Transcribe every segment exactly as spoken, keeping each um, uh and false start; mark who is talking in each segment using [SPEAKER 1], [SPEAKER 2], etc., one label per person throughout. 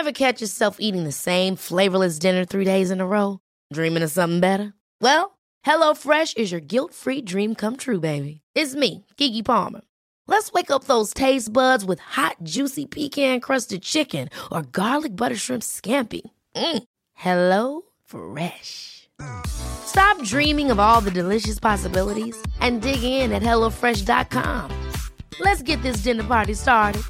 [SPEAKER 1] Ever catch yourself eating the same flavorless dinner three days in a row? Dreaming of something better? Well, HelloFresh is your guilt-free dream come true, baby. It's me, Keke Palmer. Let's wake up those taste buds with hot, juicy pecan-crusted chicken or garlic butter shrimp scampi. Mm. Hello Fresh. Stop dreaming of all the delicious possibilities and dig in at hello fresh dot com. Let's get this dinner party started.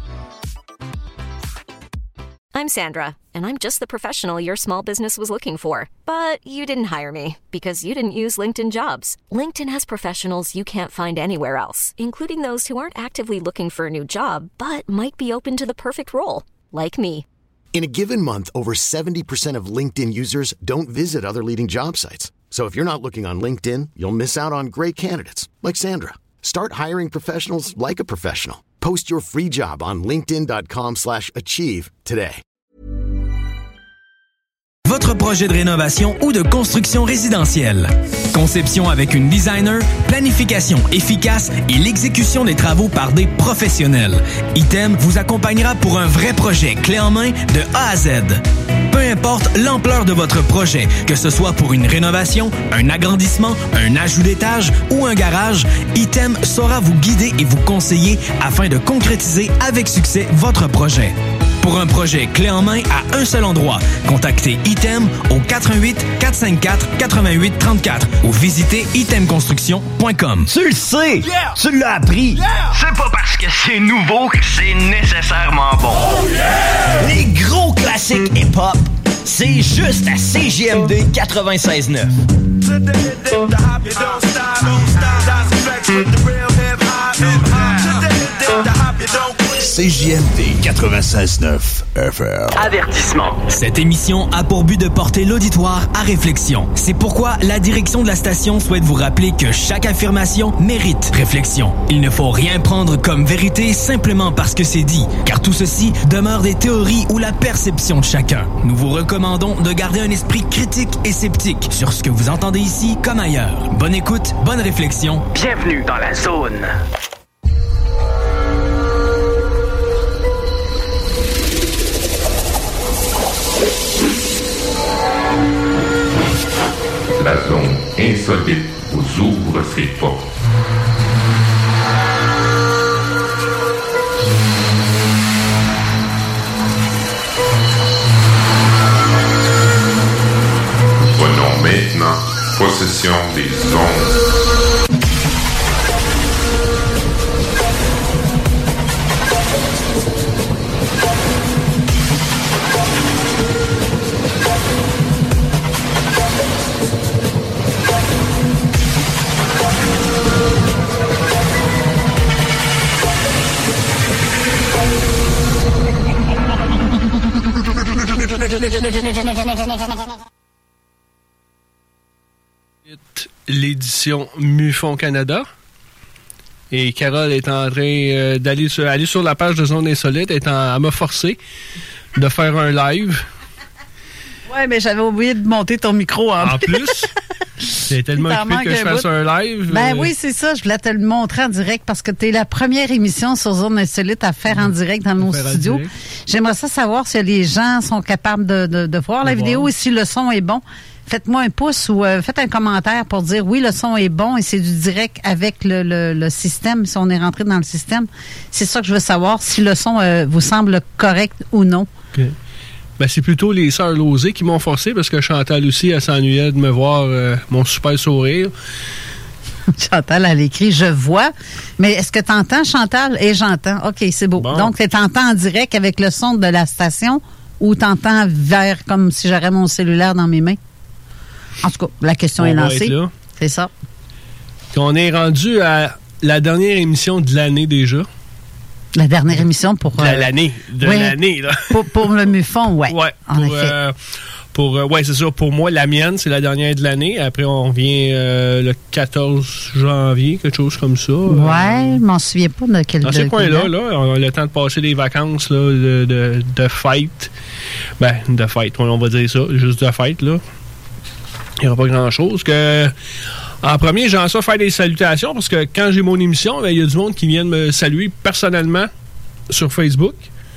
[SPEAKER 2] I'm Sandra, and I'm just the professional your small business was looking for. But you didn't hire me because you didn't use LinkedIn Jobs. LinkedIn has professionals you can't find anywhere else, including those who aren't actively looking for a new job, but might be open to the perfect role, like me.
[SPEAKER 3] In a given month, over seventy percent of LinkedIn users don't visit other leading job sites. So if you're not looking on LinkedIn, you'll miss out on great candidates, like Sandra. Start hiring professionals like a professional. Post your free job on linkedin dot com slash achieve today.
[SPEAKER 4] Votre projet de rénovation ou de construction résidentielle. Conception avec une designer, planification efficace et l'exécution des travaux par des professionnels. Item vous accompagnera pour un vrai projet clé en main de A à Z. Peu importe l'ampleur de votre projet, que ce soit pour une rénovation, un agrandissement, un ajout d'étage ou un garage, Item saura vous guider et vous conseiller afin de concrétiser avec succès votre projet. Pour un projet clé en main à un seul endroit, contactez Item au quatre un huit, quatre cinq quatre, huit huit trois quatre ou visitez item construction point com.
[SPEAKER 5] Tu le sais! Yeah! Tu l'as appris!
[SPEAKER 6] Yeah! C'est pas parce que c'est nouveau que c'est nécessairement bon. Oh yeah!
[SPEAKER 5] Les gros classiques hip-hop, c'est juste à C J M D quatre-vingt-seize neuf.
[SPEAKER 7] C J M D quatre-vingt-seize neuf F M.
[SPEAKER 6] Avertissement.
[SPEAKER 4] Cette émission a pour but de porter l'auditoire à réflexion. C'est pourquoi la direction de la station souhaite vous rappeler que chaque affirmation mérite réflexion. Il ne faut rien prendre comme vérité simplement parce que c'est dit, car tout ceci demeure des théories ou la perception de chacun. Nous vous recommandons de garder un esprit critique et sceptique sur ce que vous entendez ici comme ailleurs. Bonne écoute, bonne réflexion.
[SPEAKER 6] Bienvenue dans la zone.
[SPEAKER 8] La zone insolite vous ouvre ses portes. Prenons maintenant possession des ondes.
[SPEAKER 9] L'édition MUFON Canada. Et Carole est en train euh, d'aller sur, aller sur la page de Zone Insolite. Elle, en, elle m'a forcé de faire un live.
[SPEAKER 10] Ouais, mais j'avais oublié de monter ton micro en,
[SPEAKER 9] en plus. C'est tellement occupé que je fasse un live.
[SPEAKER 10] Ben euh... oui, c'est ça. Je voulais te le montrer en direct parce que tu es la première émission sur Zone Insolite à faire en direct dans nos studios. J'aimerais ça savoir si les gens sont capables de, de, de voir de la voir. vidéo et si le son est bon. Faites-moi un pouce ou euh, faites un commentaire pour dire oui, le son est bon et c'est du direct avec le, le, le système, si on est rentré dans le système. C'est ça que je veux savoir, si le son euh, vous semble correct ou non.
[SPEAKER 9] OK. Ben, c'est plutôt les sœurs Lozé qui m'ont forcé parce que Chantal aussi, elle s'ennuyait de me voir euh, mon super sourire.
[SPEAKER 10] Chantal, elle écrit « Je vois ». Mais est-ce que tu entends, Chantal? Et j'entends. OK, c'est beau. Bon. Donc, tu entends en direct avec le son de la station ou tu entends vers comme si j'aurais mon cellulaire dans mes mains? En tout cas, la question on est lancée. C'est ça.
[SPEAKER 9] On est rendu à la dernière émission de l'année déjà.
[SPEAKER 10] La dernière émission pour...
[SPEAKER 9] Euh, l'année, de
[SPEAKER 10] oui,
[SPEAKER 9] l'année, là.
[SPEAKER 10] Pour, pour le MUFON, oui.
[SPEAKER 9] Oui,
[SPEAKER 10] en
[SPEAKER 9] pour,
[SPEAKER 10] effet.
[SPEAKER 9] Euh, pour, euh, ouais, c'est ça. Pour moi, la mienne, c'est la dernière de l'année. Après, on revient euh, le quatorze janvier, quelque chose comme ça.
[SPEAKER 10] Oui, euh, je m'en souviens pas de quel...
[SPEAKER 9] Dans ces coins-là, là, on a le temps de passer des vacances là, de, de, de fête. Ben, de fête, on va dire ça, juste de fête, là. Il n'y aura pas grand-chose. Que, en premier, j'ai envie de faire des salutations parce que quand j'ai mon émission, il y a du monde qui vient me saluer personnellement sur Facebook,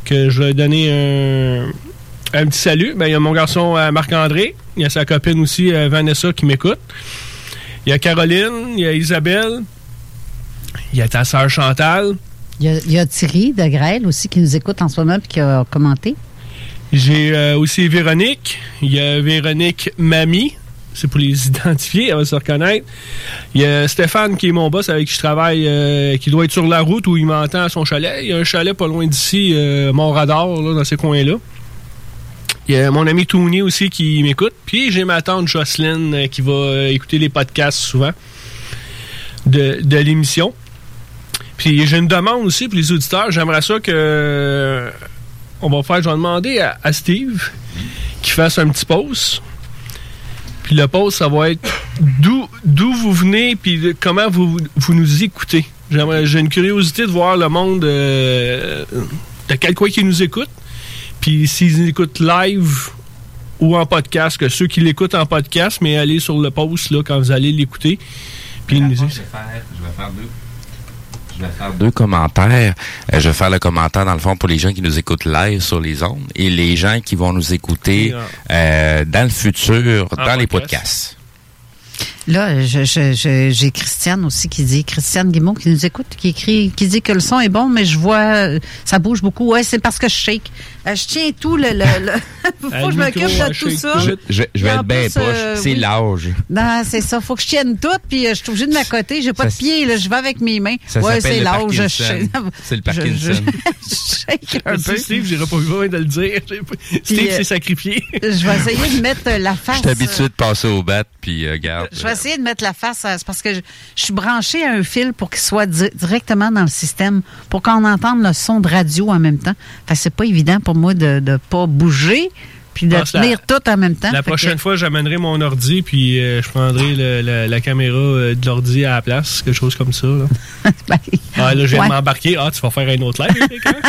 [SPEAKER 9] que je vais donner un, un petit salut. Ben, il y a mon garçon euh, Marc-André. Il y a sa copine aussi, euh, Vanessa, qui m'écoute. Il y a Caroline, il y a Isabelle. Il y a ta sœur Chantal.
[SPEAKER 10] Il y, a, il y a Thierry de Grêle aussi qui nous écoute en ce moment et qui a commenté.
[SPEAKER 9] J'ai euh, aussi Véronique. Il y a Véronique Mamie. C'est pour les identifier, elle va se reconnaître. Il y a Stéphane qui est mon boss avec qui je travaille, euh, qui doit être sur la route où il m'entend à son chalet. Il y a un chalet pas loin d'ici, euh, Mont-Radar, là, dans ces coins-là. Il y a mon ami Tony aussi qui m'écoute. Puis j'ai ma tante Jocelyne euh, qui va euh, écouter les podcasts souvent de, de l'émission. Puis j'ai une demande aussi pour les auditeurs. J'aimerais ça que... Euh, on va faire, je vais demander à, à Steve qu'il fasse un petit pause. Puis le post, ça va être d'où, d'où vous venez puis de, comment vous, vous nous écoutez. J'aimerais, j'ai une curiosité de voir le monde euh, de quel coin qui nous écoute. Puis s'ils écoutent live ou en podcast, que ceux qui l'écoutent en podcast, mais allez sur le post là, quand vous allez l'écouter. Puis nous... je, vais faire, je vais faire deux.
[SPEAKER 11] Je vais faire deux commentaires. Euh, je vais faire le commentaire, dans le fond, pour les gens qui nous écoutent live sur les ondes et les gens qui vont nous écouter euh, dans le futur, en dans podcast. Les podcasts.
[SPEAKER 10] Là, je, je, je, j'ai Christiane aussi qui dit, Christiane Guimond qui nous écoute, qui écrit, qui dit que le son est bon, mais je vois, ça bouge beaucoup. Ouais, c'est parce que je shake. Euh, je tiens tout le... le, le faut que je m'occupe de tout ça.
[SPEAKER 11] Je, je, je vais être bien poche. Euh, c'est oui. l'âge.
[SPEAKER 10] Non, c'est ça. Faut que je tienne tout, puis euh, je suis obligée de m'accoter. J'ai pas ça, de pied, là. Je vais avec mes mains.
[SPEAKER 11] Ça
[SPEAKER 10] ouais, c'est
[SPEAKER 11] le
[SPEAKER 10] l'âge.
[SPEAKER 11] Je,
[SPEAKER 10] c'est
[SPEAKER 11] le Parkinson.
[SPEAKER 10] Je, je, je shake un peu.
[SPEAKER 9] Steve, j'aurais pas besoin de le dire. Steve s'est sacrifié.
[SPEAKER 10] Je vais essayer de mettre la face.
[SPEAKER 11] Je suis habitué de passer au bat, puis euh, garde.
[SPEAKER 10] Je vais essayer de mettre la face. C'est parce que je, je suis branchée à un fil pour qu'il soit di- directement dans le système, pour qu'on entende le son de radio en même temps. Fait que c'est pas évident pour moi de ne pas bouger puis de tenir la, tout en même temps.
[SPEAKER 9] La prochaine que... fois, j'amènerai mon ordi puis euh, je prendrai le, le, la caméra euh, de l'ordi à la place, quelque chose comme ça. Là, ben, ah, là je viens ouais. de m'embarquer. Ah, tu vas faire un autre live,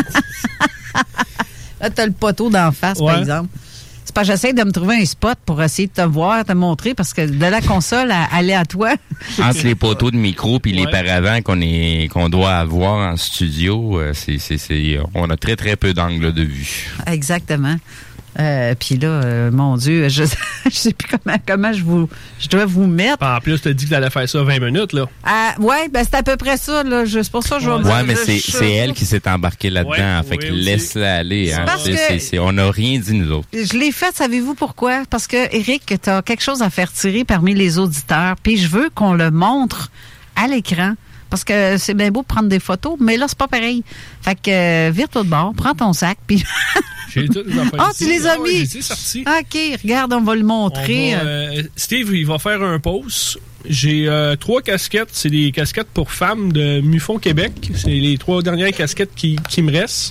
[SPEAKER 10] là, t'as le poteau d'en face, ouais. par exemple. C'est pas j'essaie de me trouver un spot pour essayer de te voir, te montrer, parce que de la console à aller à toi.
[SPEAKER 11] Entre les poteaux de micro puis ouais. les paravents qu'on est qu'on doit avoir en studio, c'est, c'est, c'est, on a très, très peu d'angles de vue.
[SPEAKER 10] Exactement. Euh, puis là, euh, mon Dieu, je, je sais plus comment, comment je vous, je dois vous mettre.
[SPEAKER 9] En plus, tu as dit que tu allais faire ça vingt minutes, là.
[SPEAKER 10] Ah, ouais, ben c'est à peu près ça, là. C'est pour ça que je vais
[SPEAKER 11] ouais, ouais, mais c'est, c'est elle qui s'est embarquée là-dedans. Ouais, fait oui, que laisse-la aller. Hein. C'est, c'est, c'est, c'est, on n'a rien dit, nous autres.
[SPEAKER 10] Je l'ai fait, savez-vous pourquoi? Parce que, Éric, tu as quelque chose à faire tirer parmi les auditeurs. Puis je veux qu'on le montre à l'écran. Parce que c'est bien beau de prendre des photos, mais là, c'est pas pareil. Fait que, euh, vire-toi de bord, prends ton sac, puis...
[SPEAKER 9] J'ai toutes les affaires.
[SPEAKER 10] Ah, tu les as mis?
[SPEAKER 9] J'ai sorti.
[SPEAKER 10] OK, regarde, on va le montrer.
[SPEAKER 9] Va, euh, Steve, il va faire un post. J'ai euh, trois casquettes. C'est des casquettes pour femmes de Mufon Québec. C'est les trois dernières casquettes qui, qui me restent.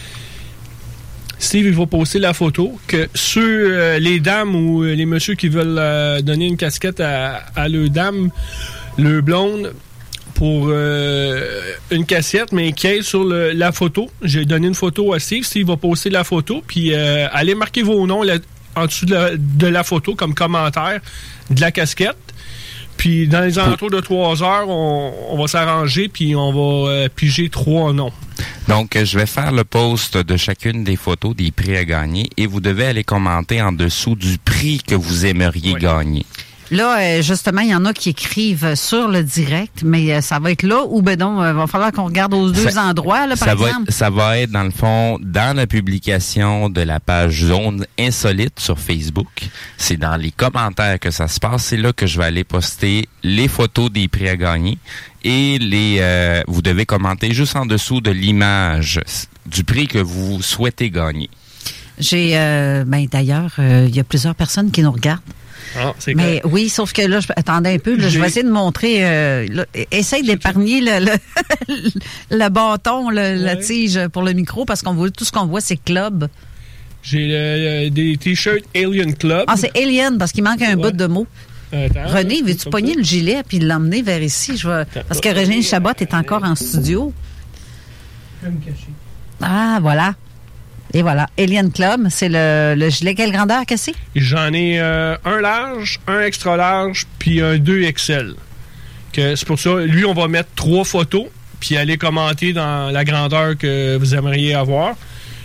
[SPEAKER 9] Steve, il va poster la photo. Que ceux, euh, les dames ou les messieurs qui veulent euh, donner une casquette à, à leur dame, leur blonde, pour euh, une cassette, mais qui est sur le, la photo. J'ai donné une photo à Steve. Steve va poster la photo, puis euh, allez marquer vos noms là, en dessous de la, de la photo comme commentaire de la casquette. Puis dans les alentours de trois heures, on, on va s'arranger, puis on va euh, piger trois noms.
[SPEAKER 11] Donc, je vais faire le post de chacune des photos des prix à gagner et vous devez aller commenter en dessous du prix que vous aimeriez oui. gagner.
[SPEAKER 10] Là, justement, il y en a qui écrivent sur le direct, mais ça va être là ou ben non, il va falloir qu'on regarde aux deux ça, endroits, là, par
[SPEAKER 11] ça
[SPEAKER 10] exemple.
[SPEAKER 11] Va être, ça va être, dans le fond, dans la publication de la page Zone Insolite sur Facebook. C'est dans les commentaires que ça se passe. C'est là que je vais aller poster les photos des prix à gagner et les euh, vous devez commenter juste en dessous de l'image du prix que vous souhaitez gagner.
[SPEAKER 10] J'ai, euh, ben d'ailleurs, il euh, y a plusieurs personnes qui nous regardent.
[SPEAKER 9] Ah, c'est
[SPEAKER 10] mais cool. Oui, sauf que là, je, attendez un peu, là, je vais essayer de montrer. Euh, là, essaye d'épargner le, le, le bâton, le, ouais. la tige pour le micro, parce qu'on voit tout ce qu'on voit, c'est Club.
[SPEAKER 9] J'ai le, le, des t-shirts Alien Club.
[SPEAKER 10] Ah, c'est Alien, parce qu'il manque un ouais. bout de mot. Attends, René, veux-tu pogner ça? Le gilet puis l'emmener vers ici? Je vais... Parce que Régine Chabot est encore en studio.
[SPEAKER 9] Je vais me cacher.
[SPEAKER 10] Ah, voilà. Et voilà, Alien Club, c'est le, le gilet. Quelle grandeur que c'est?
[SPEAKER 9] J'en ai euh, un large, un extra large, puis un deux X L. Que c'est pour ça, lui, on va mettre trois photos, puis aller commenter dans la grandeur que vous aimeriez avoir.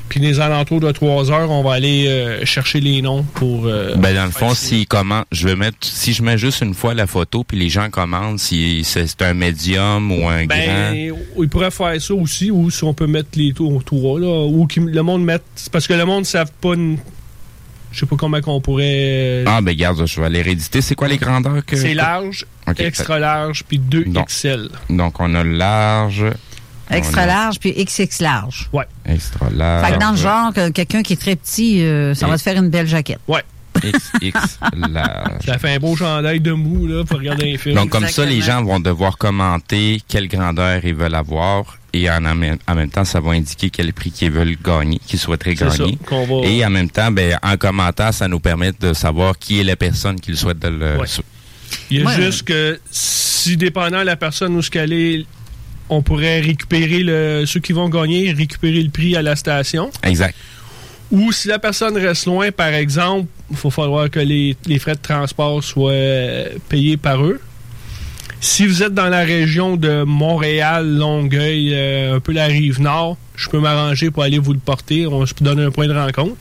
[SPEAKER 9] Puis les alentours de trois heures, on va aller euh, chercher les noms pour... Euh,
[SPEAKER 11] ben dans le fond, si comment, je vais mettre, si je mets juste une fois la photo, puis les gens commandent si c'est, c'est un médium ou un
[SPEAKER 9] ben,
[SPEAKER 11] grand...
[SPEAKER 9] ils pourraient faire ça aussi, ou si on peut mettre les tours, trois, là, ou que le monde mette... Parce que le monde ne savent pas... Une, je sais pas comment qu'on pourrait...
[SPEAKER 11] Ah, ben regarde, je vais les rééditer. C'est quoi les grandeurs que...
[SPEAKER 9] C'est large, okay, extra large, puis deux
[SPEAKER 11] donc,
[SPEAKER 9] X L.
[SPEAKER 11] Donc, on a le large...
[SPEAKER 10] Extra large, puis X X large.
[SPEAKER 9] Ouais.
[SPEAKER 11] Extra large.
[SPEAKER 10] Fait que dans le genre, que quelqu'un qui est très petit, euh, ça Et... va te faire une belle jaquette.
[SPEAKER 9] Ouais.
[SPEAKER 11] X X large.
[SPEAKER 9] Ça fait un beau chandail de mou, là, pour regarder un film.
[SPEAKER 11] Donc, comme
[SPEAKER 10] Exactement.
[SPEAKER 11] ça, les gens vont devoir commenter quelle grandeur ils veulent avoir. Et en, en même temps, ça va indiquer quel prix qu'ils veulent gagner, qu'ils souhaiteraient
[SPEAKER 9] C'est
[SPEAKER 11] gagner.
[SPEAKER 9] Ça, qu'on va...
[SPEAKER 11] Et en même temps, ben, en commentaire, ça nous permet de savoir qui est la personne qui souhaite de le...
[SPEAKER 9] Ouais. Il y a ouais. juste que, si dépendant de la personne où ce qu'elle est, on pourrait récupérer le, ceux qui vont gagner, récupérer le prix à la station.
[SPEAKER 11] Exact.
[SPEAKER 9] Ou si la personne reste loin, par exemple, il faut falloir que les, les frais de transport soient payés par eux. Si vous êtes dans la région de Montréal, Longueuil, euh, un peu la Rive-Nord, je peux m'arranger pour aller vous le porter. On se donne un point de rencontre.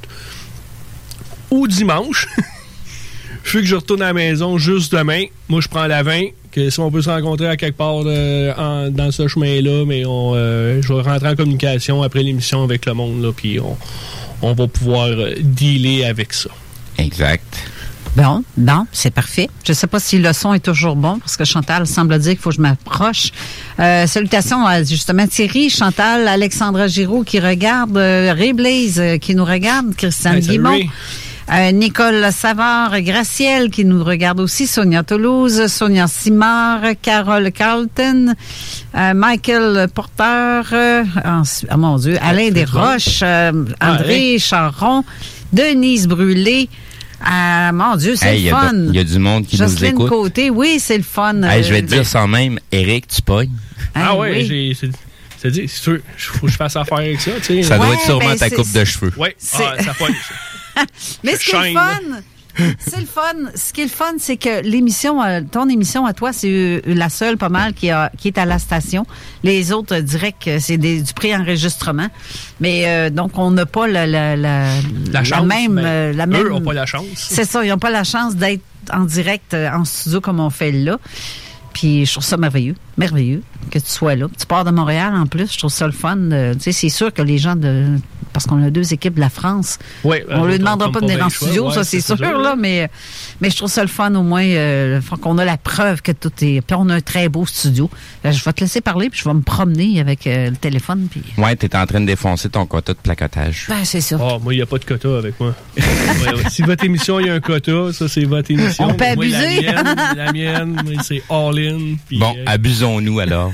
[SPEAKER 9] Ou dimanche, vu que je retourne à la maison juste demain, moi je prends la vingt, que si on peut se rencontrer à quelque part euh, en, dans ce chemin-là, mais on, euh, je vais rentrer en communication après l'émission avec le monde, là, puis on, on va pouvoir euh, dealer avec ça.
[SPEAKER 11] Exact.
[SPEAKER 10] Bon, bon, c'est parfait. Je ne sais pas si le son est toujours bon, parce que Chantal semble dire qu'il faut que je m'approche. Euh, salutations à justement Thierry, Chantal, Alexandra Giroux qui regarde, euh, Ray Blaze euh, qui nous regarde, Christiane hey, Guimont. Euh, Nicole Savard, Gracielle qui nous regarde aussi, Sonia Toulouse, Sonia Simard, Carole Carlton, euh, Michael Porter, euh, oh mon Dieu, Alain Desroches, euh, André ah, Charron, Denise Brûlé. Ah, mon Dieu, c'est
[SPEAKER 11] hey,
[SPEAKER 10] le fun.
[SPEAKER 11] Il y a du monde qui
[SPEAKER 10] Jocelyne
[SPEAKER 11] nous écoute.
[SPEAKER 10] Côté, oui, c'est le fun.
[SPEAKER 11] Hey, je vais te
[SPEAKER 10] euh,
[SPEAKER 11] dire sans même, Eric, tu pognes.
[SPEAKER 9] Ah, ah oui, oui. J'ai... C'est... C'est-à-dire, c'est sûr, il faut que je fasse affaire avec ça. Tu sais.
[SPEAKER 11] Ça doit
[SPEAKER 10] ouais,
[SPEAKER 11] être sûrement
[SPEAKER 10] ben
[SPEAKER 11] ta coupe de cheveux.
[SPEAKER 9] Oui, ah, ça pogne.
[SPEAKER 10] Mais ce qui est le fun, c'est le fun. Ce qui est le fun, c'est que l'émission, ton émission à toi, c'est la seule pas mal qui, a, qui est à la station. Les autres, direct, c'est des, du pré-enregistrement. Mais euh, donc, on n'a pas la, la, la,
[SPEAKER 9] la, chance,
[SPEAKER 10] la même...
[SPEAKER 9] ben,
[SPEAKER 10] euh, la même
[SPEAKER 9] eux n'ont pas la chance.
[SPEAKER 10] C'est ça, ils n'ont pas la chance d'être en direct, en studio comme on fait là. Puis je trouve ça merveilleux, merveilleux que tu sois là. Tu pars de Montréal en plus, je trouve ça le fun. De, tu sais, c'est sûr que les gens de... Parce qu'on a deux équipes de la France.
[SPEAKER 9] Oui,
[SPEAKER 10] on ne lui demandera pas de venir en studio,
[SPEAKER 9] ouais,
[SPEAKER 10] ça c'est,
[SPEAKER 9] c'est
[SPEAKER 10] sûr,
[SPEAKER 9] sûr,
[SPEAKER 10] là, mais, mais je trouve ça le fun au moins euh, qu'on a la preuve que tout est... Puis on a un très beau studio. Là, je vais te laisser parler, puis je vais me promener avec euh, le téléphone. Puis...
[SPEAKER 11] Ouais, t'es en train de défoncer ton quota de placotage.
[SPEAKER 10] Ben, c'est ça.
[SPEAKER 9] Oh, moi, il n'y a pas de quota avec moi. ouais, ouais. Si votre émission, il y a un quota, ça, c'est votre émission.
[SPEAKER 10] On peut
[SPEAKER 9] moi,
[SPEAKER 10] abuser.
[SPEAKER 9] La mienne, la mienne moi, c'est all-in. Puis,
[SPEAKER 11] bon, euh... abusons-nous alors.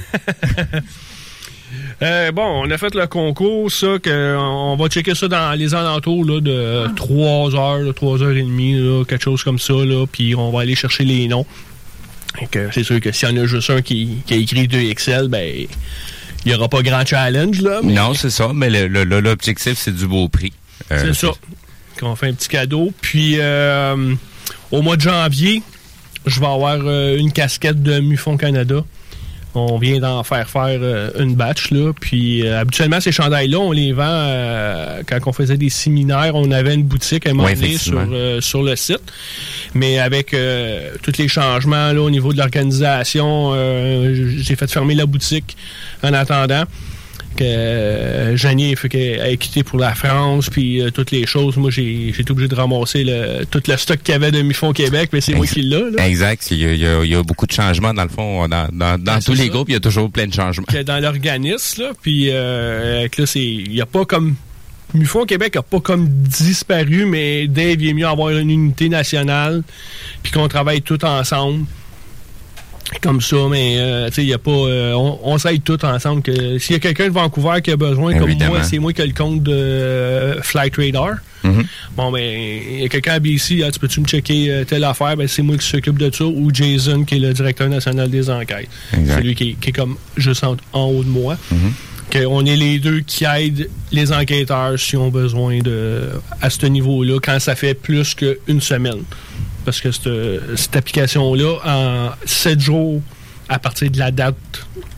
[SPEAKER 9] Euh, bon, on a fait le concours, ça, que on va checker ça dans les alentours là, de trois heures, trois heures et demie, là, quelque chose comme ça, là, puis on va aller chercher les noms. Donc, c'est sûr que s'il y en a juste un qui, qui a écrit deux X L, ben, il n'y aura pas grand challenge, là. Mais...
[SPEAKER 11] Non, c'est ça, mais le, le, l'objectif, c'est du beau prix.
[SPEAKER 9] Euh, c'est ça. Qu'on fait un petit cadeau. Puis, euh, au mois de janvier, je vais avoir euh, une casquette de Mufon Canada. On vient d'en faire faire euh, une batch, là. Puis, euh, habituellement, ces chandails-là, on les vend euh, quand on faisait des séminaires. On avait une boutique à un moment donné sur, euh, sur le site. Mais avec euh, tous les changements là, au niveau de l'organisation, euh, j'ai fait fermer la boutique en attendant que euh, Janie a quitté pour la France, puis euh, toutes les choses. Moi, j'ai, j'ai été obligé de ramasser le, tout le stock qu'il y avait de Mufon Québec, mais c'est exact. Moi qui l'ai. Là.
[SPEAKER 11] Exact. Il y, a, il, y a, il y a beaucoup de changements, dans le fond. Dans, dans, dans tous les ça. groupes, il y a toujours plein de changements.
[SPEAKER 9] Que dans l'organisme, là, puis euh, là, c'est, il n'y a pas comme... Mufon Québec n'a pas comme disparu, mais Dave, il est mieux avoir une unité nationale, puis qu'on travaille tous ensemble. Comme ça, mais euh, tu sais, il y a pas. Euh, on, on s'aide tous ensemble. Que s'il y a quelqu'un de Vancouver qui a besoin, évidemment. Comme moi, c'est moi qui ai le compte de euh, Flight Radar. Mm-hmm. Bon, ben, il y a quelqu'un à B C, ah, tu peux-tu me checker euh, telle affaire? Ben, c'est moi qui s'occupe de ça. Ou Jason, qui est le directeur national des enquêtes. Exact. Celui qui, qui est comme juste en, en haut de moi. Mm-hmm. Qu'on est les deux qui aident les enquêteurs s'ils ont besoin de à ce niveau-là, quand ça fait plus qu'une semaine. Parce que cette, cette application-là, en sept jours, à partir de la date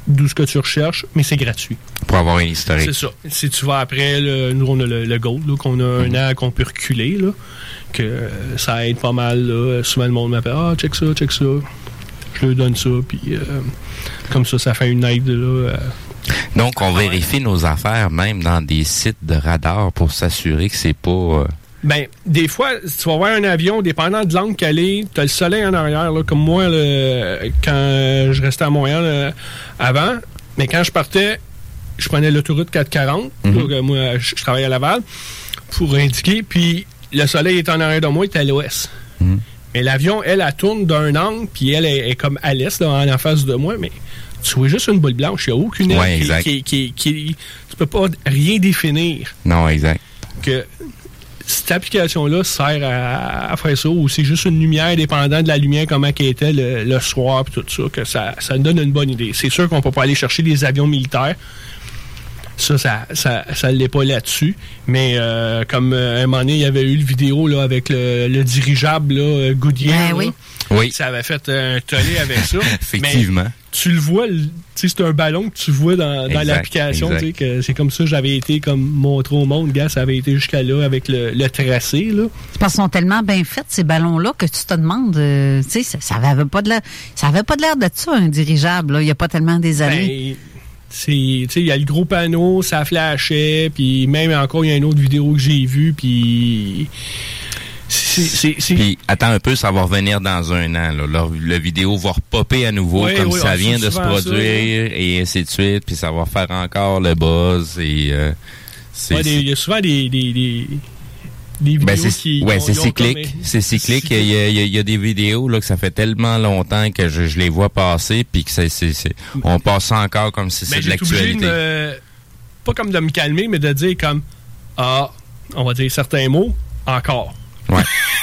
[SPEAKER 9] d'où ce que tu recherches, mais c'est gratuit.
[SPEAKER 11] Pour avoir une historique.
[SPEAKER 9] C'est ça. Si tu vas après, le, nous, on a le, le Gold, là, qu'on a un
[SPEAKER 11] mm-hmm.
[SPEAKER 9] an qu'on peut reculer, là, que euh, ça aide pas mal. Là. Souvent, le monde m'appelle « Ah, check ça, check ça. » Je leur donne ça, puis euh, comme ça, ça fait une aide. Là, euh,
[SPEAKER 11] Donc, on vérifie nos affaires même dans des sites de radar pour s'assurer que c'est pas... Euh...
[SPEAKER 9] Ben, des fois, tu vas voir un avion, dépendant de l'angle qu'elle est, tu as le soleil en arrière, là, comme moi, là, quand je restais à Montréal là, avant, mais quand je partais, je prenais l'autoroute quatre cent quarante, mm-hmm. là, moi, je, je travaillais à Laval, pour indiquer, puis le soleil est en arrière de moi, il est à l'ouest. Mm-hmm. Mais l'avion, elle, elle tourne d'un angle, puis elle est, est comme à l'est, là, en face de moi, mais tu vois juste une boule blanche, il n'y a aucune aile
[SPEAKER 11] ouais,
[SPEAKER 9] qui, qui, qui, qui... Tu peux pas rien définir.
[SPEAKER 11] Non, exact.
[SPEAKER 9] Que cette application-là sert à, à faire ça, ou c'est juste une lumière, dépendant de la lumière, comment qu'elle était le, le soir, puis tout ça, que ça, ça donne une bonne idée. C'est sûr qu'on peut pas aller chercher des avions militaires. Ça, ça, ça, ça l'est pas là-dessus. Mais euh, comme euh, à un moment donné, il y avait eu le vidéo là, avec le, le dirigeable là, Goodyear.
[SPEAKER 10] Ben,
[SPEAKER 9] là,
[SPEAKER 10] oui.
[SPEAKER 11] Oui.
[SPEAKER 9] Ça avait fait un tollé avec ça.
[SPEAKER 11] Effectivement.
[SPEAKER 9] Mais tu le vois, c'est un ballon que tu vois dans, dans l'application. Que c'est comme ça que j'avais été comme montré au monde. Gars, ça avait été jusqu'à là avec le, le tracé. Là.
[SPEAKER 10] C'est parce qu'ils sont tellement bien faits, ces ballons-là, que tu te demandes, euh, tu sais, ça, ça avait pas de l'air, ça avait pas de l'air de ça, un dirigeable. Là. Il n'y a pas tellement des années.
[SPEAKER 9] Ben, il y a le gros panneau, ça flashait, puis même encore, il y a une autre vidéo que j'ai vue, puis...
[SPEAKER 11] Puis, attends un peu, ça va revenir dans un an. Là. Le, le vidéo va repopper à nouveau, oui, comme oui, ça vient de se produire, ça, et ainsi de suite, puis ça va faire encore le buzz, et... Euh,
[SPEAKER 9] il y a souvent des... des, des... Des vidéos
[SPEAKER 11] ben c'est,
[SPEAKER 9] qui...
[SPEAKER 11] ouais,
[SPEAKER 9] ont,
[SPEAKER 11] c'est cyclique. Comme, c'est cyclique. Il y, a, il, y a, il y a des vidéos là, que ça fait tellement longtemps que je, je les vois passer, puis que c'est, c'est, c'est, on passe ça encore comme si c'est de l'actualité.
[SPEAKER 9] Me, pas comme de me calmer, mais de dire comme, ah, on va dire certains mots, encore.
[SPEAKER 11] Ouais.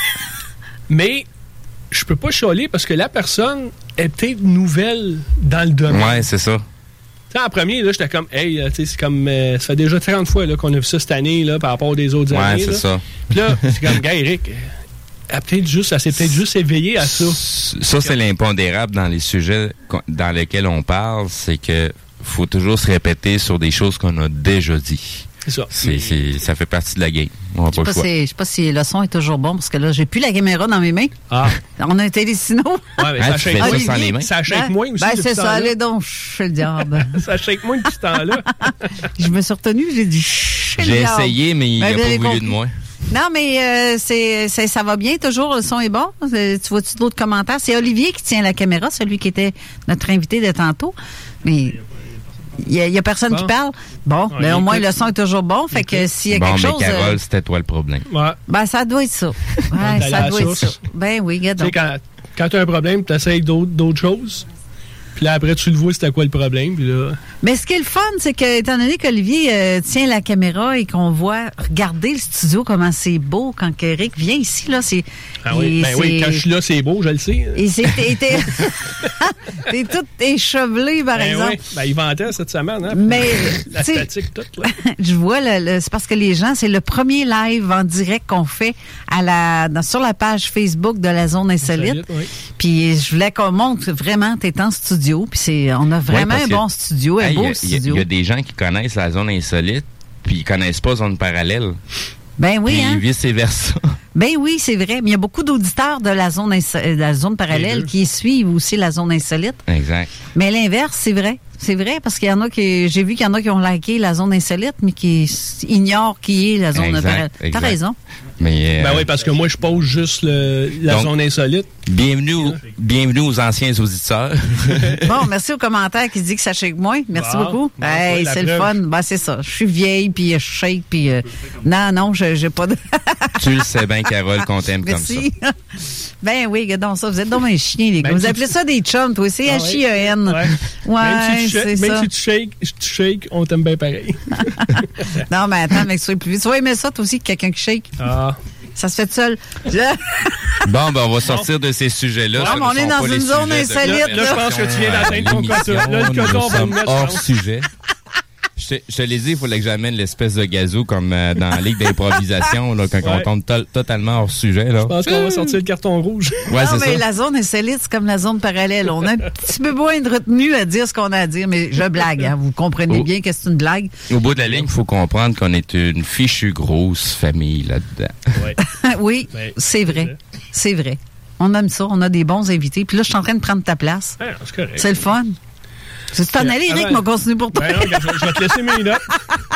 [SPEAKER 9] Mais je peux pas chialer parce que la personne est peut-être nouvelle dans le domaine.
[SPEAKER 11] Ouais, c'est ça.
[SPEAKER 9] En premier, là, j'étais comme, hey, tu sais, c'est comme, euh, ça fait déjà trente fois là, qu'on a vu ça cette année, là, par rapport aux des autres
[SPEAKER 11] ouais,
[SPEAKER 9] années.
[SPEAKER 11] Ouais, c'est
[SPEAKER 9] là.
[SPEAKER 11] ça.
[SPEAKER 9] Puis là, c'est comme, gars, Eric, elle, peut-être juste, elle s'est peut-être juste éveillée à ça.
[SPEAKER 11] Ça, c'est l'impondérable dans les sujets dans lesquels on parle, c'est que faut toujours se répéter sur des choses qu'on a déjà dit.
[SPEAKER 9] C'est ça.
[SPEAKER 11] C'est, c'est, ça fait partie de la game. On
[SPEAKER 10] Je ne sais, sais pas si le son est toujours bon, parce que là, j'ai plus la caméra dans mes mains.
[SPEAKER 9] Ah.
[SPEAKER 10] On a un télésino.
[SPEAKER 9] Ouais, mais
[SPEAKER 11] ah,
[SPEAKER 9] ça shake
[SPEAKER 11] ça sans les mains.
[SPEAKER 9] Ça shake moins aussi.
[SPEAKER 10] Ben, c'est ça, allez donc, je fais le diable.
[SPEAKER 9] Ça shake moins depuis ce temps-là.
[SPEAKER 10] Je me suis retenue, j'ai dit,
[SPEAKER 11] j'ai essayé, mais il n'a ben, pas voulu compris. De moi.
[SPEAKER 10] Non, mais euh, c'est, c'est, ça va bien toujours, le son est bon. C'est, tu vois-tu d'autres commentaires? C'est Olivier qui tient la caméra, celui qui était notre invité de tantôt. Mais... Il n'y a, a personne bon. qui parle. Bon, ouais, ben, au moins, le son est toujours bon. Fait que s'il y a
[SPEAKER 11] bon,
[SPEAKER 10] quelque
[SPEAKER 11] mais
[SPEAKER 10] chose...
[SPEAKER 11] Carole,
[SPEAKER 10] euh...
[SPEAKER 11] c'était toi le problème.
[SPEAKER 9] Ouais.
[SPEAKER 10] Ben, ça doit être ça. Ouais, ça doit être ça. Ben oui, regarde.
[SPEAKER 9] Tu sais, quand, quand tu as un problème, tu essaies d'autres, d'autres choses. Puis là, après, tu le vois, c'était quoi le problème. Puis là...
[SPEAKER 10] Mais ce qui est le fun, c'est que, étant donné qu'Olivier euh, tient la caméra et qu'on voit regarder le studio, comment c'est beau quand Eric vient ici, là, c'est...
[SPEAKER 9] Ah oui, ben oui, quand je suis là, c'est beau, je le sais.
[SPEAKER 10] Et c'est... T'es, t'es, t'es tout échevelé, par
[SPEAKER 9] ben
[SPEAKER 10] exemple.
[SPEAKER 9] Oui. Ben, il ventait cette semaine, hein?
[SPEAKER 10] Mais,
[SPEAKER 9] la statique, toute, là.
[SPEAKER 10] Je vois, le, le, c'est parce que les gens, c'est le premier live en direct qu'on fait à la, dans, sur la page Facebook de la Zone Insolite. Insolite oui. Puis je voulais qu'on montre vraiment, t'es en studio, puis c'est, on a vraiment oui, un bon studio, un hey, beau
[SPEAKER 11] y a,
[SPEAKER 10] studio.
[SPEAKER 11] Il y a des gens qui connaissent la Zone Insolite, puis ils connaissent pas Zone Parallèle.
[SPEAKER 10] Ben oui,
[SPEAKER 11] puis
[SPEAKER 10] hein?
[SPEAKER 11] vice-versa.
[SPEAKER 10] Ben oui, c'est vrai. Mais il y a beaucoup d'auditeurs de la zone, de la zone parallèle qui suivent aussi la Zone Insolite.
[SPEAKER 11] Exact.
[SPEAKER 10] Mais l'inverse, c'est vrai. C'est vrai, parce qu'il y en a qui, j'ai vu qu'il y en a qui ont liké la Zone Insolite, mais qui ignorent qui est la Zone
[SPEAKER 11] exact,
[SPEAKER 10] parallèle.
[SPEAKER 11] Exact.
[SPEAKER 10] T'as raison.
[SPEAKER 11] Mais, euh,
[SPEAKER 9] ben oui, parce que moi, je pose juste le, la
[SPEAKER 11] donc,
[SPEAKER 9] Zone Insolite.
[SPEAKER 11] Bienvenue, bienvenue aux anciens auditeurs.
[SPEAKER 10] Bon, merci aux commentaires qui disent que ça shake moins. Merci
[SPEAKER 9] bon,
[SPEAKER 10] beaucoup.
[SPEAKER 9] Bon,
[SPEAKER 10] hey, c'est le fun. Ben, c'est ça. Je suis vieille, puis je shake, puis euh, non, non, je, j'ai pas de...
[SPEAKER 11] Tu le sais bien, Carole, qu'on t'aime
[SPEAKER 10] merci.
[SPEAKER 11] Comme ça.
[SPEAKER 10] Ben oui, regardons ça. Vous êtes donc un chien, les gars.
[SPEAKER 9] Même
[SPEAKER 10] vous
[SPEAKER 9] si
[SPEAKER 10] appelez
[SPEAKER 9] tu...
[SPEAKER 10] ça des chums, toi. C'est H I E N.
[SPEAKER 9] Ouais.
[SPEAKER 10] Ouais,
[SPEAKER 9] même si tu
[SPEAKER 10] c'est
[SPEAKER 9] sh-
[SPEAKER 10] ça.
[SPEAKER 9] Même si tu shakes, tu shakes, on t'aime bien pareil.
[SPEAKER 10] Non, mais attends, mec, sois plus vite. Tu vas aimer ça, toi aussi, que quelqu'un qui shake.
[SPEAKER 9] Ah.
[SPEAKER 10] Ça se fait tout seul.
[SPEAKER 11] Bon, ben, on va sortir de ces sujets-là.
[SPEAKER 10] Ouais, mais on est dans une zone insolite.
[SPEAKER 9] Là, là, je pense que tu viens d'atteindre ton quota. Là, le quota, on va le mettre.
[SPEAKER 11] Hors sujet. Je je, je te l'ai dit, il fallait que j'amène l'espèce de gazou comme euh, dans la Ligue d'improvisation, là, quand ouais. on tombe to- totalement hors sujet. Là.
[SPEAKER 9] Je pense qu'on va sortir le carton rouge.
[SPEAKER 11] Ouais,
[SPEAKER 10] non,
[SPEAKER 11] c'est
[SPEAKER 10] mais
[SPEAKER 11] ça.
[SPEAKER 10] la zone insolite, c'est comme la zone parallèle. On a un petit peu moins de retenue à dire ce qu'on a à dire, mais je blague. Hein. Vous comprenez oh. bien que c'est une blague.
[SPEAKER 11] Au bout de la ligne, il faut comprendre qu'on est une fichue grosse famille là-dedans.
[SPEAKER 9] Ouais.
[SPEAKER 10] oui,
[SPEAKER 9] ben,
[SPEAKER 10] c'est vrai. C'est vrai. On aime ça. On a des bons invités. Puis là, je suis en train de prendre ta place.
[SPEAKER 9] Ah, c'est correct.
[SPEAKER 10] C'est le fun. C'est t'en aller, Eric, m'a continué pour toi.
[SPEAKER 9] Ben non, je, je vais te laisser mes notes.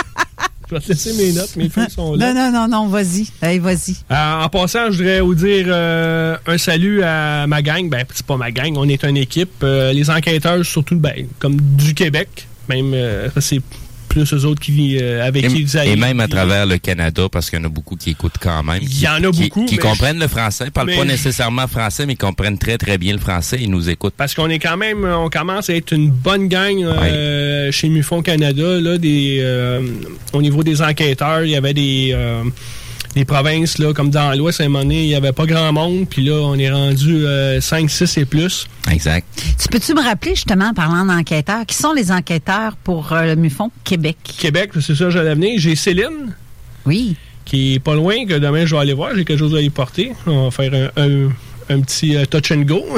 [SPEAKER 9] Je vais te laisser mes notes. Mes feuilles sont là.
[SPEAKER 10] Non, non, non, non, vas-y. Allez, vas-y.
[SPEAKER 9] Euh, en passant, je voudrais vous dire euh, un salut à ma gang. Ben, c'est pas ma gang, on est une équipe. Euh, les enquêteurs, surtout, ben, comme du Québec. Même, euh, c'est plus eux autres qui, euh, avec
[SPEAKER 11] et,
[SPEAKER 9] qui ils
[SPEAKER 11] Et même à travers le Canada, parce qu'il y en a beaucoup qui écoutent quand même.
[SPEAKER 9] Il y en a
[SPEAKER 11] qui,
[SPEAKER 9] beaucoup.
[SPEAKER 11] Qui, qui comprennent je... le français. Ils parlent
[SPEAKER 9] mais...
[SPEAKER 11] pas nécessairement français, mais ils comprennent très, très bien le français et nous écoutent.
[SPEAKER 9] Parce qu'on est quand même, on commence à être une bonne gang euh, ouais. chez MUFON Canada. Là, des, euh, au niveau des enquêteurs, il y avait des... Euh, des provinces, là, comme dans l'Ouest, à un moment donné, il n'y avait pas grand monde. Puis là, on est rendu euh, cinq, six et plus.
[SPEAKER 11] Exact.
[SPEAKER 10] Tu peux-tu me rappeler, justement, en parlant d'enquêteurs, qui sont les enquêteurs pour euh, le MUFON Québec?
[SPEAKER 9] Québec, c'est ça, j'allais venir. J'ai Céline.
[SPEAKER 10] Oui.
[SPEAKER 9] Qui est pas loin, que demain, je vais aller voir. J'ai quelque chose à y porter. On va faire un, un, un petit uh, touch and go.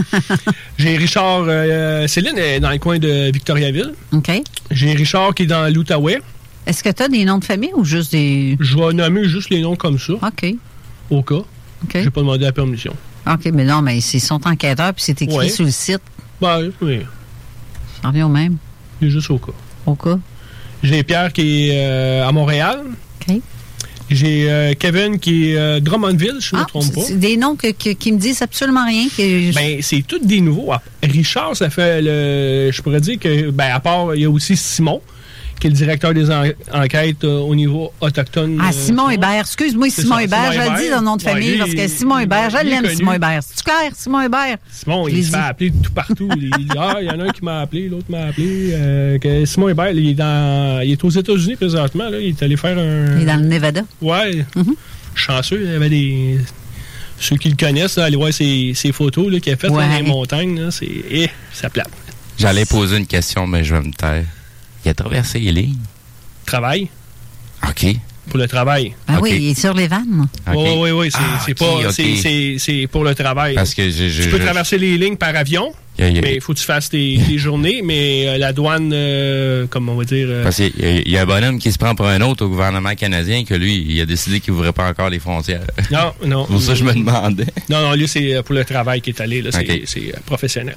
[SPEAKER 9] J'ai Richard. Euh, Céline est dans le coin de Victoriaville.
[SPEAKER 10] OK.
[SPEAKER 9] J'ai Richard qui est dans l'Outaouais.
[SPEAKER 10] Est-ce que tu as des noms de famille ou juste des...
[SPEAKER 9] Je vais nommer juste les noms comme ça.
[SPEAKER 10] OK.
[SPEAKER 9] Au cas.
[SPEAKER 10] OK.
[SPEAKER 9] Je n'ai pas demandé la permission.
[SPEAKER 10] OK, mais non, mais ils sont enquêteurs puis c'est écrit ouais. sur le site.
[SPEAKER 9] Ben, oui.
[SPEAKER 10] Ça revient au même.
[SPEAKER 9] C'est juste au cas.
[SPEAKER 10] Au cas.
[SPEAKER 9] J'ai Pierre qui est euh, à Montréal.
[SPEAKER 10] OK.
[SPEAKER 9] J'ai euh, Kevin qui est euh, Drummondville, je ne
[SPEAKER 10] ah,
[SPEAKER 9] me trompe pas.
[SPEAKER 10] C'est des noms que, que, qui me disent absolument rien. Que...
[SPEAKER 9] Ben, c'est tous des nouveaux. Richard, ça fait le... Je pourrais dire que, ben, à part, il y a aussi Simon, qui est le directeur des en- enquêtes euh, au niveau autochtone.
[SPEAKER 10] Ah, Simon euh, Hébert. Excuse-moi, Simon ça, Hébert. Simon je le dis dans le nom de famille ouais, parce que Simon Hébert, je l'aime, connu. Simon Hébert. C'est-tu clair, Simon Hébert?
[SPEAKER 9] Simon, il se fait appeler tout partout. il dit, ah, il y en a un qui m'a appelé, l'autre m'a appelé. Euh, que Simon Hébert, il est, dans, il est aux États-Unis présentement. Là, il est allé faire un...
[SPEAKER 10] Il est dans le Nevada.
[SPEAKER 9] Ouais.
[SPEAKER 10] Mm-hmm.
[SPEAKER 9] Chanceux, il y avait des... Ceux qui le connaissent, là, aller voir ses, ses photos là, qu'il a faites ouais. dans les montagnes, là, c'est... Eh, ça plate.
[SPEAKER 11] J'allais poser une question, mais je vais me taire. Il a traversé les lignes.
[SPEAKER 9] Travail.
[SPEAKER 11] OK.
[SPEAKER 9] Pour le travail.
[SPEAKER 10] Ah
[SPEAKER 11] okay.
[SPEAKER 10] oui, il est sur les vannes.
[SPEAKER 9] Okay. Oui, oui, oui. C'est,
[SPEAKER 11] ah,
[SPEAKER 9] c'est,
[SPEAKER 11] okay,
[SPEAKER 9] pas,
[SPEAKER 11] okay.
[SPEAKER 9] c'est, c'est, c'est pour le travail.
[SPEAKER 11] Parce que je, je,
[SPEAKER 9] tu peux
[SPEAKER 11] je,
[SPEAKER 9] traverser je... les lignes par avion, yeah, yeah. mais il faut que tu fasses tes, tes journées. Mais euh, la douane, euh, comme on va dire... Euh...
[SPEAKER 11] Parce qu'il y, y a un bonhomme qui se prend pour un autre au gouvernement canadien que lui, il a décidé qu'il n'ouvrait pas encore les frontières.
[SPEAKER 9] Non, non.
[SPEAKER 11] Pour ça, je me demandais.
[SPEAKER 9] Non, non, lui, c'est pour le travail qui est allé. Là, c'est, okay. c'est, c'est professionnel.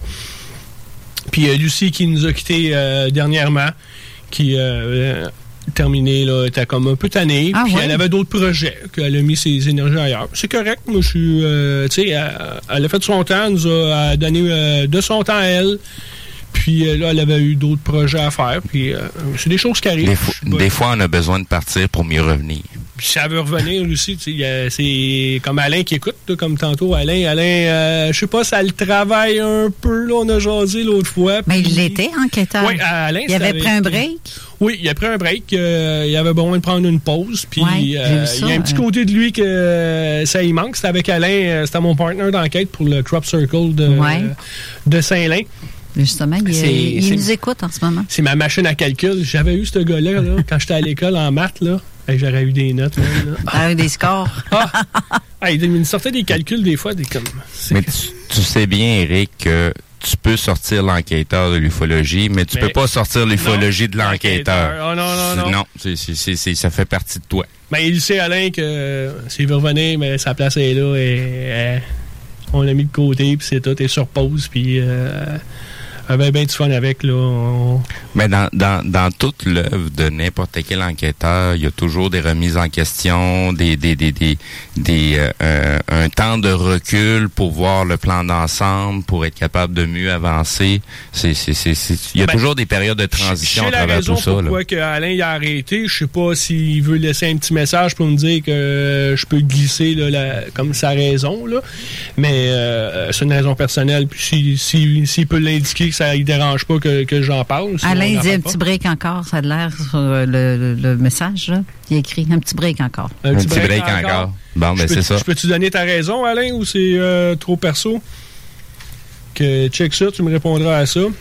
[SPEAKER 9] Puis euh, Lucie qui nous a quittés euh, dernièrement, qui... Euh, terminé, là, était comme un peu tannée,
[SPEAKER 10] ah,
[SPEAKER 9] puis
[SPEAKER 10] ouais?
[SPEAKER 9] elle avait d'autres projets, qu'elle a mis ses énergies ailleurs. C'est correct, moi, je suis, euh, tu sais, elle, elle a fait son temps, elle nous a, a donné euh, de son temps à elle, puis euh, là, elle avait eu d'autres projets à faire, puis euh, c'est des choses qui arrivent.
[SPEAKER 11] Des, fo- des fois, on a besoin de partir pour mieux revenir.
[SPEAKER 9] Puis ça veut revenir aussi, tu sais, c'est comme Alain qui écoute, là, comme tantôt, Alain, Alain, euh, je sais pas, ça le travaille un peu, là, on a jasé l'autre fois.
[SPEAKER 10] Mais
[SPEAKER 9] pis...
[SPEAKER 10] il l'était, enquêteur.
[SPEAKER 9] Oui, Alain,
[SPEAKER 10] il avait pris un break.
[SPEAKER 9] Oui, il a pris un break. Euh, il avait besoin de prendre une pause. Puis
[SPEAKER 10] ouais,
[SPEAKER 9] euh,
[SPEAKER 10] ça,
[SPEAKER 9] il y a un petit
[SPEAKER 10] euh... côté
[SPEAKER 9] de lui que euh, ça y manque. C'était avec Alain. Euh, c'était mon partner d'enquête pour le Crop Circle de,
[SPEAKER 10] ouais.
[SPEAKER 9] euh, de Saint-Lin.
[SPEAKER 10] Justement, il, c'est, il c'est, nous écoute en ce moment.
[SPEAKER 9] C'est ma machine à calcul. J'avais eu ce gars-là là, quand j'étais à l'école en maths. Là. Hey, j'aurais eu des notes. Même, là.
[SPEAKER 10] Ah, eu des scores.
[SPEAKER 9] Ah. Ah, il me sortait des calculs des fois. Des, comme,
[SPEAKER 11] mais tu, tu sais bien, Eric, que tu peux sortir l'enquêteur de l'ufologie, mais tu mais, peux pas sortir l'ufologie de l'enquêteur.
[SPEAKER 9] Oh, non, non, non.
[SPEAKER 11] Non, c'est, c'est, c'est, c'est, ça fait partie de toi.
[SPEAKER 9] Ben, il sait, Alain, que s'il veut revenir, mais sa place est là et, et on l'a mis de côté, puis c'est tout, et sur pause, puis... Euh, avait bien du fun avec, là. On...
[SPEAKER 11] Mais dans, dans, dans toute l'œuvre de n'importe quel enquêteur, il y a toujours des remises en question, des, des, des, des, des euh, un temps de recul pour voir le plan d'ensemble, pour être capable de mieux avancer. C'est, c'est, c'est, c'est, il y a ben, toujours des périodes de transition à travers tout ça. Je sais la raison pourquoi
[SPEAKER 9] que Alain il a arrêté. Je sais pas s'il veut laisser un petit message pour me dire que je peux glisser là, la, comme sa raison, là. Mais euh, c'est une raison personnelle. Puis s'il si, si, peut l'indiquer, ça ne dérange pas que, que j'en parle.
[SPEAKER 10] Alain il dit un pas. petit break encore, ça a l'air sur le, le, le message. Là. Il a écrit un petit break encore.
[SPEAKER 11] Un, un petit break, break encore. encore. Bon, ben c'est ça.
[SPEAKER 9] Je peux-tu donner ta raison, Alain, ou c'est euh, trop perso? Que check ça, tu me répondras à ça.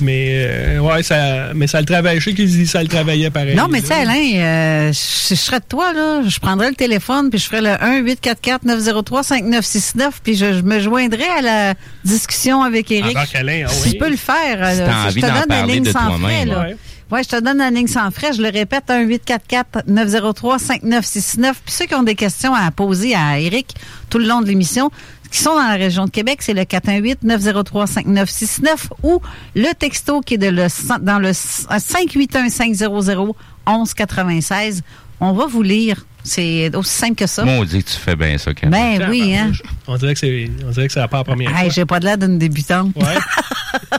[SPEAKER 9] Mais, euh, ouais, ça, mais ça le travaillait. Je sais qu'il dit que ça le travaillait pareil.
[SPEAKER 10] Non, mais tu sais, Alain, euh, je serais de toi, là. Je prendrais le téléphone, puis je ferais le un huit quatre quatre neuf zéro trois cinq neuf six neuf, puis je, je me joindrais à la discussion avec Éric.
[SPEAKER 9] Avec Alain, ah oui.
[SPEAKER 10] Si je peux le faire.
[SPEAKER 11] Si
[SPEAKER 10] là,
[SPEAKER 11] t'as
[SPEAKER 10] si
[SPEAKER 11] envie
[SPEAKER 10] je te
[SPEAKER 11] d'en
[SPEAKER 10] donne la
[SPEAKER 11] parler
[SPEAKER 10] ligne
[SPEAKER 11] de
[SPEAKER 10] sans
[SPEAKER 11] toi-même.
[SPEAKER 10] frais, là.
[SPEAKER 9] Ouais.
[SPEAKER 10] Ouais, je te donne la ligne sans frais. Je le répète, un huit quatre quatre neuf zéro trois cinq neuf six neuf. Puis ceux qui ont des questions à poser à Éric tout le long de l'émission, qui sont dans la région de Québec, c'est le quatre un huit neuf zéro trois cinq neuf six neuf ou le texto qui est de le, dans le cinq huit un cinq zéro zéro onze quatre-vingt-seize. On va vous lire. C'est aussi simple que ça.
[SPEAKER 11] Moi, on dit que tu fais bien ça, quand
[SPEAKER 10] même. Ben oui, hein.
[SPEAKER 9] On dirait que c'est, on dirait que c'est la pas la première
[SPEAKER 10] hey,
[SPEAKER 9] fois.
[SPEAKER 10] J'ai pas de l'air d'une débutante.
[SPEAKER 9] Ouais.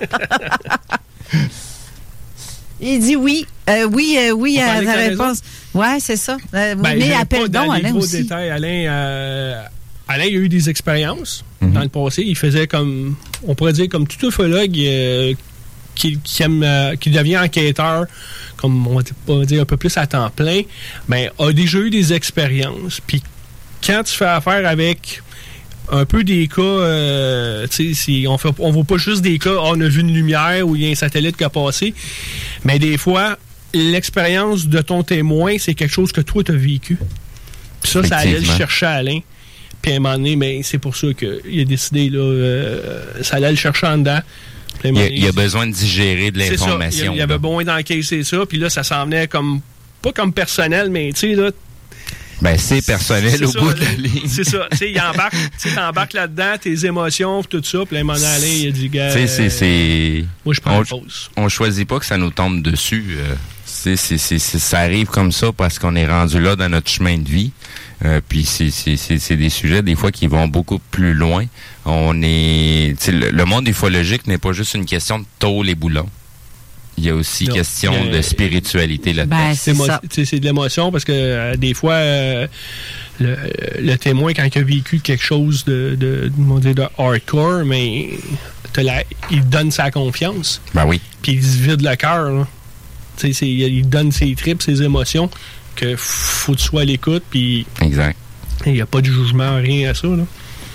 [SPEAKER 10] Il dit oui. Euh, oui, euh, oui
[SPEAKER 9] On
[SPEAKER 10] à
[SPEAKER 9] parlait
[SPEAKER 10] la
[SPEAKER 9] de la
[SPEAKER 10] réponse. Oui, c'est ça. Euh,
[SPEAKER 9] Ben,
[SPEAKER 10] mais
[SPEAKER 9] je vais
[SPEAKER 10] appelle
[SPEAKER 9] pas
[SPEAKER 10] donc
[SPEAKER 9] dans les
[SPEAKER 10] Alain
[SPEAKER 9] gros
[SPEAKER 10] aussi.
[SPEAKER 9] détails. Alain, euh, Alain, il a eu des expériences
[SPEAKER 11] Mm-hmm.
[SPEAKER 9] dans le passé. Il faisait comme, on pourrait dire, comme tout ufologue euh, qui, qui, aime, euh, qui devient enquêteur, comme on va dire, on va dire un peu plus à temps plein, ben, a déjà eu des expériences. Puis quand tu fais affaire avec un peu des cas, euh, tu sais, si on fait, on voit pas juste des cas, oh, on a vu une lumière ou il y a un satellite qui a passé, mais des fois, l'expérience de ton témoin, c'est quelque chose que toi, tu as vécu. Puis ça, ça allait le chercher à Alain. Puis à un moment donné, ben, c'est pour ça qu'il a décidé, là, euh, ça allait le chercher en dedans.
[SPEAKER 11] Il a, il a besoin de digérer de l'information.
[SPEAKER 9] Il, il avait besoin d'encaisser ça, puis là, ça s'en venait comme, pas comme personnel, mais tu sais, là,
[SPEAKER 11] ben, c'est personnel
[SPEAKER 9] c'est
[SPEAKER 11] au
[SPEAKER 9] ça,
[SPEAKER 11] bout de la ligne.
[SPEAKER 9] C'est ça. Tu sais, il embarque, tu sais, t'embarques là-dedans, tes émotions, tout ça. Puis là, mon Alain, il a dit, gars.
[SPEAKER 11] Tu sais, c'est, c'est.
[SPEAKER 9] Moi, je prends
[SPEAKER 11] on,
[SPEAKER 9] la pause.
[SPEAKER 11] On choisit pas que ça nous tombe dessus. Euh, c'est, c'est, c'est, c'est, ça arrive comme ça parce qu'on est rendu là dans notre chemin de vie. Euh, puis c'est, c'est, c'est, c'est des sujets, des fois, qui vont beaucoup plus loin. On est. Tu sais, le, le monde ufologique n'est pas juste une question de tôle et boulons. Il y a aussi non, question euh, de spiritualité là-dedans.
[SPEAKER 10] Ben, c'est,
[SPEAKER 9] c'est,
[SPEAKER 10] ça.
[SPEAKER 9] c'est de l'émotion parce que euh, des fois, euh, le, le témoin, quand il a vécu quelque chose de, de, de, de hardcore, mais la, il donne sa confiance.
[SPEAKER 11] Ben oui.
[SPEAKER 9] Puis il se vide le cœur. Il donne ses tripes, ses émotions, que faut que tu sois à l'écoute. Puis
[SPEAKER 11] exact.
[SPEAKER 9] Il n'y a pas de jugement, rien à ça. Là.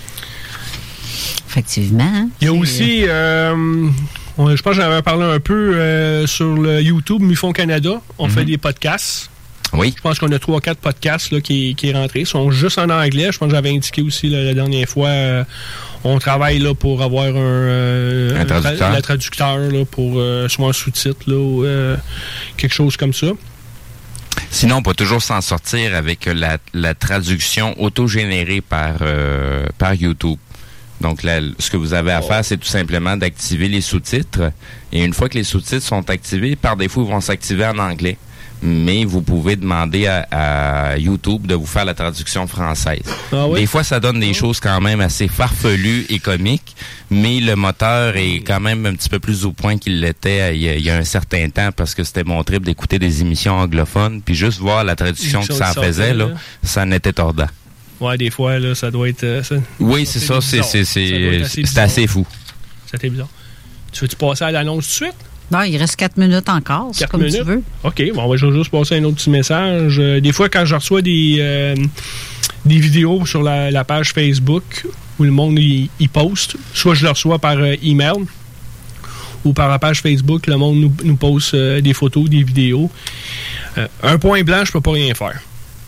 [SPEAKER 10] Effectivement. Hein?
[SPEAKER 9] Il y a aussi... Euh, je pense que j'en avais parlé un peu euh, sur le YouTube MUFON Canada. On mm-hmm. fait des podcasts.
[SPEAKER 11] Oui.
[SPEAKER 9] Je pense qu'on a trois ou quatre podcasts là, qui, qui est rentrés. Ils sont juste en anglais. Je pense que j'avais indiqué aussi là, la dernière fois. Euh, on travaille là, pour avoir un, euh,
[SPEAKER 11] un traducteur,
[SPEAKER 9] un, tra- traducteur là, pour euh, soit un sous-titre là, ou euh, quelque chose comme ça.
[SPEAKER 11] Sinon, on peut toujours s'en sortir avec la, la traduction autogénérée par, euh, par YouTube. Donc, là, ce que vous avez à faire, c'est tout simplement d'activer les sous-titres. Et une fois que les sous-titres sont activés, par défaut, ils vont s'activer en anglais. Mais vous pouvez demander à, à YouTube de vous faire la traduction française.
[SPEAKER 9] Ah oui?
[SPEAKER 11] Des fois, ça donne des choses quand même assez farfelues et comiques, mais le moteur est quand même un petit peu plus au point qu'il l'était il y a, il y a un certain temps parce que c'était mon trip d'écouter des émissions anglophones, puis juste voir la traduction que ça en faisait, là, ça en était tordant.
[SPEAKER 9] Ouais, des fois, là, ça doit être... Euh, ça,
[SPEAKER 11] oui, c'est ça, c'est, c'est, c'est, c'est, c'est assez fou.
[SPEAKER 9] C'était bizarre. Tu veux-tu passer à l'annonce tout de suite?
[SPEAKER 10] Non, il reste quatre minutes encore, c'est comme minutes? Tu veux.
[SPEAKER 9] OK, bon, on va juste passer un autre petit message. Euh, des fois, quand je reçois des, euh, des vidéos sur la, la page Facebook où le monde y, y poste, soit je le reçois par euh, email ou par la page Facebook, le monde nous, nous poste euh, des photos, des vidéos. Euh, un point blanc, je peux pas rien faire.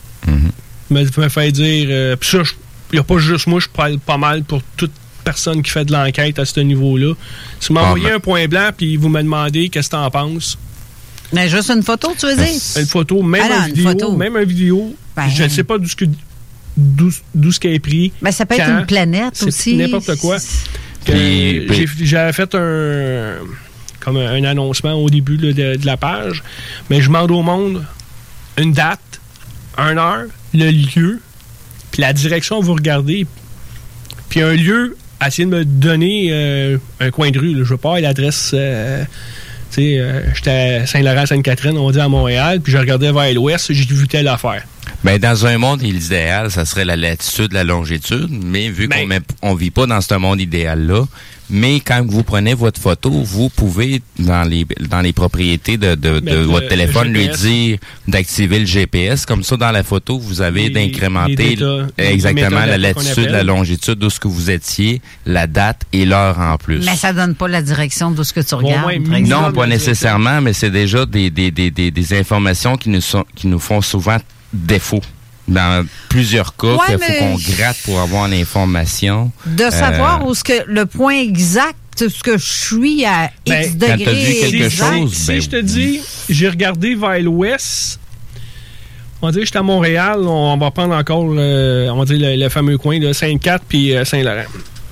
[SPEAKER 9] Mm-hmm. Me, me fait dire... Euh, puis ça, il n'y a pas juste moi, je parle pas mal pour toute personne qui fait de l'enquête à ce niveau-là. Si vous m'envoyez ah, un point blanc puis vous me demandez qu'est-ce que t'en penses.
[SPEAKER 10] Mais juste une photo, tu veux dire?
[SPEAKER 9] Une photo, même
[SPEAKER 10] Alors,
[SPEAKER 9] une vidéo.
[SPEAKER 10] Une photo.
[SPEAKER 9] Même une vidéo.
[SPEAKER 10] Ben,
[SPEAKER 9] je ne sais pas d'où ce que d'où, d'où ce qu'elle est pris.
[SPEAKER 10] Ben, ça peut
[SPEAKER 9] quand,
[SPEAKER 10] être une planète
[SPEAKER 9] c'est
[SPEAKER 10] aussi.
[SPEAKER 9] N'importe quoi. Que,
[SPEAKER 11] puis,
[SPEAKER 9] j'ai, j'avais fait un comme un, un annoncement au début là, de, de la page. Mais je demande au monde une date, une heure, le lieu, puis la direction où vous regardez, puis un lieu. Essayer de me donner euh, un coin de rue. Là. Je veux pas avoir l'adresse. Euh, tu sais, euh, j'étais à Saint-Laurent-Sainte-Catherine, on dit à Montréal, puis je regardais vers l'ouest, j'ai vu telle affaire.
[SPEAKER 11] Ben, dans un monde idéal, ça serait la latitude, la longitude, mais vu ben, qu'on met, on vit pas dans ce monde idéal-là, Mais quand vous prenez votre photo, vous pouvez, dans les dans les propriétés de, de, de votre téléphone, lui dire d'activer le G P S. Comme ça, dans la photo, vous avez les, d'incrémenter les exactement la latitude, la longitude, d'où ce que vous étiez, la date et l'heure en plus.
[SPEAKER 10] Mais ça donne pas la direction d'où ce que tu regardes. Bon, ouais,
[SPEAKER 11] non, pas nécessairement, mais c'est déjà des, des, des, des, des informations qui nous, sont, qui nous font souvent défaut. Dans plusieurs cas, ouais, qu'il faut qu'on gratte pour avoir l'information.
[SPEAKER 10] De savoir euh, où ce que le point exact, ce que je suis à ben, X degrés. Quand t'as
[SPEAKER 11] dit quelque
[SPEAKER 10] exact,
[SPEAKER 11] chose,
[SPEAKER 9] si
[SPEAKER 11] ben,
[SPEAKER 9] je te dis, j'ai regardé vers l'ouest, on va dire que j'étais à Montréal, on va prendre encore le, on va dire le, le fameux coin de Sainte-Cathe puis Saint-Laurent.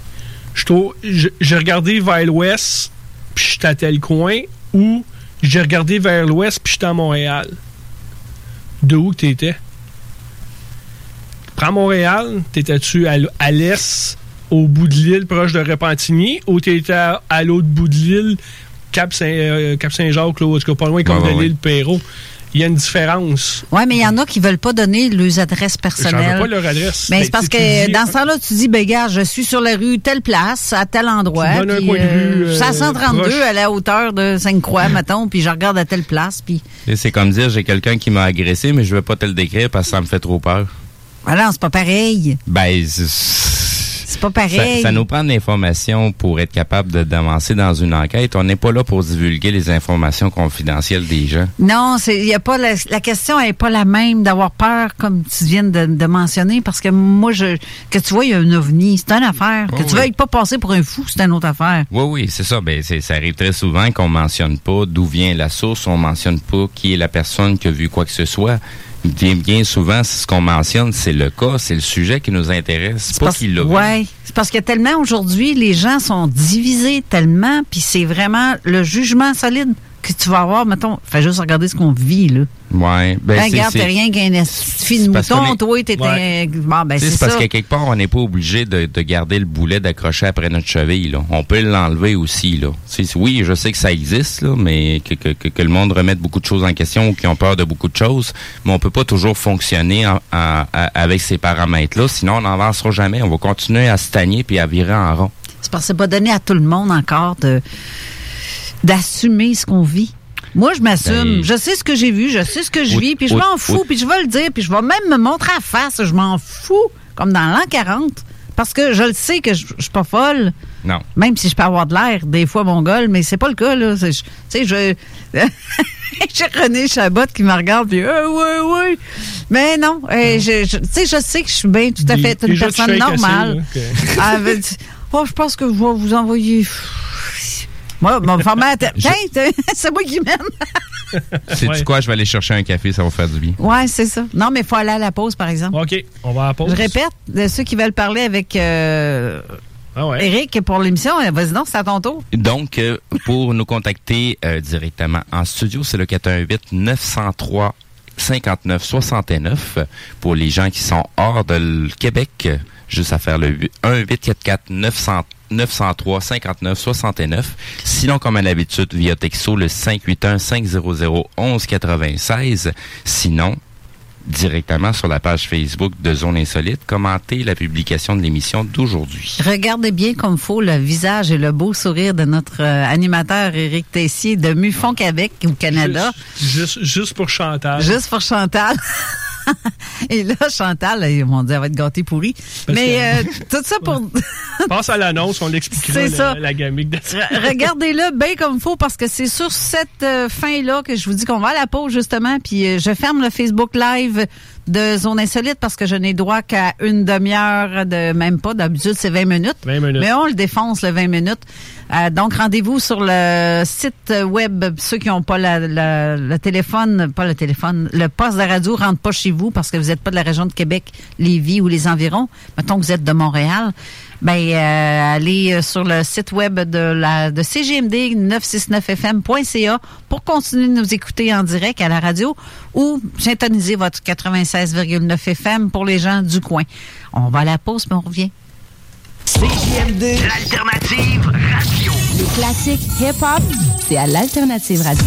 [SPEAKER 9] J'ai regardé vers l'ouest, puis j'étais à tel coin, ou j'ai regardé vers l'ouest, puis j'étais à Montréal. De où que t'étais? Prends Montréal, t'étais-tu à, à l'est, au bout de l'île, proche de Repentigny, ou t'étais à, à l'autre bout de l'île, Cap-Saint, euh, Cap-Saint-Jacques, là, ou en tout cas pas loin, comme ouais, de ouais, l'île Perrault? Il y a une différence.
[SPEAKER 10] Oui, mais il y en a qui veulent pas donner leurs adresses personnelles.
[SPEAKER 9] J'en veux pas leur adresse.
[SPEAKER 10] Mais c'est parce que dis, dans ce temps-là, tu dis, ben gars, je suis sur la rue telle place, à tel endroit. Tu donnes un coin de rue. Euh, c'est à cent trente-deux, proche. À la hauteur de Sainte-Croix, mettons, puis je regarde à telle place. Puis...
[SPEAKER 11] C'est comme dire, j'ai quelqu'un qui m'a agressé, mais je veux pas te le décrire parce que ça me fait trop peur.
[SPEAKER 10] Voilà, c'est pas pareil.
[SPEAKER 11] Ben, c'est...
[SPEAKER 10] C'est pas pareil.
[SPEAKER 11] Ça, ça nous prend de l'information pour être capable de, d'avancer dans une enquête. On n'est pas là pour divulguer les informations confidentielles des gens.
[SPEAKER 10] Non, c'est y a pas la, la question n'est pas la même d'avoir peur comme tu viens de, de mentionner parce que moi je que tu vois il y a un ovni, c'est une affaire. Que oh, tu oui. veuilles pas passer pour un fou, c'est une autre affaire.
[SPEAKER 11] Oui oui, c'est ça. Ben c'est, ça arrive très souvent qu'on mentionne pas d'où vient la source, on mentionne pas qui est la personne qui a vu quoi que ce soit. Bien, bien souvent, ce qu'on mentionne, c'est le cas, c'est le sujet qui nous intéresse, c'est, c'est pas qu'il l'a vu.
[SPEAKER 10] Oui, c'est parce que tellement aujourd'hui, les gens sont divisés tellement, puis c'est vraiment le jugement solide que tu vas avoir, mettons, fais juste regarder ce qu'on vit, là.
[SPEAKER 11] Ouais. Ben,
[SPEAKER 10] ben regarde, t'es rien qu'un fil de mouton, toi, t'étais...
[SPEAKER 11] Ouais.
[SPEAKER 10] Bon, ben, c'est,
[SPEAKER 11] c'est parce
[SPEAKER 10] ça.
[SPEAKER 11] qu'à quelque part, on n'est pas obligé de, de garder le boulet d'accrocher après notre cheville, là. On peut l'enlever aussi, là. C'est, oui, je sais que ça existe, là, mais que, que, que, que le monde remette beaucoup de choses en question ou qui ont peur de beaucoup de choses, mais on peut pas toujours fonctionner en, en, en, avec ces paramètres-là, sinon on n'avancera jamais. On va continuer à stagner puis à virer en rond.
[SPEAKER 10] C'est parce que c'est pas donné à tout le monde encore de d'assumer ce qu'on vit. Moi, je m'assume. Ben, je sais ce que j'ai vu, je sais ce que je ou, vis, puis je ou, m'en fous, ou, puis je vais le dire, puis je vais même me montrer à face, je m'en fous, comme dans l'an quarante, parce que je le sais que je, je suis pas folle.
[SPEAKER 11] Non.
[SPEAKER 10] Même si je peux avoir de l'air, des fois, mon gars, mais c'est pas le cas, là. Tu sais, je... j'ai René Chabot qui me regarde, puis euh, oui, oui. Mais non, euh, je, je, tu sais, je sais que je suis bien tout à fait une personne normale. Assez, okay. ah, ben, oh, je pense que je vais vous envoyer... Moi, mon format, c'est moi qui m'aime.
[SPEAKER 11] Sais-tu ouais. quoi? Je vais aller chercher un café, ça va faire du bien.
[SPEAKER 10] Oui, c'est ça. Non, mais il faut aller à la pause, par exemple.
[SPEAKER 9] OK, on va à la pause.
[SPEAKER 10] Je répète, de ceux qui veulent parler avec euh, ah ouais. Éric pour l'émission, vas-y donc, c'est à ton tour.
[SPEAKER 11] Donc, euh, pour nous contacter euh, directement en studio, c'est le quatre un huit neuf zéro trois cinquante-neuf soixante-neuf. Pour les gens qui sont hors de Québec, juste à faire le un huit quatre quatre neuf zéro trois cinquante-neuf soixante-neuf. Sinon, comme à l'habitude, via texto, le cinq huit un cinq zéro zéro onze quatre-vingt-seize. Sinon, directement sur la page Facebook de Zone Insolite, commentez la publication de l'émission d'aujourd'hui.
[SPEAKER 10] Regardez bien comme faut le visage et le beau sourire de notre euh, animateur Éric Tessier de MUFON Québec au Canada.
[SPEAKER 9] Juste, juste, juste pour Chantal.
[SPEAKER 10] Juste pour Chantal. Et là, Chantal, mon Dieu, elle va être gâtée pourrie. Parce mais que... euh, tout ça pour...
[SPEAKER 9] Passe à l'annonce, on expliquera la, la gamique de ça.
[SPEAKER 10] Regardez-le bien comme il faut, parce que c'est sur cette euh, fin-là que je vous dis qu'on va à la pause, justement, puis euh, je ferme le Facebook Live de Zone Insolite parce que je n'ai droit qu'à une demi-heure, de même pas, d'habitude c'est vingt minutes.
[SPEAKER 9] vingt minutes.
[SPEAKER 10] Mais on le défonce, le vingt minutes. Euh, donc, rendez-vous sur le site web. Ceux qui n'ont pas la, la, le téléphone, pas le téléphone, le poste de radio rentre pas chez vous parce que vous n'êtes pas de la région de Québec, Lévis ou les environs. Mettons que vous êtes de Montréal. Ben, euh, allez sur le site web de la de C G M D neuf cent soixante-neuf F M point C A pour continuer de nous écouter en direct à la radio ou syntoniser votre quatre-vingt-seize virgule neuf F M pour les gens du coin. On va à la pause, mais on revient.
[SPEAKER 5] C G M D, l'alternative radio.
[SPEAKER 12] Les classiques hip-hop, c'est à l'alternative radio.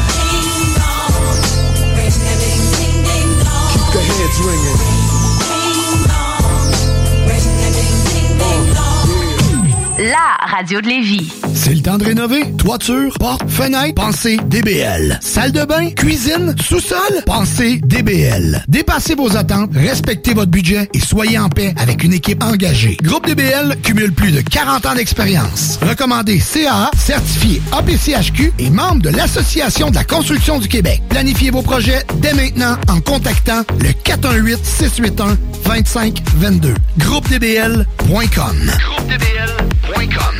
[SPEAKER 13] Keep the heads ringing.
[SPEAKER 12] La radio de Lévis.
[SPEAKER 7] C'est le temps de rénover. Toiture, porte, fenêtre, pensez D B L. Salle de bain, cuisine, sous-sol, pensez D B L. Dépassez vos attentes, respectez votre budget et soyez en paix avec une équipe engagée. Groupe D B L cumule plus de quarante ans d'expérience. Recommandé C A A, certifié A P C H Q et membre de l'Association de la construction du Québec. Planifiez vos projets dès maintenant en contactant le quatre un huit, six huit un, deux cinq deux deux. groupe d b l point com.
[SPEAKER 6] groupe d b l point com.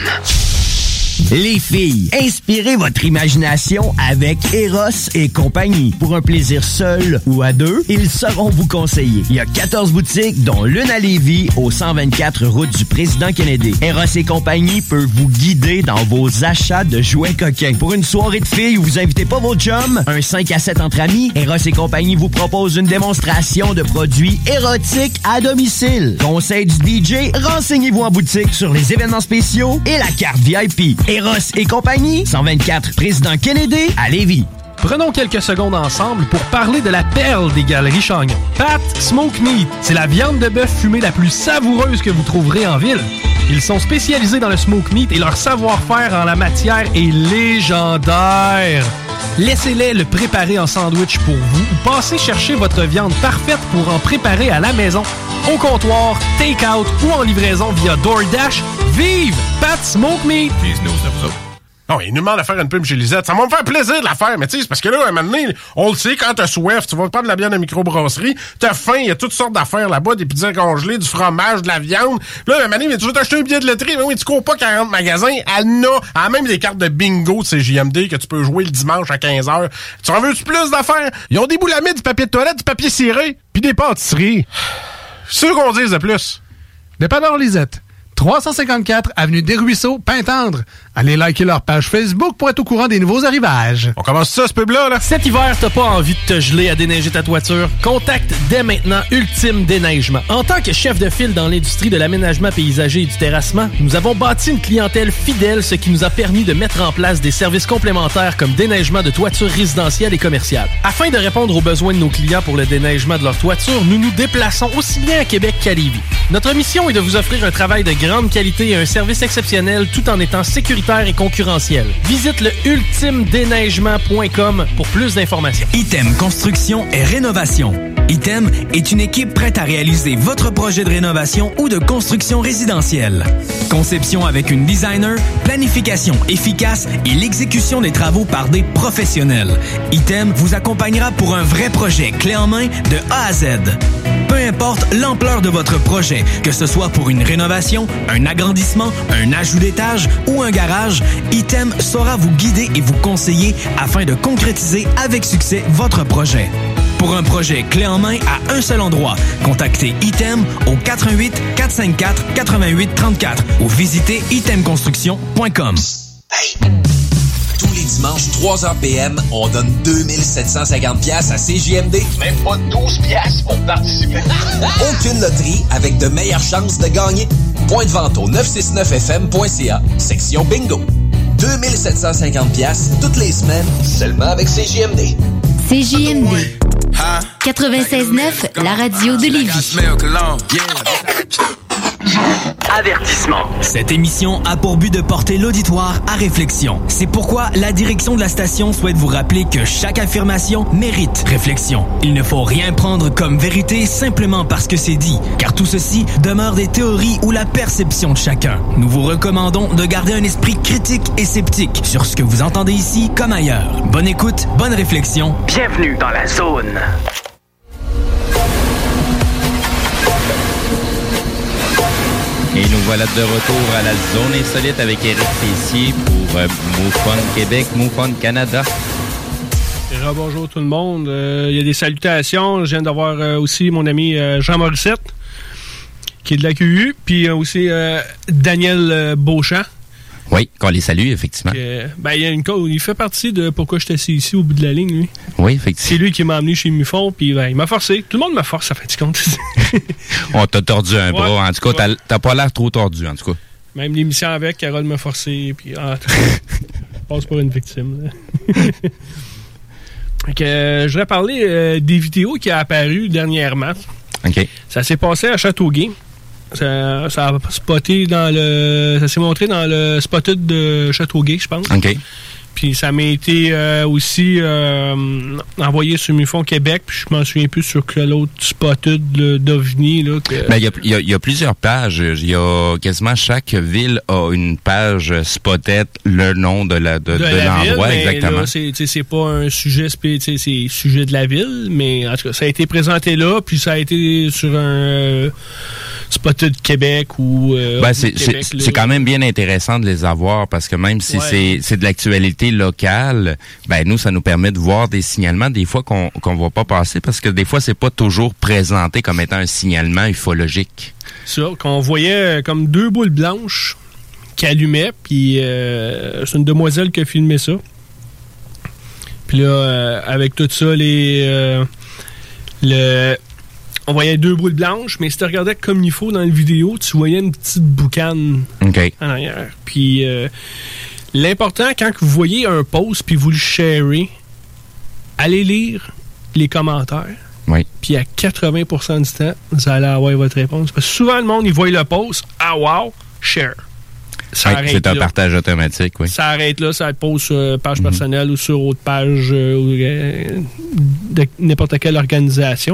[SPEAKER 5] Les filles, inspirez votre imagination avec Eros et compagnie. Pour un plaisir seul ou à deux, ils sauront vous conseiller. Il y a quatorze boutiques, dont l'une à Lévis, au cent vingt-quatre route du Président Kennedy. Eros et compagnie peut vous guider dans vos achats de jouets coquins. Pour une soirée de filles où vous invitez pas vos chums, un cinq à sept entre amis, Eros et compagnie vous propose une démonstration de produits érotiques à domicile. Conseil du D J, renseignez-vous en boutique sur les événements spéciaux et la carte V I P. Eros et compagnie, cent vingt-quatre Président Kennedy à Lévis.
[SPEAKER 13] Prenons quelques secondes ensemble pour parler de la perle des Galeries Chagnon. Pat Smoke Meat, c'est la viande de bœuf fumée la plus savoureuse que vous trouverez en ville. Ils sont spécialisés dans le smoke meat et leur savoir-faire en la matière est légendaire. Laissez-les le préparer en sandwich pour vous ou passez chercher votre viande parfaite pour en préparer à la maison, au comptoir, take-out ou en livraison via DoorDash. Vive Pat Smoke Meat!
[SPEAKER 14] Non, il nous demande de faire une pub chez Lisette. Ça va me faire plaisir de la faire, mais tu sais, c'est parce que là, à un moment donné, on le sait, quand t'as soif, tu vas prendre de la bière de microbrasserie, t'as faim, il y a toutes sortes d'affaires là-bas, des pizzas congelées, du fromage, de la viande. Là, à un moment donné, tu veux t'acheter un billet de loterie, mais oui, tu cours pas quarante magasins, elle en a, elle a même des cartes de bingo de C J M D que tu peux jouer le dimanche à quinze heures. Tu en veux-tu plus d'affaires? Ils ont des boulamides, du papier de toilette, du papier ciré, puis des pâtisseries. C'est sûr qu'on dise de plus.
[SPEAKER 15] Dépanneur Lisette. trois cent cinquante-quatre avenue des Ruisseaux, Pintendre. Allez liker leur page Facebook pour être au courant des nouveaux arrivages.
[SPEAKER 14] On commence ça, ce pub-là, là?
[SPEAKER 13] Cet hiver, t'as pas envie de te geler à déneiger ta toiture? Contacte dès maintenant Ultime Déneigement. En tant que chef de file dans l'industrie de l'aménagement paysager et du terrassement, nous avons bâti une clientèle fidèle, ce qui nous a permis de mettre en place des services complémentaires comme déneigement de toitures résidentielles et commerciales. Afin de répondre aux besoins de nos clients pour le déneigement de leur toiture, nous nous déplaçons aussi bien à Québec qu'à Lévis. Notre mission est de vous offrir un travail de grande qualité et un service exceptionnel tout en étant sécuritaire et concurrentiel. Visite le ultime déneigement point com pour plus d'informations.
[SPEAKER 4] Item Construction et Rénovation. Item est une équipe prête à réaliser votre projet de rénovation ou de construction résidentielle. Conception avec une designer, planification efficace et l'exécution des travaux par des professionnels. Item vous accompagnera pour un vrai projet clé en main de A à Z. Peu importe l'ampleur de votre projet, que ce soit pour une rénovation, un agrandissement, un ajout d'étage ou un garage, Item saura vous guider et vous conseiller afin de concrétiser avec succès votre projet. Pour un projet clé en main à un seul endroit, contactez Item au quatre un huit, quatre cinq quatre, huit huit trois quatre ou visitez item construction point com.
[SPEAKER 16] Hey! Tous les dimanches, trois heures P M, on donne deux mille sept cent cinquante dollars à C J M D.
[SPEAKER 6] Même pas douze piastres pour participer.
[SPEAKER 16] Aucune loterie avec de meilleures chances de gagner. Point de vente au neuf cent soixante-neuf F M point C A, section bingo. deux mille sept cent cinquante dollars toutes les semaines, seulement avec C J M D.
[SPEAKER 12] C J M D. quatre-vingt-seize neuf, la radio de Lévis.
[SPEAKER 4] Avertissement. Cette émission a pour but de porter l'auditoire à réflexion. C'est pourquoi la direction de la station souhaite vous rappeler que chaque affirmation mérite réflexion. Il ne faut rien prendre comme vérité simplement parce que c'est dit, car tout ceci demeure des théories ou la perception de chacun. Nous vous recommandons de garder un esprit critique et sceptique sur ce que vous entendez ici comme ailleurs. Bonne écoute, bonne réflexion.
[SPEAKER 6] Bienvenue dans la zone.
[SPEAKER 11] Et nous voilà de retour à la zone insolite avec Éric Tessier pour euh, MoveFun Québec, MoveFun Canada.
[SPEAKER 9] Et bonjour tout le monde. Il euh, y a des salutations. Je viens d'avoir euh, aussi mon ami euh, Jean Morissette, qui est de la Q U, puis euh, aussi euh, Daniel euh, Beauchamp.
[SPEAKER 11] Oui, qu'on les salue, effectivement.
[SPEAKER 9] Euh, ben, il y a une cause. Il fait partie de pourquoi je suis assis ici au bout de la ligne, lui.
[SPEAKER 11] Oui, effectivement.
[SPEAKER 9] C'est lui qui m'a amené chez Mufon, puis ben, il m'a forcé. Tout le monde m'a forcé, ça fait du compte.
[SPEAKER 11] On t'a tordu un bras.
[SPEAKER 9] Ouais,
[SPEAKER 11] en tout cas,
[SPEAKER 9] ouais.
[SPEAKER 11] t'as, t'as pas l'air trop tordu, en tout cas.
[SPEAKER 9] Même l'émission avec, Carole m'a forcé, puis ah, je passe pour une victime. Donc, euh, je voudrais parler euh, des vidéos qui ont apparu dernièrement.
[SPEAKER 11] OK.
[SPEAKER 9] Ça s'est passé à Châteauguay. Ça, ça a spoté dans le. Ça s'est montré dans le Spotted de Châteauguay, je pense.
[SPEAKER 11] OK.
[SPEAKER 9] Puis ça m'a été euh, aussi euh, envoyé sur MUFON Québec, puis je m'en souviens plus sur quel autre Spotted d'OVNI. Là, que...
[SPEAKER 11] Ben, il y a, y a, y a plusieurs pages. Il y a quasiment chaque ville a une page Spotted, le nom de la de, de, de l'endroit, ville, exactement.
[SPEAKER 9] Là, c'est, c'est pas un sujet spécifique, c'est sujet de la ville, mais en tout cas, ça a été présenté là, puis ça a été sur un euh, Spotted Québec ou. Euh,
[SPEAKER 11] ben, c'est,
[SPEAKER 9] Québec,
[SPEAKER 11] c'est, c'est quand même bien intéressant de les avoir parce que même si ouais. c'est, c'est de l'actualité locale, ben nous, ça nous permet de voir des signalements des fois qu'on qu'on voit pas passer parce que des fois, c'est pas toujours présenté comme étant un signalement ufologique.
[SPEAKER 9] Ça, qu'on voyait comme deux boules blanches qui allumaient, puis euh, c'est une demoiselle qui a filmé ça. Puis là, euh, avec tout ça, les euh, le on voyait deux boules blanches, mais si tu regardais comme il faut dans la vidéo, tu voyais une petite boucane
[SPEAKER 11] okay.
[SPEAKER 9] en arrière. Puis euh, l'important, quand vous voyez un post puis vous le sharez, allez lire les commentaires.
[SPEAKER 11] Oui.
[SPEAKER 9] Puis à quatre-vingts pour cent du temps, vous allez avoir votre réponse. Parce que souvent, le monde, il voit le post, ah wow, share.
[SPEAKER 11] Ça oui, c'est un là. Partage automatique, oui.
[SPEAKER 9] Ça arrête là, ça pose sur page mm-hmm. personnelle ou sur autre page euh, ou, euh, de n'importe quelle organisation.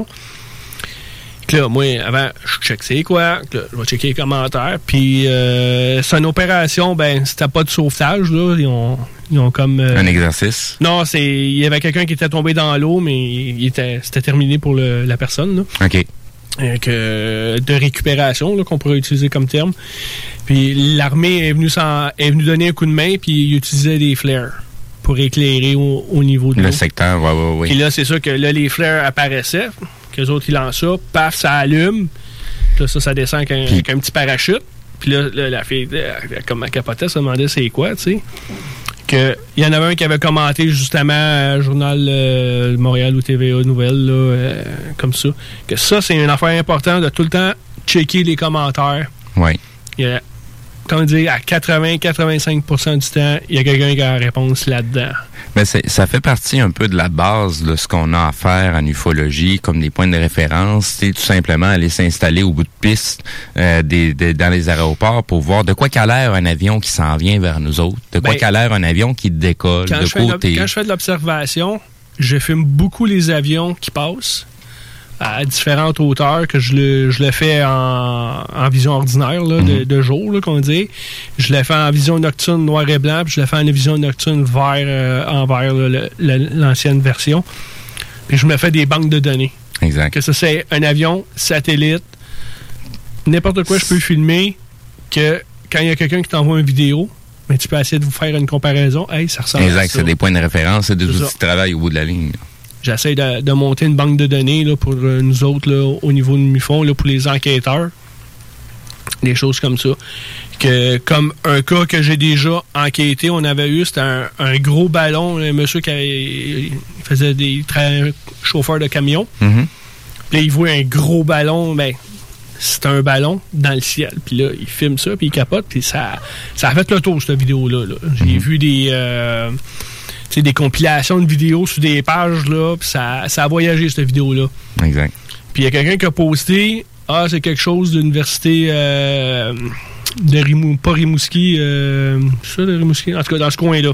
[SPEAKER 9] Que là, moi, avant, je check c'est quoi, que là, je vais checker les commentaires, puis euh, c'est une opération, ben, c'était pas de sauvetage, là, ils ont, ils ont comme... Euh,
[SPEAKER 11] un exercice?
[SPEAKER 9] Non, c'est, il y avait quelqu'un qui était tombé dans l'eau, mais il était, c'était terminé pour le, la personne, là.
[SPEAKER 11] OK.
[SPEAKER 9] Donc, euh, de récupération, là, qu'on pourrait utiliser comme terme. Puis l'armée est venue, sans, est venue donner un coup de main, puis il utilisait des flares pour éclairer au, au niveau de l'eau.
[SPEAKER 11] Le secteur, oui, oui, oui.
[SPEAKER 9] Puis là, c'est sûr que là, les flares apparaissaient, qu'eux autres, ils lancent ça, paf, ça allume. Puis là, ça, ça descend avec un, puis... avec un petit parachute. Puis là, là la fille, elle, comme elle capotait, se demandait c'est quoi, tu sais. Que, il y en avait un qui avait commenté justement à Journal euh, Montréal ou T V A Nouvelles, là, euh, comme ça. Que ça, c'est une affaire importante de tout le temps checker les commentaires.
[SPEAKER 11] Oui.
[SPEAKER 9] Il y a, comment dire, à quatre-vingts à quatre-vingt-cinq pour cent du temps, il y a quelqu'un qui a la réponse là-dedans.
[SPEAKER 11] Mais c'est, ça fait partie un peu de la base de ce qu'on a à faire en ufologie, comme des points de référence. C'est tout simplement aller s'installer au bout de piste euh, des, des, dans les aéroports pour voir de quoi qu'a l'air un avion qui s'en vient vers nous autres, de quoi ben, qu'a l'air un avion qui décolle,
[SPEAKER 9] quand
[SPEAKER 11] de
[SPEAKER 9] je
[SPEAKER 11] côté.
[SPEAKER 9] Fais de quand je fais de l'observation, je filme beaucoup les avions qui passent à différentes hauteurs, que je le, je le fais en, en vision ordinaire, là, de, de jour, là, qu'on dit. Je le fais en vision nocturne noir et blanc, puis je le fais en vision nocturne vert euh, en vert, là, le, le, l'ancienne version. Puis je me fais des banques de données.
[SPEAKER 11] Exact.
[SPEAKER 9] Que ça, c'est un avion, satellite, n'importe quoi, je peux filmer, que quand il y a quelqu'un qui t'envoie une vidéo, mais tu peux essayer de vous faire une comparaison. Hey, ça ressemble
[SPEAKER 11] exact, à ça.
[SPEAKER 9] Exact,
[SPEAKER 11] c'est des points de référence, c'est des
[SPEAKER 9] c'est
[SPEAKER 11] outils ça. De travail au bout de la ligne. Là.
[SPEAKER 9] J'essaie de, de monter une banque de données là, pour euh, nous autres là, au niveau de MUFON, là, pour les enquêteurs. Des choses comme ça. Que, comme un cas que j'ai déjà enquêté, on avait eu, c'était un, un gros ballon, un monsieur qui avait, il faisait des tra- chauffeurs de camion.
[SPEAKER 11] Mm-hmm.
[SPEAKER 9] Puis là, il voit un gros ballon, ben, c'est un ballon dans le ciel. Puis là, il filme ça, puis il capote, puis ça, ça a fait le tour, cette vidéo-là. Là. J'ai mm-hmm. vu des... Euh, tu sais, des compilations de vidéos sur des pages, là, puis ça, ça a voyagé, cette vidéo-là.
[SPEAKER 11] Exact.
[SPEAKER 9] Puis il y a quelqu'un qui a posté, ah, c'est quelque chose de l'université euh, de Rimou... Pas Rimouski, euh, c'est ça, de Rimouski? En tout cas, dans ce coin-là.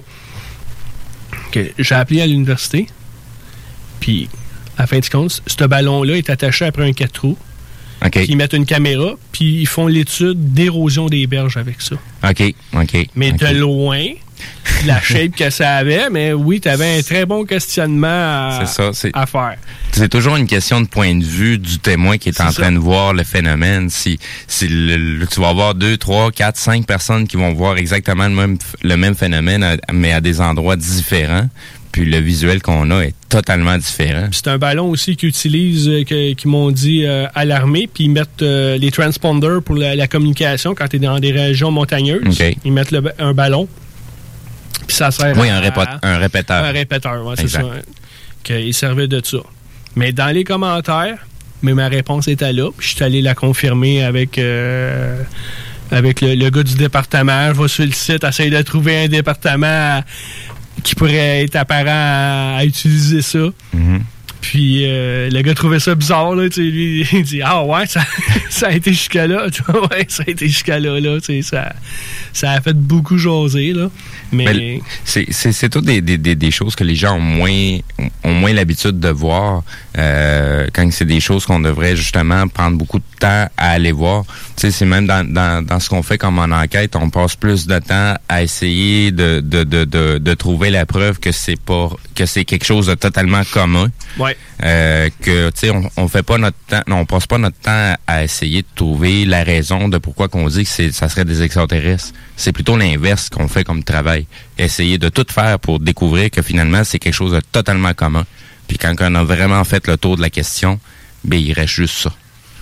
[SPEAKER 9] Okay. J'ai appelé à l'université, puis, à la fin du compte, ce ballon-là est attaché après un quatre roues.
[SPEAKER 11] OK.
[SPEAKER 9] Puis ils mettent une caméra, puis ils font l'étude d'érosion des berges avec ça.
[SPEAKER 11] OK, OK.
[SPEAKER 9] Mais
[SPEAKER 11] okay.
[SPEAKER 9] de loin... la shape que ça avait, mais oui, tu avais un très bon questionnement à,
[SPEAKER 11] c'est ça, c'est,
[SPEAKER 9] à faire.
[SPEAKER 11] C'est toujours une question de point de vue du témoin qui est, c'est en
[SPEAKER 9] ça.
[SPEAKER 11] train de voir le phénomène. Si, si le, le, tu vas avoir deux, trois, quatre, cinq personnes qui vont voir exactement le même, le même phénomène, à, mais à des endroits différents, puis le visuel qu'on a est totalement différent.
[SPEAKER 9] Puis c'est un ballon aussi qu'ils utilisent, euh, que, qu'ils m'ont dit euh, à l'armée, puis ils mettent euh, les transponders pour la, la communication quand tu es dans des régions montagneuses.
[SPEAKER 11] Okay.
[SPEAKER 9] Ils mettent le, un ballon. Puis ça sert
[SPEAKER 11] oui,
[SPEAKER 9] à,
[SPEAKER 11] un, répot- un répéteur.
[SPEAKER 9] Un répéteur, ouais, c'est ça. Hein, qu'il servait de ça. Mais dans les commentaires, mais ma réponse était là. Puis je suis allé la confirmer avec, euh, avec le, le gars du département. Je vais sur le site, essayer de trouver un département à, qui pourrait être apparent à, à utiliser ça.
[SPEAKER 11] Mm-hmm.
[SPEAKER 9] Puis euh, le gars trouvait ça bizarre, là, tu sais, lui, il dit « Ah ouais, ça, ça a été jusqu'à là. » Tu vois, ouais, ça a été jusqu'à là, là, tu sais, ça, ça a fait beaucoup jaser, là. Mais...
[SPEAKER 11] Mais c'est, c'est, c'est toutes des, des, des, des choses que les gens ont moins, ont moins l'habitude de voir euh, quand c'est des choses qu'on devrait justement prendre beaucoup de temps à aller voir. Tu sais, c'est même dans, dans, dans ce qu'on fait comme en enquête, on passe plus de temps à essayer de, de, de, de, de trouver la preuve que c'est pas, que c'est quelque chose de totalement commun.
[SPEAKER 9] Ouais.
[SPEAKER 11] Euh, que, tu sais, on, on fait pas notre temps, non, on passe pas notre temps à essayer de trouver la raison de pourquoi qu'on dit que c'est, ça serait des extraterrestres. C'est plutôt l'inverse qu'on fait comme travail. Essayer de tout faire pour découvrir que finalement, c'est quelque chose de totalement commun. Puis quand on a vraiment fait le tour de la question, ben, il reste juste ça.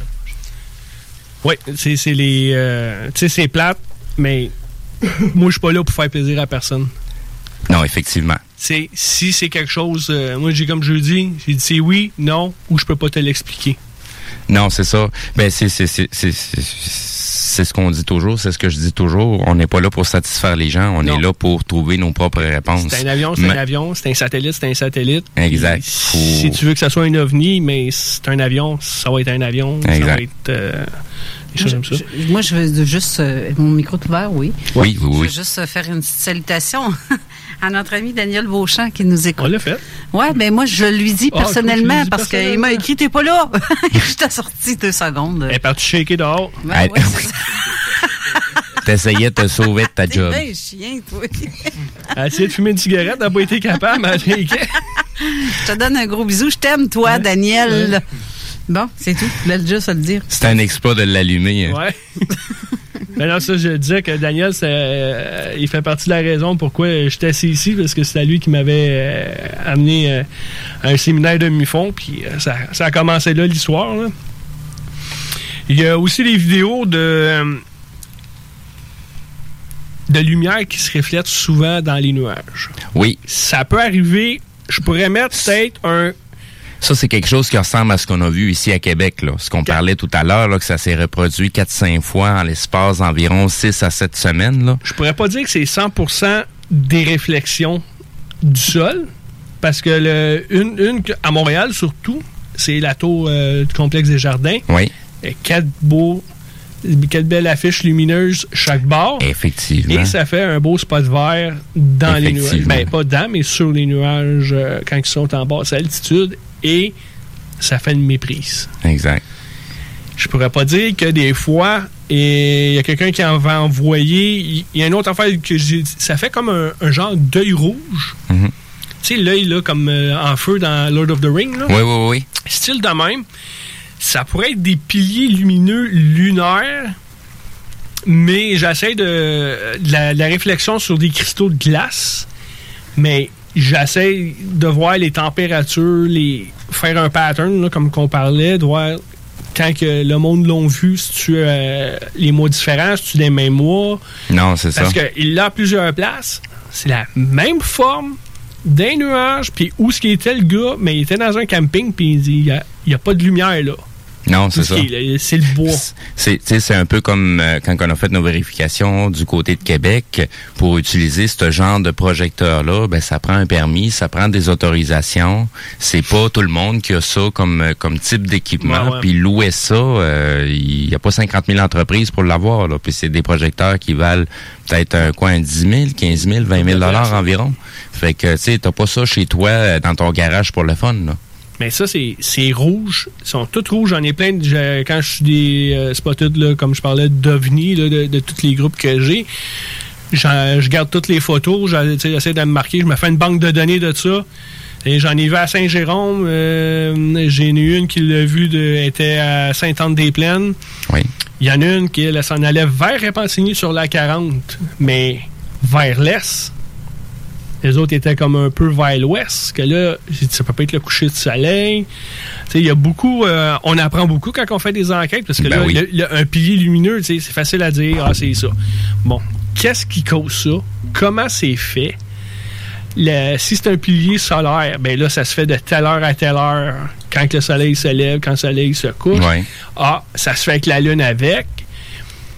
[SPEAKER 9] Oui, c'est, c'est les, euh, tu sais, c'est plate, mais moi, je suis pas là pour faire plaisir à personne.
[SPEAKER 11] Non, effectivement.
[SPEAKER 9] C'est, si c'est quelque chose, euh, moi, j'ai comme je dis, j'ai dit c'est oui, non, ou je peux pas te l'expliquer.
[SPEAKER 11] Non, c'est ça. Ben, c'est, c'est, c'est, c'est, c'est, c'est ce qu'on dit toujours, c'est ce que je dis toujours. On n'est pas là pour satisfaire les gens, on non. est là pour trouver nos propres réponses.
[SPEAKER 9] C'est un avion, c'est mais... un avion, c'est un satellite, c'est un satellite.
[SPEAKER 11] Exact.
[SPEAKER 9] Faut... Si tu veux que ça soit un ovni, mais c'est un avion, ça va être un avion.
[SPEAKER 11] Exact.
[SPEAKER 9] Ça va être euh, des choses
[SPEAKER 10] moi,
[SPEAKER 9] comme ça.
[SPEAKER 10] Je, moi, je veux juste... Euh, mon micro est ouvert, oui.
[SPEAKER 11] Oui, oui, oui.
[SPEAKER 10] Je veux juste euh, faire une petite salutation à notre ami Daniel Beauchamp qui nous écoute.
[SPEAKER 9] On l'a fait.
[SPEAKER 10] Oui, ben moi, je lui dis personnellement
[SPEAKER 9] oh, dis
[SPEAKER 10] parce qu'il m'a écrit « T'es pas là! » Je t'ai sorti deux secondes.
[SPEAKER 9] Elle est partie shaker dehors.
[SPEAKER 10] Ben, ouais,
[SPEAKER 11] t'essayais de te sauver de ta job.
[SPEAKER 10] T'es bien chien, toi.
[SPEAKER 11] Elle
[SPEAKER 9] a essayé de fumer une cigarette, elle n'a pas été capable, mais elle a
[SPEAKER 10] Je te donne un gros bisou. Je t'aime, toi, ouais. Daniel. Ouais. Bon, c'est tout. Je voulais juste le dire.
[SPEAKER 11] C'était un exploit de l'allumer. Hein.
[SPEAKER 9] Ouais. Mais non, ça, je disais que Daniel, c'est, euh, il fait partie de la raison pourquoi j'étais assis ici, parce que c'était lui qui m'avait euh, amené euh, à un séminaire de MUFON, puis euh, ça, ça a commencé là, l'histoire. Là. Il y a aussi des vidéos de... Euh, de lumière qui se reflète souvent dans les nuages.
[SPEAKER 11] Oui.
[SPEAKER 9] Ça peut arriver, je pourrais mettre peut-être un...
[SPEAKER 11] Ça, c'est quelque chose qui ressemble à ce qu'on a vu ici à Québec, là. Ce qu'on okay. parlait tout à l'heure, là, que ça s'est reproduit quatre cinq fois en l'espace d'environ six à sept semaines, là.
[SPEAKER 9] Je pourrais pas dire que c'est cent pour cent des réflexions du sol, parce que le, une, une à Montréal, surtout, c'est la tour euh, du complexe des Jardins.
[SPEAKER 11] Oui.
[SPEAKER 9] Et quatre beaux... Quelle belle affiche lumineuse chaque bord.
[SPEAKER 11] Effectivement.
[SPEAKER 9] Et ça fait un beau spot vert dans les nuages. Ben, pas dans, mais sur les nuages euh, quand ils sont en basse altitude. Et ça fait une méprise.
[SPEAKER 11] Exact.
[SPEAKER 9] Je pourrais pas dire que des fois, il y a quelqu'un qui en va envoyer. Il y a une autre affaire que j'ai dit. Ça fait comme un, un genre d'œil rouge.
[SPEAKER 11] Mm-hmm.
[SPEAKER 9] Tu sais, l'œil là, comme euh, en feu dans Lord of the Rings. Là.
[SPEAKER 11] Oui, oui, oui.
[SPEAKER 9] Style de même. Ça pourrait être des piliers lumineux lunaires, mais j'essaie de, de, la, de la réflexion sur des cristaux de glace, mais j'essaie de voir les températures, les faire un pattern, là, comme qu'on parlait, de voir quand que le monde l'ont vu, si tu euh, les mois différents, si tu les mêmes mois.
[SPEAKER 11] Non, c'est ça.
[SPEAKER 9] Parce qu'il l'a à plusieurs places. C'est la même forme d'un nuage, puis où ce qui était le gars, mais il était dans un camping, puis il dit, il n'y a, a pas de lumière là.
[SPEAKER 11] Non, c'est ça.
[SPEAKER 9] C'est le bois.
[SPEAKER 11] C'est, c'est un peu comme euh, quand on a fait nos vérifications du côté de Québec. Pour utiliser ce genre de projecteur-là, ben ça prend un permis, ça prend des autorisations. C'est pas tout le monde qui a ça comme comme type d'équipement. Ouais, ouais. Puis louer ça, il euh, y a pas cinquante mille entreprises pour l'avoir. Là. Puis c'est des projecteurs qui valent peut-être un coin dix mille, quinze mille, vingt mille dollars environ. Fait que tu sais, t'as pas ça chez toi dans ton garage pour le fun, là.
[SPEAKER 9] Mais ça, c'est, c'est rouge. Ils sont tous rouges. J'en ai plein. De, je, quand je suis des euh, spotted, là, comme je parlais d'OVNI, là, de, de tous les groupes que j'ai, je garde toutes les photos. J'essaie de me marquer. Je me fais une banque de données de ça. Et j'en ai vu à Saint-Jérôme. Euh, j'ai eu une qui l'a vu, de, était à Sainte-Anne-des-Plaines.
[SPEAKER 11] Oui.
[SPEAKER 9] Il y en a une qui elle, s'en allait vers Repentigny sur la quarante, mais vers l'est. Les autres étaient comme un peu vers l'ouest. Que là, j'ai dit, ça peut pas être le coucher du soleil. Tu sais, il y a beaucoup... Euh, on apprend beaucoup quand on fait des enquêtes, parce que ben là, oui. le, le, un pilier lumineux, tu sais, c'est facile à dire, ah, c'est ça. Bon, qu'est-ce qui cause ça? Comment c'est fait? Le, si c'est un pilier solaire, ben là, ça se fait de telle heure à telle heure, quand le soleil se lève, quand le soleil se couche.
[SPEAKER 11] Ouais.
[SPEAKER 9] Ah, ça se fait avec la lune avec.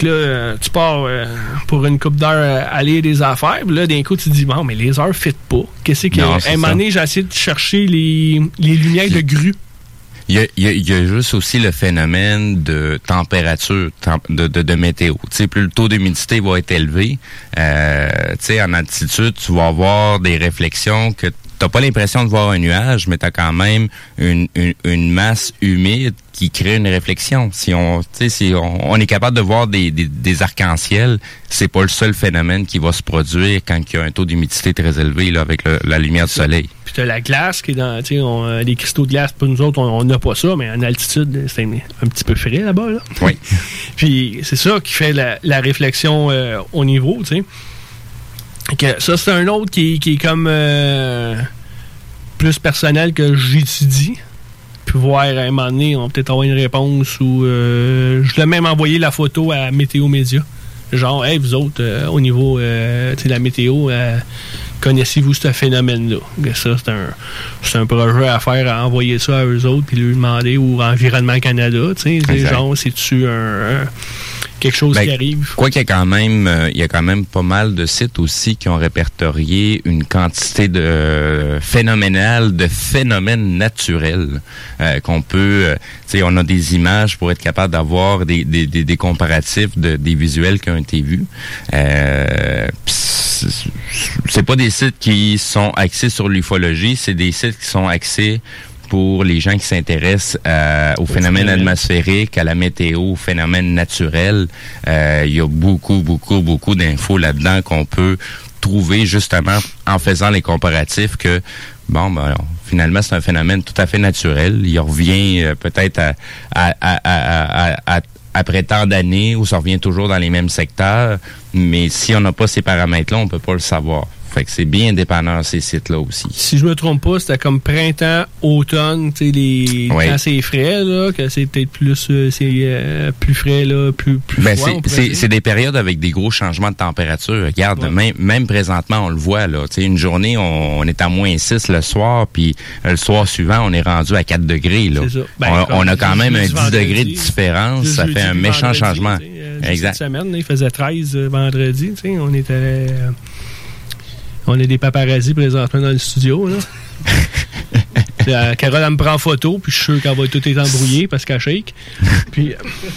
[SPEAKER 9] que là, euh, tu pars euh, pour une coupe d'heures euh, aller des affaires, puis là, d'un coup, tu te dis, bon, mais les heures ne fit pas. Qu'est-ce que.
[SPEAKER 11] Non,
[SPEAKER 9] à
[SPEAKER 11] c'est
[SPEAKER 9] un moment
[SPEAKER 11] ça.
[SPEAKER 9] donné, j'ai essayé de chercher les, les lumières de grue.
[SPEAKER 11] Il y a, il y a, il y a juste aussi le phénomène de température, temp- de, de, de météo. Tu sais, plus le taux d'humidité va être élevé, euh, tu sais, en altitude, tu vas avoir des réflexions que t'as pas l'impression de voir un nuage, mais t'as quand même une, une, une masse humide qui crée une réflexion. Si on, tu sais, si on, on est capable de voir des, des, des arcs-en-ciel, c'est pas le seul phénomène qui va se produire quand il y a un taux d'humidité très élevé là, avec le, la lumière du soleil.
[SPEAKER 9] Puis t'as la glace qui est dans, tu sais, on, euh, les cristaux de glace, pour nous autres, on n'a pas ça, mais en altitude, c'est un, un petit peu frais là-bas, là.
[SPEAKER 11] Oui.
[SPEAKER 9] Puis c'est ça qui fait la, la réflexion euh, au niveau, tu sais. Que ça, c'est un autre qui, qui est comme euh, plus personnel que j'étudie. Puis voir à un moment donné, on va peut-être avoir une réponse ou euh, je l'ai même envoyé la photo à Météo Média. Genre, hey, vous autres, euh, au niveau euh, de la météo, euh, connaissez-vous ce phénomène-là? Que ça, c'est un, c'est un projet à faire, à envoyer ça à eux autres, puis lui demander au Environnement Canada, tu sais, genre, c'est-tu un, un, quelque chose
[SPEAKER 11] ben,
[SPEAKER 9] qui arrive?
[SPEAKER 11] Quoi qu'il y a quand même, euh, il y a quand même pas mal de sites aussi qui ont répertorié une quantité de euh, phénoménale de phénomènes naturels euh, qu'on peut, euh, tu sais, on a des images pour être capable d'avoir des, des, des, des comparatifs de, des visuels qui ont été vus. Euh, c'est pas des sites qui sont axés sur l'ufologie, c'est des sites qui sont axés pour les gens qui s'intéressent euh, aux phénomènes atmosphériques, à la météo, aux phénomènes naturels. Euh, il y a beaucoup, beaucoup, beaucoup d'infos là-dedans qu'on peut trouver justement en faisant les comparatifs que, bon, ben, finalement, c'est un phénomène tout à fait naturel. Il revient euh, peut-être à, à, à, à, à, à après tant d'années où ça revient toujours dans les mêmes secteurs, mais si on n'a pas ces paramètres-là, on peut pas le savoir. Fait que c'est bien dépendant ces sites-là aussi.
[SPEAKER 9] Si je me trompe pas, c'était comme printemps, automne, tu sais, les
[SPEAKER 11] oui.
[SPEAKER 9] quand c'est frais, là, que c'est peut-être plus euh, c'est euh, plus frais, là, plus, plus
[SPEAKER 11] ben
[SPEAKER 9] froid.
[SPEAKER 11] C'est, c'est, c'est des périodes avec des gros changements de température. Regarde, ouais. même, même présentement, on le voit, là. Tu sais, une journée, on, on est à moins six le soir, puis le soir suivant, on est rendu à quatre degrés, là.
[SPEAKER 9] C'est ça. Ben,
[SPEAKER 11] on, on a quand même un dix
[SPEAKER 9] vendredi,
[SPEAKER 11] degrés de différence. Ça fait un méchant vendredi, changement.
[SPEAKER 9] Euh,
[SPEAKER 11] exact.
[SPEAKER 9] Cette semaine, là, il faisait treize euh, vendredi, tu sais, on était... Euh, On est des paparazzis présentement dans le studio, là. euh, Carole, elle me prend en photo, puis je suis sûr qu'elle va tout être embrouillée parce qu'elle shake. Puis, euh,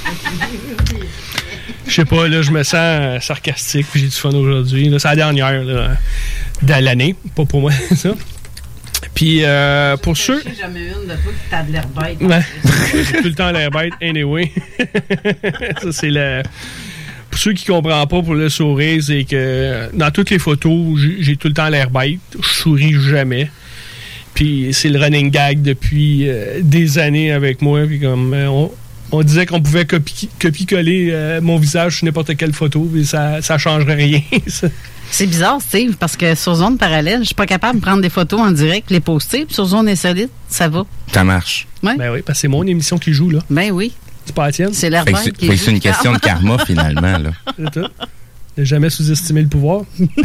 [SPEAKER 9] je sais pas, là, je me sens euh, sarcastique, puis j'ai du fun aujourd'hui. Là, c'est la dernière, là, de l'année. Pas pour moi, ça. Puis, euh, pour ceux...
[SPEAKER 10] J'ai jamais une de toi qui t'a de l'air bête.
[SPEAKER 9] Ouais. J'ai tout le temps l'air bête, anyway. Ça, c'est le... Pour ceux qui ne comprennent pas pour le sourire, c'est que dans toutes les photos, j'ai, j'ai tout le temps l'air bête. Je souris jamais. Puis c'est le running gag depuis euh, des années avec moi. Puis comme euh, on, on disait qu'on pouvait copier, copier-coller euh, mon visage sur n'importe quelle photo, puis ça ne changerait rien. Ça.
[SPEAKER 10] C'est bizarre, Steve, parce que sur Zone Parallèle, je suis pas capable de prendre des photos en direct, les poster. Puis sur Zone Insolite, ça va.
[SPEAKER 11] Ça marche.
[SPEAKER 10] Ouais.
[SPEAKER 9] Ben oui, parce que c'est mon émission qui joue, là.
[SPEAKER 10] Ben oui.
[SPEAKER 9] C'est pas la tienne.
[SPEAKER 10] C'est l'air bête qui
[SPEAKER 11] joue. C'est une question de karma, finalement, là.
[SPEAKER 9] C'est tout. Ne jamais sous-estimer le pouvoir.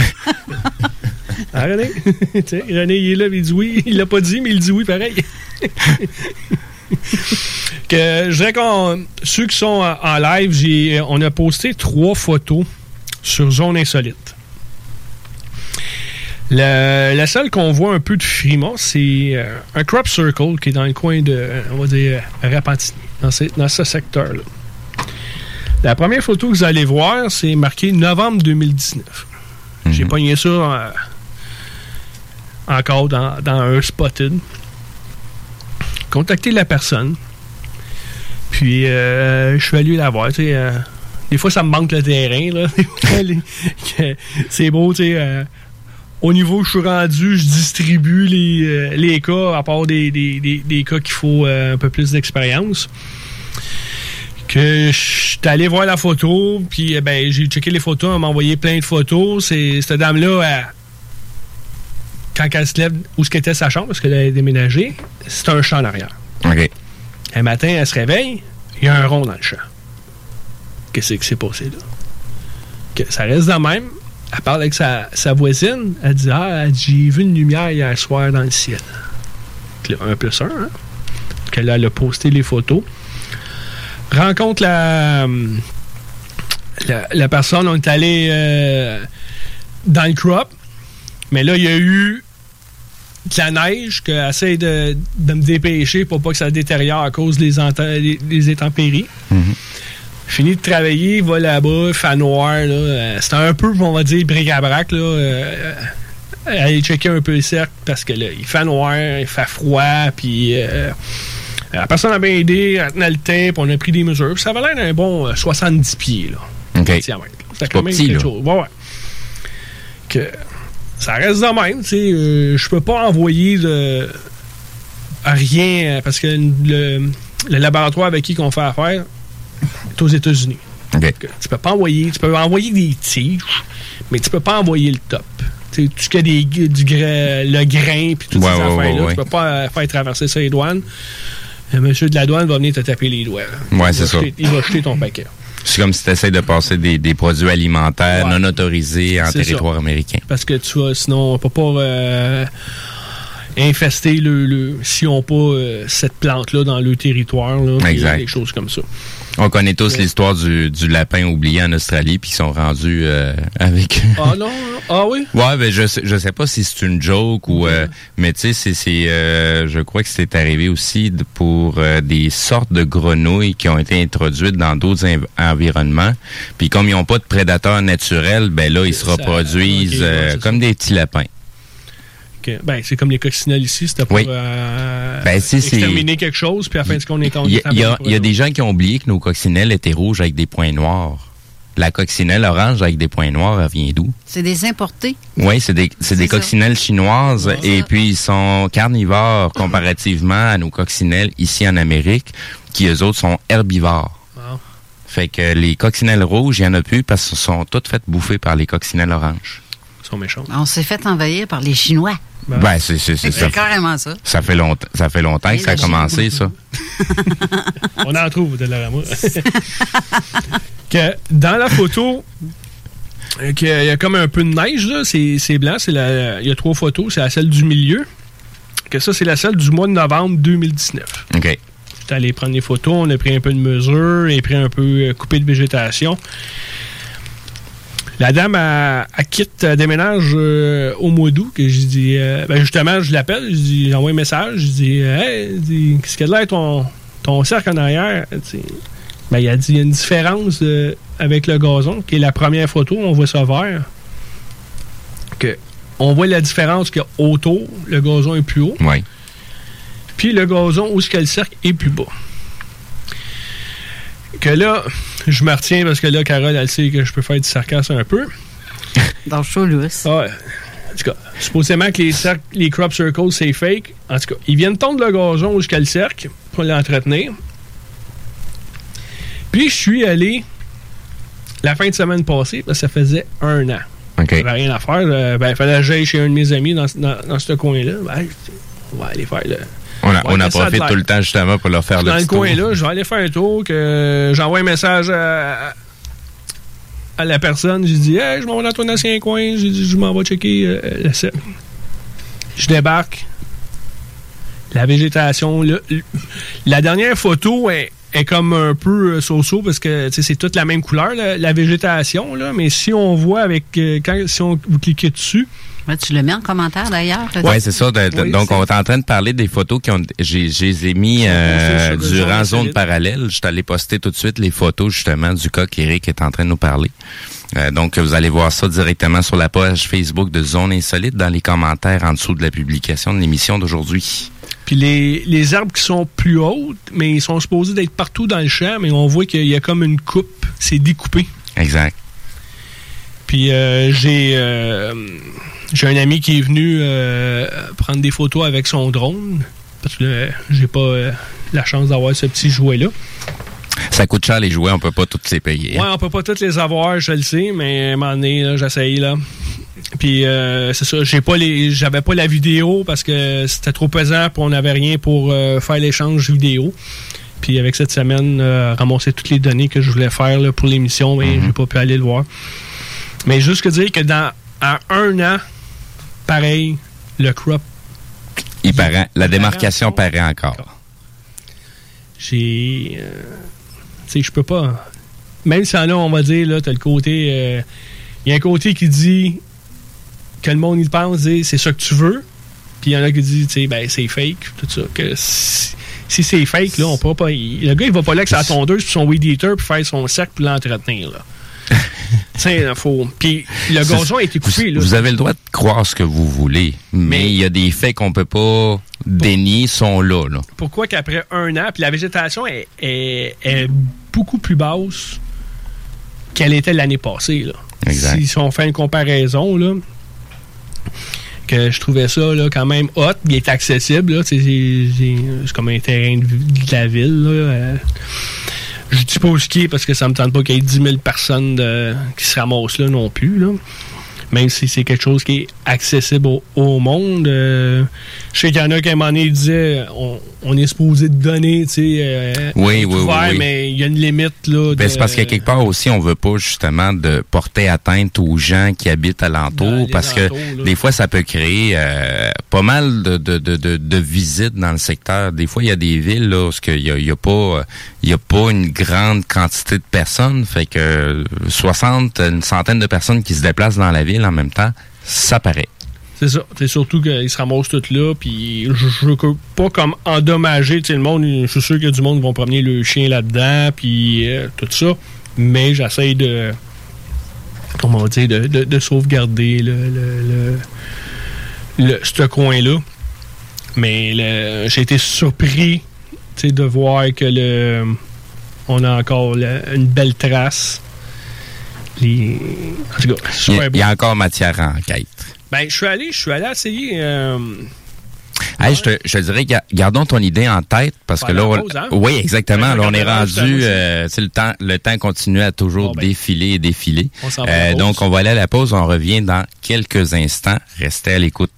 [SPEAKER 9] Ah, René? Tiens, René, il est là, il dit oui. Il l'a pas dit, mais il dit oui pareil. Que, je dirais qu'on... Ceux qui sont en live, j'ai, on a posté trois photos sur Zone Insolite. La, la seule qu'on voit un peu de Fremont, c'est euh, un crop circle qui est dans le coin de, on va dire, Repentigny, dans, ces, dans ce secteur-là. La première photo que vous allez voir, c'est marqué novembre deux mille dix-neuf. Mm-hmm. J'ai pogné ça euh, encore dans, dans un spotted. Contacté la personne. Puis, euh, je suis allé la voir. Euh, des fois, ça me manque le terrain. Là. C'est beau, tu sais. Euh, au niveau où je suis rendu, je distribue les, euh, les cas, à part des, des, des, des cas qu'il faut euh, un peu plus d'expérience. Que je suis allé voir la photo, puis ben, j'ai checké les photos, elle m'a envoyé plein de photos. C'est, cette dame-là, elle, quand elle se lève, où ce qu'était sa chambre, parce qu'elle a déménagé, c'est un champ en arrière.
[SPEAKER 11] OK.
[SPEAKER 9] Un matin, elle se réveille, il y a un rond dans le champ. Qu'est-ce qui s'est passé là? Que ça reste de même. Elle parle avec sa, sa voisine. Elle dit, ah, elle dit, j'ai vu une lumière hier soir dans le ciel. Là, un plus un, hein? Qu'elle a, elle a posté les photos. Rencontre la, la, la personne, on est allé euh, dans le crop, mais là, il y a eu de la neige qui essaie de, de me dépêcher pour pas que ça détériore à cause des, enta- des, des intempéries. Mm-hmm. Fini de travailler, va là-bas, il fait noir. Là, euh, c'était un peu, on va dire, bric-à-brac. Là, euh, aller checker un peu le cercle parce que là, il fait noir, il fait froid, puis euh, la personne a bien aidé, elle tenait le temps, puis on a pris des mesures. Puis ça avait l'air d'un bon euh, soixante-dix pieds. Là,
[SPEAKER 11] OK.
[SPEAKER 9] C'était
[SPEAKER 11] C'est
[SPEAKER 9] quand
[SPEAKER 11] pas
[SPEAKER 9] même
[SPEAKER 11] petit,
[SPEAKER 9] quelque
[SPEAKER 11] là.
[SPEAKER 9] chose. Ouais, ouais. Que, ça reste de même. Tu sais, euh, je peux pas envoyer de rien euh, parce que le, le laboratoire avec qui on fait affaire est aux États-Unis.
[SPEAKER 11] Okay.
[SPEAKER 9] Tu peux pas envoyer, tu peux envoyer des tiges, mais tu peux pas envoyer le top. Tu sais, tout ce qui est des, du gra, le grain puis toutes
[SPEAKER 11] ouais,
[SPEAKER 9] ces
[SPEAKER 11] ouais,
[SPEAKER 9] affaires-là,
[SPEAKER 11] ouais,
[SPEAKER 9] tu peux pas euh, faire traverser ça les douanes. Le monsieur de la douane va venir te taper les doigts.
[SPEAKER 11] Ouais, c'est ça.
[SPEAKER 9] Jeter, il va jeter ton paquet.
[SPEAKER 11] C'est comme si tu essaies de passer des, des produits alimentaires ouais. non autorisés en c'est territoire ça. Américain.
[SPEAKER 9] Parce que tu vois, sinon, on peut pas euh, infester le, le si on pas euh, cette plante-là dans le territoire. Là,
[SPEAKER 11] exact.
[SPEAKER 9] Des choses comme ça.
[SPEAKER 11] On connaît tous ouais. l'histoire du, du lapin oublié en Australie, puis ils sont rendus euh, avec...
[SPEAKER 9] Ah non? Ah oui?
[SPEAKER 11] Ouais, ben je sais, je sais pas si c'est une joke ou... Euh, mais tu sais, c'est, c'est euh, je crois que c'est arrivé aussi de, pour euh, des sortes de grenouilles qui ont été introduites dans d'autres env- environnements. Puis comme ils n'ont pas de prédateurs naturels, ben là, ils se reproduisent ça, okay, ouais, euh, comme ça. Des petits lapins.
[SPEAKER 9] Okay. Ben, c'est comme les coccinelles ici, c'était pour
[SPEAKER 11] oui.
[SPEAKER 9] euh,
[SPEAKER 11] ben, c'est,
[SPEAKER 9] exterminer
[SPEAKER 11] c'est...
[SPEAKER 9] quelque chose, puis à la fin de ce qu'on est en
[SPEAKER 11] Il y, y a, y a des gens qui ont oublié que nos coccinelles étaient rouges avec des points noirs. La coccinelle orange avec des points noirs, elle vient d'où?
[SPEAKER 10] C'est des importés.
[SPEAKER 11] Oui, c'est des, c'est, c'est des coccinelles chinoises ouais, et ça. Puis ils sont carnivores comparativement à nos coccinelles ici en Amérique, qui eux autres sont herbivores. Wow. Fait que les coccinelles rouges, il n'y en a plus parce qu'elles sont toutes faites bouffer par les coccinelles oranges.
[SPEAKER 9] Ils sont méchants.
[SPEAKER 10] On s'est fait envahir par les Chinois.
[SPEAKER 11] Ben, ben c'est, c'est, c'est,
[SPEAKER 10] c'est ça. carrément ça.
[SPEAKER 11] Ça fait longtemps, ça fait longtemps que ça a commencé, ça.
[SPEAKER 9] On en trouve de la rameau. Que dans la photo, il y a comme un peu de neige, là. C'est, c'est blanc. C'est la, il y a trois photos. C'est la celle du milieu. Que ça, c'est la celle du mois de novembre deux mille dix-neuf.
[SPEAKER 11] OK.
[SPEAKER 9] J'étais allé prendre des photos. On a pris un peu de mesure et pris un peu euh, coupé de végétation. La dame, elle, elle quitte, elle déménage euh, au mois d'août. Que je dis, euh, ben justement, je l'appelle, je dis, j'envoie un message, je dis, hey, je dis, qu'est-ce qu'il y a de l'air ton, ton cercle en arrière? Ben, il a dit, il y a une différence euh, avec le gazon, qui est la première photo, on voit ça vert. Que on voit la différence qu'il y a autour, le gazon est plus haut.
[SPEAKER 11] Oui.
[SPEAKER 9] Puis le gazon, où est-ce que le cercle est plus bas. Que là, je me retiens parce que là, Carole, elle sait que je peux faire du sarcasme un peu.
[SPEAKER 10] Dans le show, Louis.
[SPEAKER 9] Ouais. En tout cas, supposément que les, cercles, les crop circles, c'est fake. En tout cas, ils viennent tondre le gazon jusqu'à le cercle pour l'entretenir. Puis, je suis allé la fin de semaine passée, parce que ça faisait un an.
[SPEAKER 11] OK.
[SPEAKER 9] J'avais rien à faire. Euh, ben, il fallait que j'aille chez un de mes amis dans, dans, dans ce coin-là. Ben, on va aller faire le...
[SPEAKER 11] On, a, on en profite tout le temps justement pour leur faire
[SPEAKER 9] dans
[SPEAKER 11] le
[SPEAKER 9] petit
[SPEAKER 11] tour.
[SPEAKER 9] Dans le coin-là, je vais aller faire un tour, que j'envoie un message à, à la personne. J'ai dit, hey, je m'en vais dans ton ancien coin. J'ai dit, je m'en vais checker euh, le cercle. Je débarque. La végétation. Le, le, la dernière photo est, est comme un peu euh, so-so parce que c'est toute la même couleur, la, la végétation. Là, mais si on voit avec. Euh, quand, si on, vous cliquez dessus.
[SPEAKER 10] Ouais, tu le mets en commentaire d'ailleurs.
[SPEAKER 11] Oui, c'est ça. De, de, oui, donc, c'est... on est en train de parler des photos qui ont. J'ai, j'ai mis euh, durant Zone Parallèle. Je suis allé poster tout de suite les photos justement du cas qu'Éric est en train de nous parler. Euh, donc, vous allez voir ça directement sur la page Facebook de Zone Insolite dans les commentaires en dessous de la publication de l'émission d'aujourd'hui.
[SPEAKER 9] Puis les, les arbres qui sont plus hautes, mais ils sont supposés d'être partout dans le champ, mais on voit qu'il y a comme une coupe. C'est découpé.
[SPEAKER 11] Exact.
[SPEAKER 9] Puis euh, j'ai euh, j'ai un ami qui est venu euh, prendre des photos avec son drone parce que euh, j'ai pas euh, la chance d'avoir ce petit jouet-là.
[SPEAKER 11] Ça coûte cher les jouets, on peut pas tous les payer.
[SPEAKER 9] Ouais, on peut pas tous les avoir, je le sais, mais à un moment donné, là, j'essaye là. Puis euh, c'est ça, j'ai pas les, j'avais pas la vidéo parce que c'était trop pesant, puis on n'avait rien pour euh, faire l'échange vidéo. Puis avec cette semaine, euh, ramasser toutes les données que je voulais faire là, pour l'émission, mais mm-hmm. j'ai pas pu aller le voir. Mais juste que dire que dans à un an, pareil, le crop.
[SPEAKER 11] Il paraît. La démarcation paraît encore.
[SPEAKER 9] J'ai. Euh, tu sais, je peux pas. même si en a, on va dire, là, t'as le côté... Il euh, y a un côté qui dit que le monde, il pense, dit, c'est ça que tu veux. Puis il y en a qui disent, tu sais, ben, c'est fake, tout ça. Que si, si c'est fake, là, on pourra pas... Il, le gars, il va pas là avec sa tondeuse puis son weed eater puis faire son sac puis l'entretenir, là. T'sais, faut... Puis le gazon a été coupé,
[SPEAKER 11] vous,
[SPEAKER 9] là.
[SPEAKER 11] Vous avez le droit de croire ce que vous voulez, mais il y a des faits qu'on peut pas dénier, sont là, là.
[SPEAKER 9] Pourquoi qu'après un an, puis la végétation est, est, est beaucoup plus basse qu'elle était l'année passée, là.
[SPEAKER 11] Exact.
[SPEAKER 9] Si, si on fait une comparaison, là, que je trouvais ça là, quand même hot, il est accessible, là, c'est, c'est, c'est comme un terrain de, de la ville, là. Euh, je dis pas où skier parce que ça me tente pas qu'il y ait dix mille personnes de, qui se ramassent là non plus, là. Même si c'est quelque chose qui est accessible au, au monde. Euh, je sais qu'il y en a qui à un moment donné disaient on, on est supposé de donner, tu sais, euh,
[SPEAKER 11] oui, oui,
[SPEAKER 9] ouvert,
[SPEAKER 11] oui, oui.
[SPEAKER 9] mais il y a une limite, là.
[SPEAKER 11] Ben,
[SPEAKER 9] de,
[SPEAKER 11] c'est parce qu'à quelque part aussi, on veut pas justement de porter atteinte aux gens qui habitent alentour, parce que là, des fois, ça peut créer euh, pas mal de, de, de, de, de visites dans le secteur. Des fois, il y a des villes là, où il y a, y a pas il y a pas une grande quantité de personnes, fait que soixante, une centaine de personnes qui se déplacent dans la ville en même temps, ça paraît.
[SPEAKER 9] C'est ça. C'est surtout qu'ils se ramassent tous là, puis je veux pas comme endommager, tu sais, le monde, je suis sûr qu'il y a du monde qui vont promener le chien là-dedans, puis euh, tout ça, mais j'essaie de, comment on va dire, de, de, de sauvegarder le, le, le, le, ce coin-là. Mais le, j'ai été surpris, tu sais, de voir que le, on a encore le, une belle trace. Les... En tout cas,
[SPEAKER 11] il, y a, il y a encore matière à enquête.
[SPEAKER 9] Ben, je suis allé, je suis allé essayer. Euh...
[SPEAKER 11] Hey, je, te, je te dirais, gardons ton idée en tête, parce que là, on, pause, hein? Oui, exactement. Là, on est rendu, euh, c'est le temps, le temps continue à toujours bon, ben, défiler et défiler. On euh, donc, on va aller à la pause. On revient dans quelques instants. Restez à l'écoute.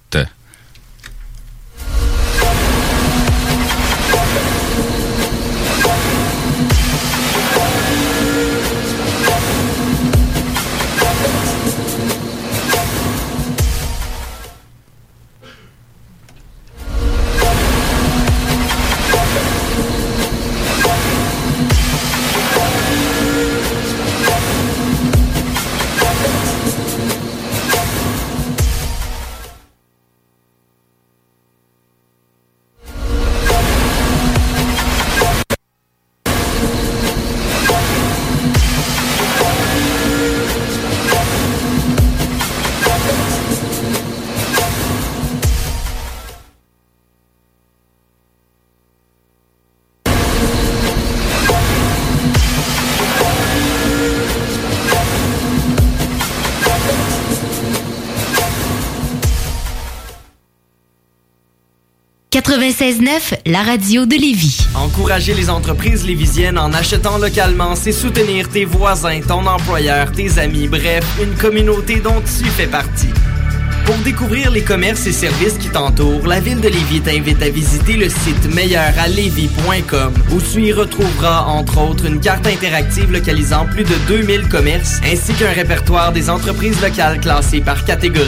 [SPEAKER 12] quatre-vingt-seize neuf, la radio de Lévis.
[SPEAKER 17] Encourager les entreprises lévisiennes en achetant localement, c'est soutenir tes voisins, ton employeur, tes amis, bref, une communauté dont tu fais partie. Pour découvrir les commerces et services qui t'entourent, la Ville de Lévis t'invite à visiter le site meilleur à lévis point com, où tu y retrouveras, entre autres, une carte interactive localisant plus de deux mille commerces, ainsi qu'un répertoire des entreprises locales classées par catégorie.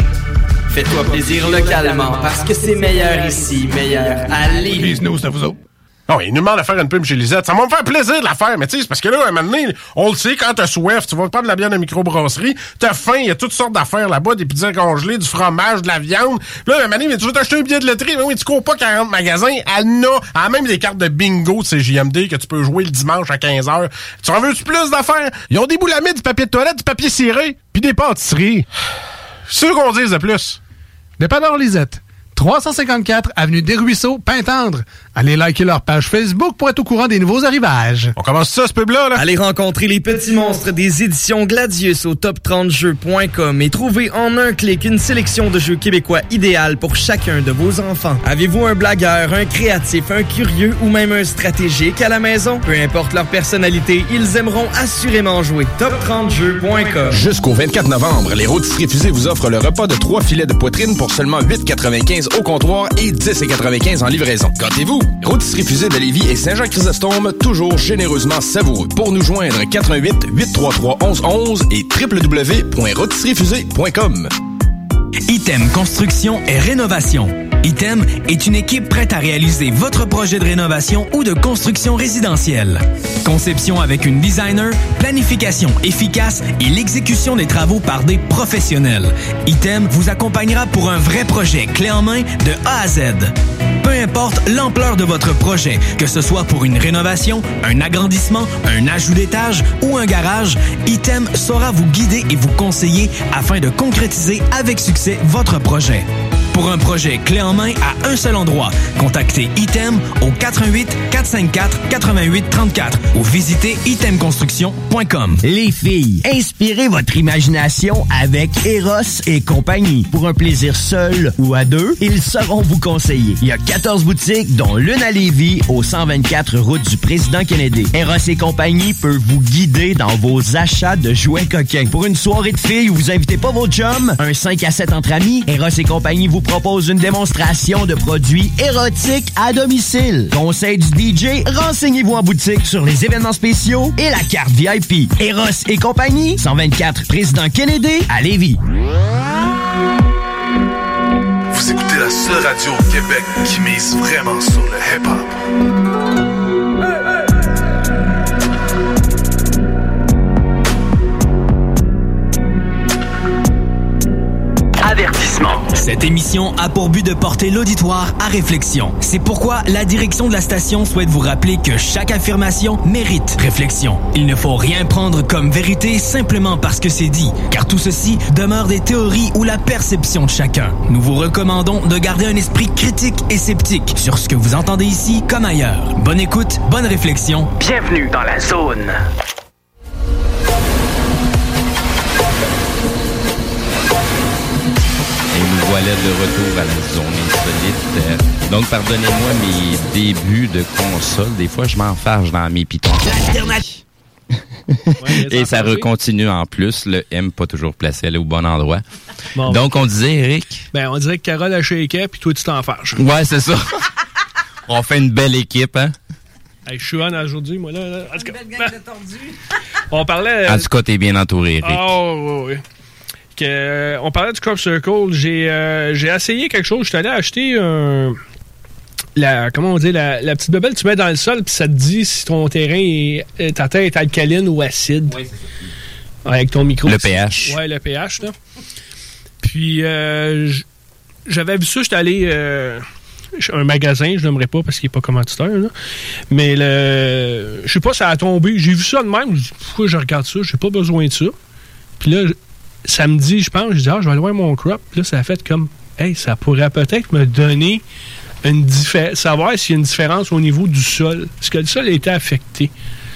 [SPEAKER 17] Fais-toi plaisir localement, parce que c'est meilleur ici, meilleur à Lévis.
[SPEAKER 14] Nous, c'est à vous autres. Non, il nous demande de faire une pub chez Lisette. Ça va me faire plaisir de la faire, mais tu sais, c'est parce que là, à un moment donné, on le sait, quand t'as soif, tu vas prendre de la bière de microbrasserie, t'as faim, il y a toutes sortes d'affaires là-bas, des pizzas congelées, du fromage, de la viande. Là, à un moment donné, mais tu veux t'acheter un billet de loterie, mais oui, tu cours pas quarante magasins, elle en a, elle a même des cartes de bingo de C J M D que tu peux jouer le dimanche à quinze heures. Tu en veux-tu plus d'affaires? Ils ont des boulamides, du papier de toilette, du papier ciré, puis des pâtisseries. C'est sûr qu'on dise de plus.
[SPEAKER 15] Dépanneur Lisette, trois cent cinquante-quatre avenue des Ruisseaux, Pintendre. Allez liker leur page Facebook pour être au courant des nouveaux arrivages.
[SPEAKER 14] On commence ça, ce pub-là, là?
[SPEAKER 17] Allez rencontrer les petits monstres des éditions Gladius au top trente jeux point com et trouvez en un clic une sélection de jeux québécois idéale pour chacun de vos enfants. Avez-vous un blagueur, un créatif, un curieux ou même un stratégique à la maison? Peu importe leur personnalité, ils aimeront assurément jouer. top trente jeux point com.
[SPEAKER 18] Jusqu'au vingt-quatre novembre, les Rôtisseries Fusées vous offrent le repas de trois filets de poitrine pour seulement huit quatre-vingt-quinze au comptoir et dix quatre-vingt-quinze en livraison. Gâtez-vous! Rôtisserie Fusée de Lévis et Saint-Jean-Chrysostome, toujours généreusement savoureux. Pour nous joindre, quatre un huit, huit trois trois, onze onze et w w w point rôtisserie fusée point com.
[SPEAKER 4] Item Construction et Rénovation. Item est une équipe prête à réaliser votre projet de rénovation ou de construction résidentielle. Conception avec une designer, planification efficace et l'exécution des travaux par des professionnels. Item vous accompagnera pour un vrai projet clé en main de A à Z. Peu importe l'ampleur de votre projet, que ce soit pour une rénovation, un agrandissement, un ajout d'étage ou un garage, Item saura vous guider et vous conseiller afin de concrétiser avec succès votre projet. Pour un projet clé en main à un seul endroit, contactez Item au quatre un huit, quatre cinq quatre, huit huit trois quatre ou visitez item construction point com.
[SPEAKER 5] Les filles, inspirez votre imagination avec Eros et compagnie. Pour un plaisir seul ou à deux, ils sauront vous conseiller. Il y a quatorze boutiques, dont l'une à Lévis, au cent vingt-quatre route du Président Kennedy. Eros et compagnie peut vous guider dans vos achats de jouets coquins. Pour une soirée de filles où vous invitez pas vos chums, un cinq à sept entre amis, Eros et compagnie vous propose une démonstration de produits érotiques à domicile. Conseil du D J, renseignez-vous en boutique sur les événements spéciaux et la carte V I P. Eros et compagnie, cent vingt-quatre Président Kennedy à Lévis.
[SPEAKER 19] Vous écoutez la seule radio au Québec qui mise vraiment sur le hip-hop.
[SPEAKER 4] Avertissement. Cette émission a pour but de porter l'auditoire à réflexion. C'est pourquoi la direction de la station souhaite vous rappeler que chaque affirmation mérite réflexion. Il ne faut rien prendre comme vérité simplement parce que c'est dit, car tout ceci demeure des théories ou la perception de chacun. Nous vous recommandons de garder un esprit critique et sceptique sur ce que vous entendez ici comme ailleurs. Bonne écoute, bonne réflexion. Bienvenue dans la zone.
[SPEAKER 11] Voilà de retour à la zone insolite. Donc, pardonnez-moi mes débuts de console. Des fois, je m'enfarge dans mes pitons. Ouais, et ça recontinue en plus. Le M pas toujours placé, elle est au bon endroit. Bon, donc, on disait, Eric?
[SPEAKER 9] Ben, on dirait que Carole a shaké, puis toi, tu t'enfarges.
[SPEAKER 11] Ouais, c'est ça. On fait une belle équipe, hein?
[SPEAKER 9] Hey, je suis on aujourd'hui, moi, là. là. En tout cas, une belle gang de tordus. On parlait...
[SPEAKER 11] En tout cas, t'es bien entouré, Eric.
[SPEAKER 9] Oh, oui, oui. Euh, on parlait du Crop Circle. J'ai, euh, j'ai essayé quelque chose. Je suis allé acheter un... La, comment on dit? La, la petite bebelle que tu mets dans le sol puis ça te dit si ton terrain est... Ta terre est alcaline ou acide. Oui, c'est ça. Avec ton micro.
[SPEAKER 11] Le pH.
[SPEAKER 9] Oui, le pH, là. Puis, euh, j'avais vu ça. J'étais allé... Euh, un magasin, je n'aimerais pas parce qu'il n'est pas commanditaire, là. Mais le... Je sais pas, ça a tombé. J'ai vu ça de même. Je dis, pourquoi je regarde ça? J'ai pas besoin de ça. Puis là... Samedi, je pense, je dis, ah, je vais aller voir mon crop. Puis là, ça a fait comme, hey, ça pourrait peut-être me donner une différence, savoir s'il y a une différence au niveau du sol. Est-ce que le sol a été affecté?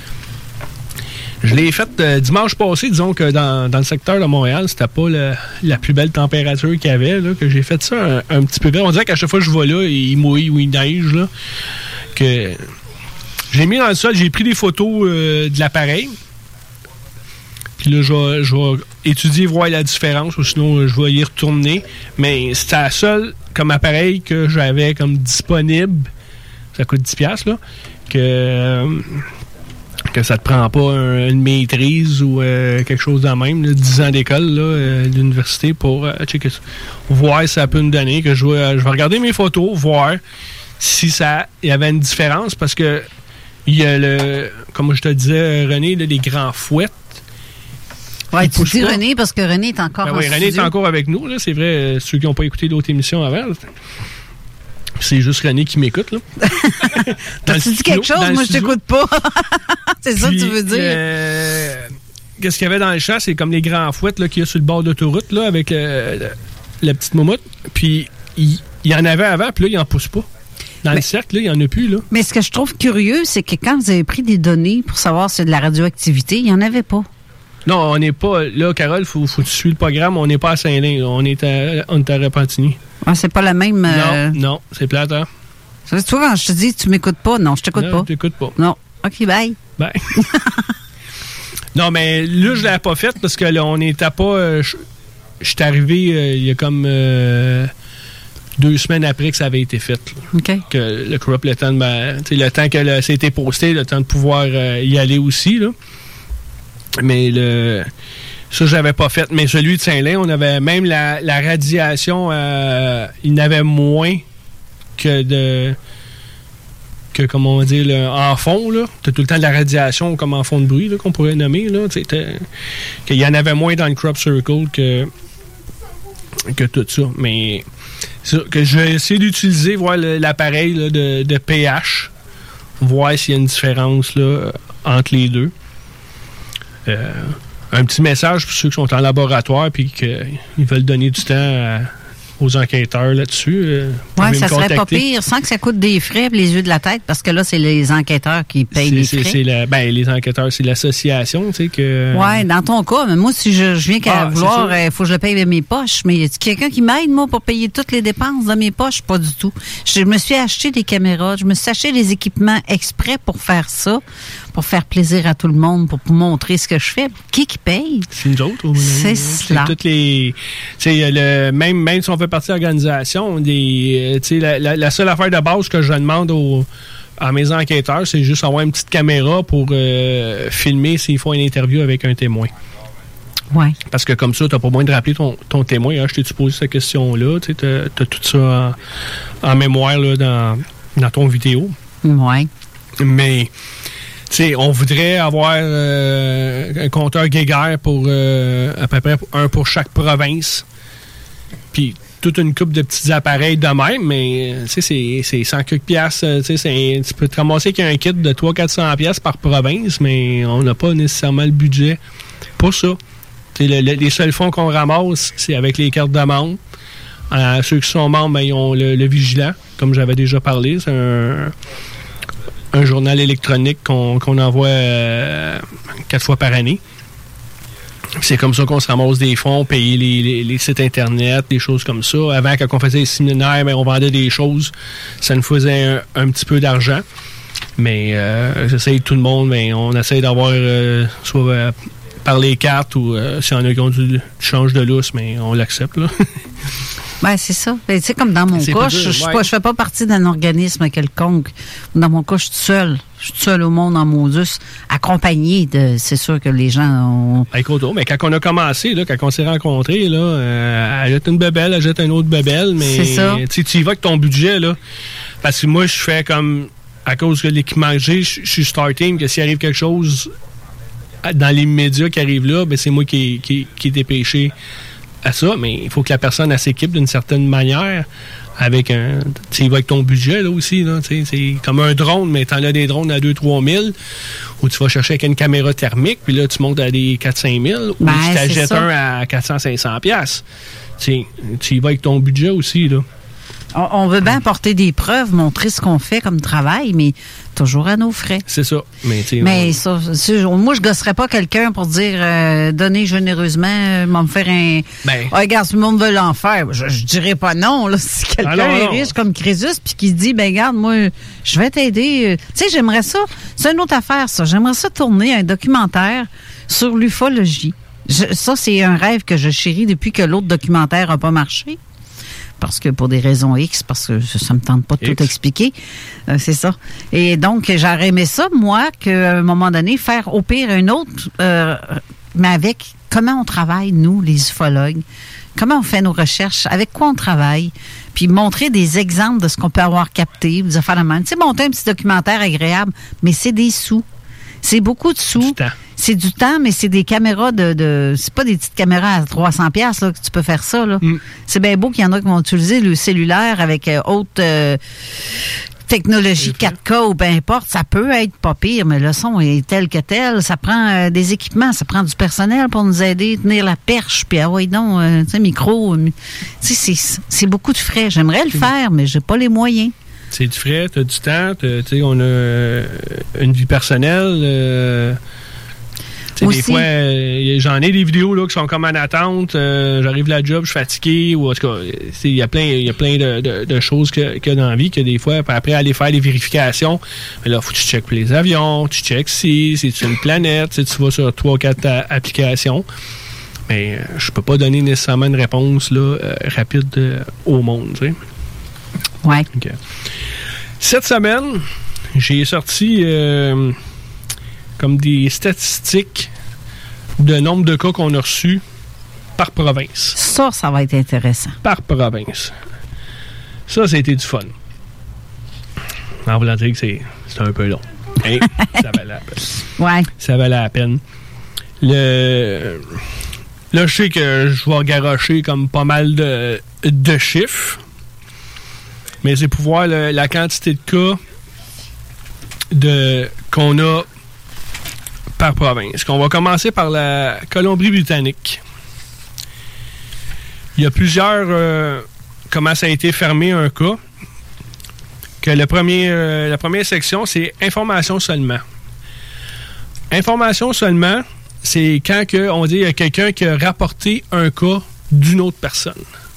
[SPEAKER 9] Je l'ai fait euh, dimanche passé, disons que dans, dans le secteur de Montréal, c'était pas le, la plus belle température qu'il y avait, là, que j'ai fait ça un, un petit peu vite. On dirait qu'à chaque fois que je vais là, il mouille ou il neige, là. Que j'ai mis dans le sol, j'ai pris des photos euh, de l'appareil. Puis là, je vais, je vais étudier, voir la différence, ou sinon, je vais y retourner. Mais c'était la seule comme appareil que j'avais comme disponible. Ça coûte dix dollars, là. Que, euh, que ça te prend pas un, une maîtrise ou euh, quelque chose de même. Là, dix ans d'école, là, euh, d'université pour euh, checker ça. Voir si ça peut nous donner. Que je vais, je vais regarder mes photos, voir si ça il y avait une différence. Parce que il y a le, comme je te disais, René, là, les grands fouettes.
[SPEAKER 10] Oui, tu dis pas. René parce que René est encore ben en
[SPEAKER 9] oui, René
[SPEAKER 10] studio.
[SPEAKER 9] est encore avec nous, là, c'est vrai, euh, ceux qui n'ont pas écouté d'autres émissions avant. Là, c'est juste René qui m'écoute. Là.
[SPEAKER 10] T'as-tu dit quelque chose? Moi, je t'écoute pas. C'est ça que tu veux dire?
[SPEAKER 9] Euh, qu'est-ce qu'il y avait dans le champ? C'est comme les grands fouettes là, qu'il y a sur le bord d'autoroute là, avec euh, la, la petite moumoute. Puis, il y, y en avait avant, puis là, il n'en pousse pas. Dans mais, le cercle, là, il n'y en a plus. Là.
[SPEAKER 10] Mais ce que je trouve curieux, c'est que quand vous avez pris des données pour savoir si c'est de la radioactivité, il n'y en avait pas.
[SPEAKER 9] Non, on n'est pas... Là, Carole, il faut, faut que tu suives le programme. On n'est pas à Saint-Lin. On est à, on est à Repentigny.
[SPEAKER 10] Ah, c'est pas la même... Euh...
[SPEAKER 9] Non, non, c'est plate, hein?
[SPEAKER 10] Ça, tu vois, quand je te dis tu m'écoutes pas, non, je t'écoute
[SPEAKER 9] non,
[SPEAKER 10] pas.
[SPEAKER 9] Non, je t'écoute pas.
[SPEAKER 10] Non. OK, bye.
[SPEAKER 9] Bye. Non, mais là, je l'avais pas faite parce que là, on n'était pas... Euh, je suis arrivé euh, il y a comme... Euh, deux semaines après que ça avait été fait. Là.
[SPEAKER 10] OK.
[SPEAKER 9] Que le crop, le temps de... Ben, le temps que là, ça a été posté, le temps de pouvoir euh, y aller aussi, là. Mais le Ça, je l'avais pas fait. Mais celui de Saint-Lin, on avait même la, la radiation, euh, il n'avait moins que de... que, comment on va dire, là, en fond, là. T'as tout le temps de la radiation comme en fond de bruit, là, qu'on pourrait nommer, là. Qu'il y en avait moins dans le crop circle que, que tout ça. Mais ça, que je vais essayer d'utiliser, voir le, l'appareil là, de, de pH, voir s'il y a une différence là, entre les deux. Euh, un petit message pour ceux qui sont en laboratoire et qu'ils veulent donner du temps à, aux enquêteurs là-dessus. Euh,
[SPEAKER 10] oui, ça serait pas pire, sans que ça coûte des frais les yeux de la tête, parce que là, c'est les enquêteurs qui payent
[SPEAKER 9] c'est,
[SPEAKER 10] les
[SPEAKER 9] c'est,
[SPEAKER 10] frais.
[SPEAKER 9] C'est la, ben, les enquêteurs, c'est l'association, tu sais, que...
[SPEAKER 10] Oui, dans ton cas, mais moi, si je, je viens qu'à ah, vouloir, il euh, faut que je le paye de mes poches, mais y a quelqu'un qui m'aide, moi, pour payer toutes les dépenses de mes poches? Pas du tout. Je me suis acheté des caméras, je me suis acheté des équipements exprès pour faire ça, pour faire plaisir à tout le monde, pour, pour montrer ce que je fais. Qui qui paye?
[SPEAKER 9] C'est nous autres. Au
[SPEAKER 10] c'est
[SPEAKER 9] cela. C'est toutes les... Tu sais, le, même, même si on fait partie de l'organisation, des, tu sais, la, la, la seule affaire de base que je demande aux, à mes enquêteurs, c'est juste avoir une petite caméra pour euh, filmer s'il faut une interview avec un témoin.
[SPEAKER 10] Ouais.
[SPEAKER 9] Parce que comme ça, tu n'as pas besoin de rappeler ton, ton témoin. Hein, je t'ai posé cette question-là. Tu as, as tout ça en, en mémoire là, dans, dans ton vidéo.
[SPEAKER 10] Oui.
[SPEAKER 9] Mais... T'sais, on voudrait avoir euh, un compteur Geiger pour euh, à peu près un pour chaque province. Puis toute une coupe de petits appareils de même, mais c'est, c'est cent quelques piastres. C'est, tu peux te ramasser avec un kit de trois cents à quatre cents piastres par province, mais on n'a pas nécessairement le budget pour ça. Le, le, les seuls fonds qu'on ramasse, c'est avec les cartes de membres. Euh, ceux qui sont membres, ben, ils ont le, le Vigilant, comme j'avais déjà parlé. C'est un... un journal électronique qu'on, qu'on envoie euh, quatre fois par année. C'est comme ça qu'on se ramasse des fonds, payer les, les, les sites Internet, des choses comme ça. Avant, quand on faisait les séminaires, ben, on vendait des choses. Ça nous faisait un, un petit peu d'argent. Mais euh, j'essaye tout le monde, ben, on essaie d'avoir euh, soit euh, par les cartes ou euh, si on a qui ont du, du change de lousse, mais on l'accepte, là.
[SPEAKER 10] Ben, c'est ça. Tu sais, comme dans mon c'est cas, je ne ouais. fais pas partie d'un organisme quelconque. Dans mon cas, je suis seule. Je suis seule au monde en modus, accompagnée de... C'est sûr que les gens ont...
[SPEAKER 9] Ben, écoute, mais quand on a commencé, là, quand on s'est rencontrés, là, euh, elle jette une bebelle, elle jette une autre bebelle, mais
[SPEAKER 10] c'est ça.
[SPEAKER 9] Tu y vas avec ton budget, là. Parce que moi, je fais comme... À cause de l'équipement que j'ai, je suis star team, que s'il arrive quelque chose dans l'immédiat qui arrive là, ben c'est moi qui, qui, qui est dépêché à ça, mais il faut que la personne elle, s'équipe d'une certaine manière avec un... Tu vas avec ton budget là aussi, là, c'est comme un drone, mais t'en as des drones à deux à trois mille, ou tu vas chercher avec une caméra thermique, puis là tu montes à des quatre à cinq mille, ou
[SPEAKER 10] ben,
[SPEAKER 9] tu t'achètes un à quatre cents à cinq cents piastres. Tu y vas avec ton budget aussi, là.
[SPEAKER 10] On, on veut bien apporter des preuves, montrer ce qu'on fait comme travail, mais toujours à nos frais.
[SPEAKER 9] C'est ça. Mais,
[SPEAKER 10] mais
[SPEAKER 9] on...
[SPEAKER 10] ça, moi, je gosserais pas quelqu'un pour dire euh, donnez généreusement, euh, me faire un. Ben. Oh, regarde, tout le monde veut l'en faire. Je, je dirais pas non. Là, si quelqu'un ah non, est non. riche comme Crésus puis qui se dit ben regarde, moi, je vais t'aider. Tu sais, j'aimerais ça. C'est une autre affaire, ça. J'aimerais ça tourner un documentaire sur l'ufologie. Je, ça, c'est un rêve que je chéris depuis que l'autre documentaire a pas marché. Parce que pour des raisons X, parce que ça me tente pas de X. tout expliquer. Euh, c'est ça. Et donc, j'aurais aimé ça, moi, qu'à un moment donné, faire au pire un autre, euh, mais avec comment on travaille, nous, les ufologues, comment on fait nos recherches, avec quoi on travaille, puis montrer des exemples de ce qu'on peut avoir capté, des affaires de même. Tu sais, monter un petit documentaire agréable, mais c'est des sous. C'est beaucoup de sous.
[SPEAKER 9] Du temps.
[SPEAKER 10] C'est du temps, mais c'est des caméras de... de c'est pas des petites caméras à trois cents piastres là, que tu peux faire ça. Là. Mm. C'est bien beau qu'il y en a qui vont utiliser le cellulaire avec euh, haute euh, technologie quatre K ou peu importe. Ça peut être pas pire, mais le son est tel que tel. Ça prend euh, des équipements, ça prend du personnel pour nous aider, tenir la perche, puis ah ouais, non, euh, tu sais, micro. Tu sais, c'est, c'est beaucoup de frais. J'aimerais le faire, mais j'ai pas les moyens.
[SPEAKER 9] C'est du frais, tu as du temps, tu sais, on a euh, une vie personnelle. Euh, des fois, euh, j'en ai des vidéos là, qui sont comme en attente. Euh, j'arrive à la job, je suis fatigué. Ou en tout cas, il y a plein, y a plein de, de, de choses qu'il y a dans la vie que des fois, après aller faire les vérifications, mais là, faut que tu checkes les avions, tu checkes si c'est une planète, tu vas sur trois ou quatre applications. Mais euh, je peux pas donner nécessairement une réponse là, euh, rapide euh, au monde. Tu sais.
[SPEAKER 10] Ouais.
[SPEAKER 9] Okay. Cette semaine, j'ai sorti euh, comme des statistiques de nombre de cas qu'on a reçus par province.
[SPEAKER 10] Ça, ça va être intéressant.
[SPEAKER 9] Par province. Ça, ça a été du fun. En voulant dire que c'est, c'est un peu long. Hein? Ça valait la peine.
[SPEAKER 10] Ouais.
[SPEAKER 9] Ça valait la peine. Le... Là, je sais que je vais garrocher comme pas mal de, de chiffres. Mais c'est pour voir le, la quantité de cas de, qu'on a par province. On va commencer par la Colombie-Britannique. Il y a plusieurs... Euh, comment ça a été fermé un cas. Que le premier, euh, la première section, c'est information seulement. Information seulement, c'est quand que, on dit qu'il y a quelqu'un qui a rapporté un cas d'une autre personne.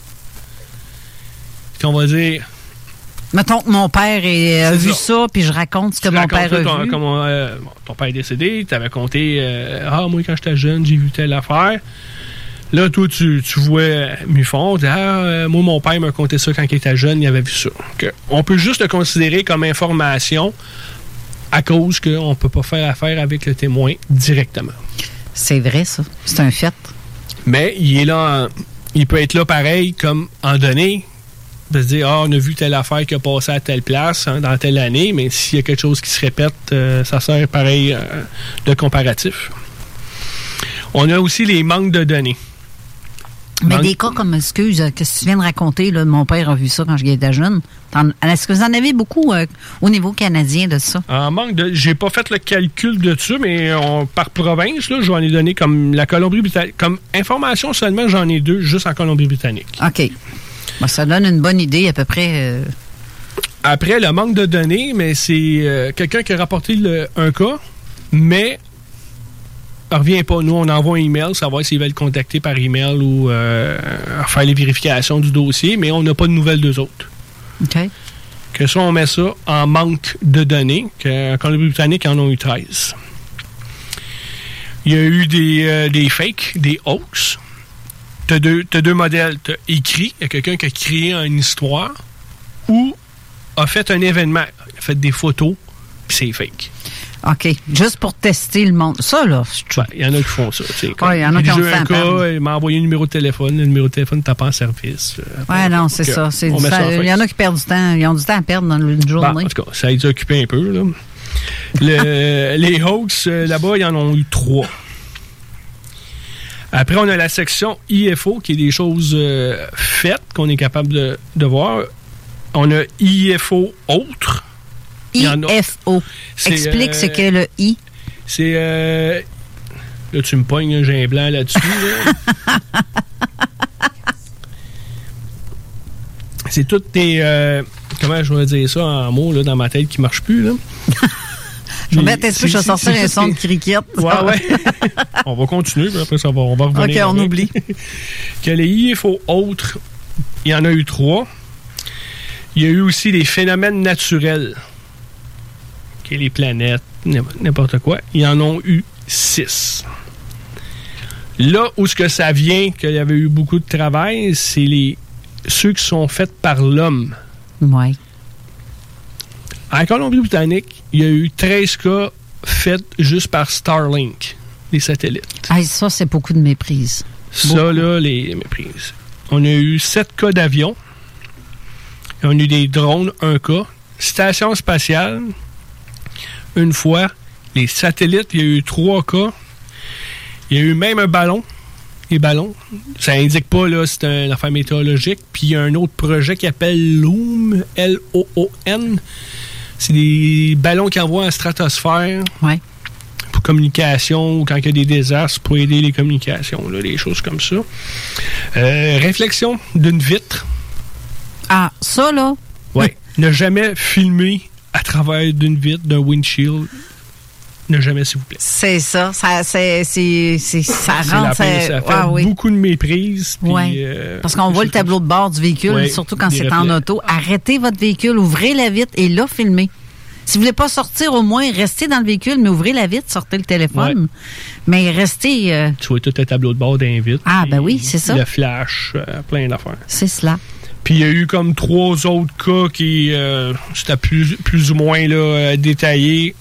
[SPEAKER 9] Qu'on va dire...
[SPEAKER 10] Mettons que mon père est, a vu ça. ça, puis je raconte ce que
[SPEAKER 9] tu
[SPEAKER 10] mon père a
[SPEAKER 9] ton,
[SPEAKER 10] vu.
[SPEAKER 9] Comment, euh, ton père est décédé, tu avais compté euh, ah, moi, quand j'étais jeune, j'ai vu telle affaire. Là, toi, tu, tu vois Muffon, tu dis, ah, euh, moi, mon père m'a conté ça quand il était jeune, il avait vu ça. Donc, on peut juste le considérer comme information à cause qu'on ne peut pas faire affaire avec le témoin directement.
[SPEAKER 10] C'est vrai, ça. C'est un fait.
[SPEAKER 9] Mais il est là, en, il peut être là pareil, comme en données, de se dire, ah, on a vu telle affaire qui a passé à telle place hein, dans telle année, mais s'il y a quelque chose qui se répète, euh, ça sert pareil euh, de comparatif. On a aussi les manques de données.
[SPEAKER 10] Mais
[SPEAKER 9] Manque...
[SPEAKER 10] des cas comme, excuse, que tu viens de raconter, là, mon père a vu ça quand j'étais jeune. Est-ce que vous en avez beaucoup euh, au niveau canadien de ça?
[SPEAKER 9] En manque de... J'ai pas fait le calcul de ça, mais on, par province, là, j'en ai donné comme la Colombie-Britannique. Comme information seulement, j'en ai deux juste en Colombie-Britannique.
[SPEAKER 10] OK. Ben, ça donne une bonne idée à peu près. Euh...
[SPEAKER 9] Après, le manque de données, mais c'est euh, quelqu'un qui a rapporté le, un cas, mais ne revient pas. Nous, on envoie un email, savoir s'ils veulent le contacter par email ou euh, faire les vérifications du dossier, mais on n'a pas de nouvelles d'eux autres.
[SPEAKER 10] OK.
[SPEAKER 9] Que ça, on met ça en manque de données. En Colombie-Britannique, ils en ont eu treize. Il y a eu des, euh, des fakes, des hoax. Tu as deux, t'as deux modèles. Tu as écrit, il y a quelqu'un qui a créé une histoire ou a fait un événement. Il a fait des photos, puis c'est fake.
[SPEAKER 10] OK. Juste pour tester le monde. Ça, là.
[SPEAKER 9] Il ouais, y en a qui font ça. Oui,
[SPEAKER 10] il y en a qui ont fait un
[SPEAKER 9] cas, il m'a envoyé un numéro de téléphone. Le numéro de téléphone n'est pas en service.
[SPEAKER 10] Oui, non, c'est ça. C'est du ça il y en a qui perdent du temps. Ils ont du temps à perdre dans une journée.
[SPEAKER 9] Bon, en tout cas, ça a été occupé un peu. Là. Le, les hoax, là-bas, ils en ont eu trois. Après, on a la section I F O, qui est des choses euh, faites qu'on est capable de, de voir. On a I F O autres.
[SPEAKER 10] I F O. Explique euh, ce qu'est le I.
[SPEAKER 9] C'est... Euh, là, tu me pognes, j'ai un blanc là-dessus. Là. C'est toutes tes... Euh, comment je vais dire ça en mots là, dans ma tête qui ne marche plus, là.
[SPEAKER 10] Je vais mettre je vais sortir un son de cricket.
[SPEAKER 9] Ouais, ouais. On va continuer, puis après ça va, on va revenir.
[SPEAKER 10] OK, on oublie.
[SPEAKER 9] Que les I F O autres, il y en a eu trois. Il y a eu aussi des phénomènes naturels. Okay, les planètes, n'importe quoi. Il y en a eu six. Là où ce que ça vient, qu'il y avait eu beaucoup de travail, c'est les ceux qui sont faits par l'homme.
[SPEAKER 10] Oui.
[SPEAKER 9] En Colombie-Britannique, il y a eu treize cas faits juste par Starlink, les satellites.
[SPEAKER 10] Ah, ça, c'est beaucoup de méprise.
[SPEAKER 9] Ça,
[SPEAKER 10] beaucoup.
[SPEAKER 9] là, les méprises. On a eu sept cas d'avion. On a eu des drones, un cas. Station spatiale, une fois. Les satellites, il y a eu trois cas. Il y a eu même un ballon. Les ballons. Ça indique pas, là, c'est une affaire météorologique. Puis il y a un autre projet qui s'appelle Loom, L O O N. C'est des ballons qui envoient en stratosphère.
[SPEAKER 10] Ouais.
[SPEAKER 9] Pour communication, ou quand il y a des désastres, pour aider les communications, là, des choses comme ça. Euh, réflexion d'une vitre.
[SPEAKER 10] Ah, ça, là?
[SPEAKER 9] Oui. Ne jamais filmer à travers d'une vitre, d'un windshield. Ne jamais, s'il vous plaît.
[SPEAKER 10] C'est ça. Ça, c'est, c'est, c'est, ça
[SPEAKER 9] c'est
[SPEAKER 10] rentre...
[SPEAKER 9] La, ça fait ah, oui. beaucoup de méprise.
[SPEAKER 10] Oui.
[SPEAKER 9] Euh,
[SPEAKER 10] Parce qu'on voit le tableau de bord du véhicule, ouais, surtout quand c'est reflets. En auto. Arrêtez votre véhicule, ouvrez la vitre et là, filmez. Si vous voulez pas sortir, au moins, restez dans le véhicule, mais ouvrez la vitre, sortez le téléphone. Ouais. Mais restez... Euh...
[SPEAKER 9] Tu vois tout le tableau de bord d'un vitre.
[SPEAKER 10] Ah, ben oui, c'est ça.
[SPEAKER 9] Le flash, euh, plein d'affaires.
[SPEAKER 10] C'est cela.
[SPEAKER 9] Puis il y a eu comme trois autres cas qui, euh, c'était plus, plus ou moins là, détaillés.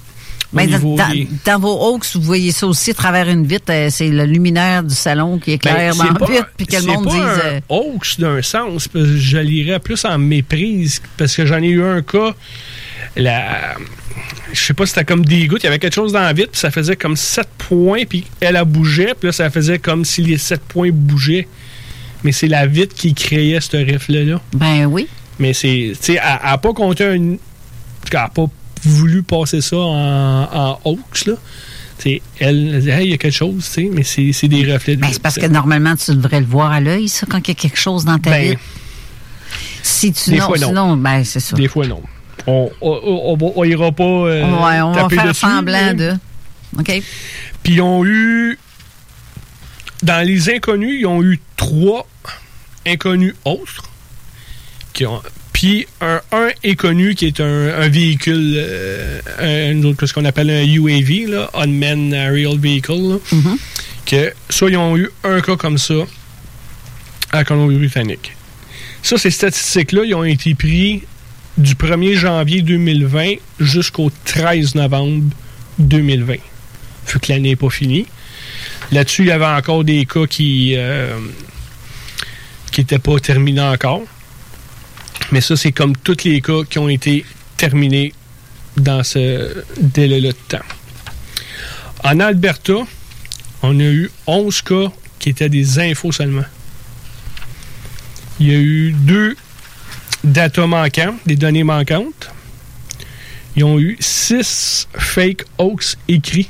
[SPEAKER 10] Ben, dans, des... dans vos Hawks, vous voyez ça aussi à travers une vitre, euh, c'est le luminaire du salon qui éclaire ben, dans la vitre, puis que le monde dise...
[SPEAKER 9] C'est pas un Hawks d'un sens, parce que je lirais plus en méprise, parce que j'en ai eu un cas, la... je sais pas si c'était comme des gouttes, il y avait quelque chose dans la vitre, puis ça faisait comme sept points, puis elle a bougé, puis là, ça faisait comme si les sept points bougeaient. Mais c'est la vitre qui créait ce reflet-là.
[SPEAKER 10] Ben oui.
[SPEAKER 9] Mais c'est... Tu sais, elle n'a pas compté un... Elle n'a pas voulu passer ça en, en Hawks, là. T'sais, elle, elle dit, hey, il y a quelque chose, t'sais, mais c'est, c'est des reflets de
[SPEAKER 10] ben, c'est parce que normalement, tu devrais le voir à l'œil, ça, quand il y a quelque chose dans ta ben, vitre. Si tu
[SPEAKER 9] des
[SPEAKER 10] non,
[SPEAKER 9] fois, non.
[SPEAKER 10] Sinon, ben, c'est ça.
[SPEAKER 9] Des fois, non. On n'ira pas. Euh,
[SPEAKER 10] ouais, on va faire
[SPEAKER 9] dessus,
[SPEAKER 10] semblant de. OK.
[SPEAKER 9] Puis, ils ont eu. Dans les inconnus, ils ont eu trois inconnus autres qui ont. Puis un, un inconnu qui est un, un véhicule, euh, un, un, ce qu'on appelle un U A V, là, Unmanned Aerial Vehicle, là, mm-hmm. que soit ils ont eu un cas comme ça à la Colombie-Britannique. Ça, ces statistiques-là, ils ont été pris du premier janvier deux mille vingt jusqu'au treize novembre deux mille vingt. Vu que l'année n'est pas finie. Là-dessus, il y avait encore des cas qui euh, qui n'étaient pas terminés encore. Mais ça, c'est comme tous les cas qui ont été terminés dans ce délai-là de temps. En Alberta, on a eu onze cas qui étaient des infos seulement. Il y a eu deux data manquants, des données manquantes. Ils ont eu six fake hoax écrits.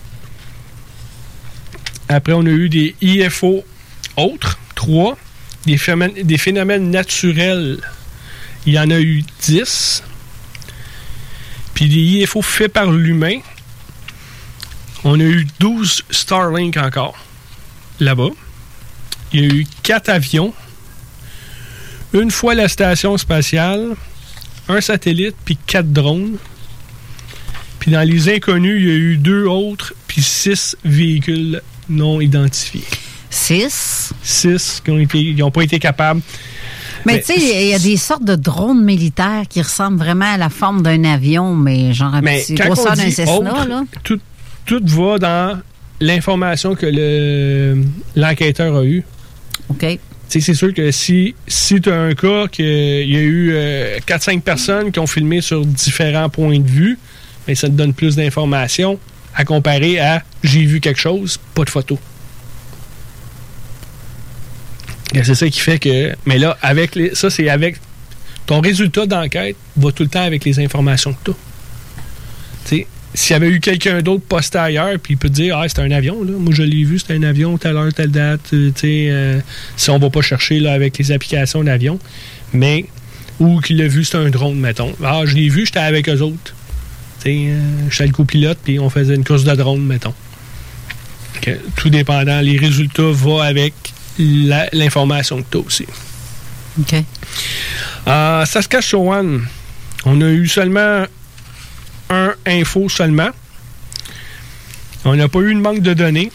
[SPEAKER 9] Après, on a eu des I F O autres, trois. Des phénomènes, des phénomènes naturels. Il y en a eu dix. Puis des I F O faits par l'humain. On a eu douze Starlink encore. Là-bas. Il y a eu quatre avions. Une fois la station spatiale. Un satellite, puis quatre drones. Puis dans les inconnus, il y a eu deux autres, puis six véhicules non identifiés.
[SPEAKER 10] Six?
[SPEAKER 9] Six qui n'ont pas été capables.
[SPEAKER 10] Mais, mais tu sais, il y a des sortes de drones militaires qui ressemblent vraiment à la forme d'un avion, mais genre un petit grosseur d'un Cessna, là.
[SPEAKER 9] Tout, tout va dans l'information que le, l'enquêteur a eue.
[SPEAKER 10] OK.
[SPEAKER 9] Tu sais, c'est sûr que si, si tu as un cas qu'il y a eu euh, quatre cinq personnes qui ont filmé sur différents points de vue, bien, ça te donne plus d'informations à comparer à « j'ai vu quelque chose, pas de photo ». Et c'est ça qui fait que... Mais là, avec les, ça, c'est avec... Ton résultat d'enquête va tout le temps avec les informations que tu as. Tu sais, s'il y avait eu quelqu'un d'autre posté ailleurs, puis il peut te dire « Ah, c'était un avion, là. Moi, je l'ai vu, c'était un avion, telle heure, telle date. » Tu sais, euh, si on va pas chercher là, avec les applications d'avion. Mais... Ou qu'il l'a vu, c'était un drone, mettons. « Ah, je l'ai vu, j'étais avec eux autres. » Tu sais, euh, j'étais le copilote, puis on faisait une course de drone, mettons. Que, tout dépendant. Les résultats vont avec... La, l'information que tu as aussi.
[SPEAKER 10] OK.
[SPEAKER 9] À Saskatchewan, on a eu seulement un info seulement. On n'a pas eu de manque de données.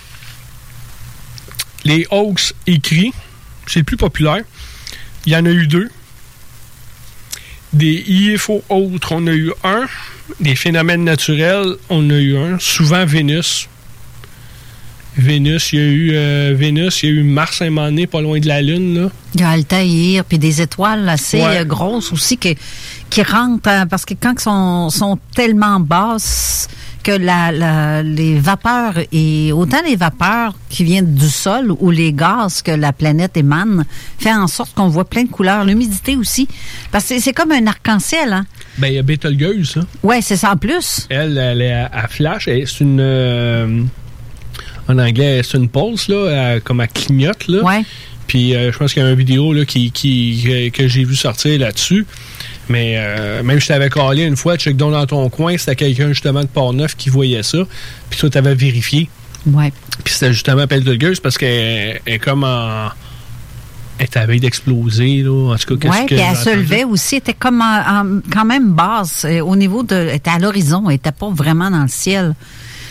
[SPEAKER 9] Les hoax écrits, c'est le plus populaire. Il y en a eu deux. Des I F O autres, on a eu un. Des phénomènes naturels, on a eu un. Souvent Vénus. Vénus, il y a eu euh, Vénus, il y a eu Mars à un moment donné, pas loin de la Lune, là.
[SPEAKER 10] Il y a Altaïr, puis des étoiles assez ouais. euh, grosses aussi qui, qui rentrent, hein, parce que quand elles sont, sont tellement basses que la, la, les vapeurs, et autant les vapeurs qui viennent du sol ou les gaz que la planète émane, fait en sorte qu'on voit plein de couleurs. L'humidité aussi, parce que c'est, c'est comme un arc-en-ciel, hein.
[SPEAKER 9] Ben, il y a Betelgeuse, hein.
[SPEAKER 10] Oui, c'est ça en plus.
[SPEAKER 9] Elle, elle est à, à flash, elle, c'est une... Euh, en anglais, c'est une pulse, là, à, comme à clignote, là.
[SPEAKER 10] Ouais.
[SPEAKER 9] Puis euh, je pense qu'il y a une vidéo là, qui, qui, que j'ai vu sortir là-dessus. Mais euh, même je t'avais callé une fois, check donc dans ton coin, c'était quelqu'un justement de Port-Neuf qui voyait ça. Puis toi, t'avais vérifié.
[SPEAKER 10] Ouais.
[SPEAKER 9] Puis c'était justement Betelgeuse parce qu'elle est comme en... Elle est à veille d'exploser, là. En tout cas, qu'est-ce
[SPEAKER 10] ouais,
[SPEAKER 9] que...
[SPEAKER 10] Oui, puis elle se levait aussi. Elle était comme en, en, quand même basse. Euh, au niveau de... Elle était à l'horizon. Elle n'était pas vraiment dans le ciel.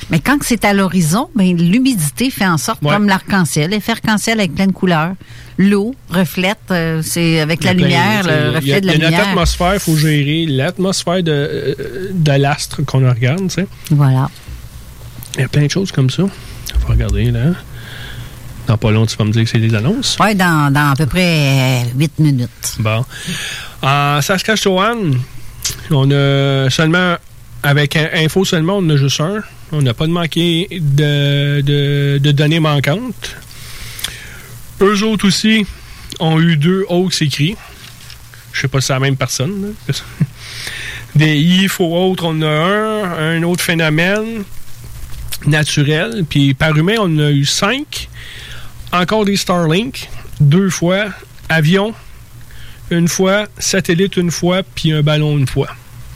[SPEAKER 10] Mais quand c'est à l'horizon, ben, l'humidité fait en sorte, ouais. comme l'arc-en-ciel, effet arc-en-ciel avec plein de couleurs. L'eau reflète, euh, c'est avec la plein, lumière, le reflet a, de la lumière. Il y a
[SPEAKER 9] notre atmosphère, il faut gérer l'atmosphère de, de l'astre qu'on regarde, tu sais.
[SPEAKER 10] Voilà.
[SPEAKER 9] Il y a plein de choses comme ça. Il faut regarder, là. Dans pas long, tu vas me dire que c'est des annonces.
[SPEAKER 10] Oui, dans, dans à peu près huit minutes.
[SPEAKER 9] Bon. En Saskatchewan, on a seulement, avec Info seulement, on en a juste un. On n'a pas de manqué de, de, de données manquantes. Eux autres aussi ont eu deux Hawks écrits. Je sais pas si c'est la même personne. Là. Des I F O autres, on en a un. Un autre phénomène naturel. Puis par humain, on en a eu cinq. Encore des Starlink. Deux fois. Avion, une fois. Satellite, une fois. Puis un ballon, une fois.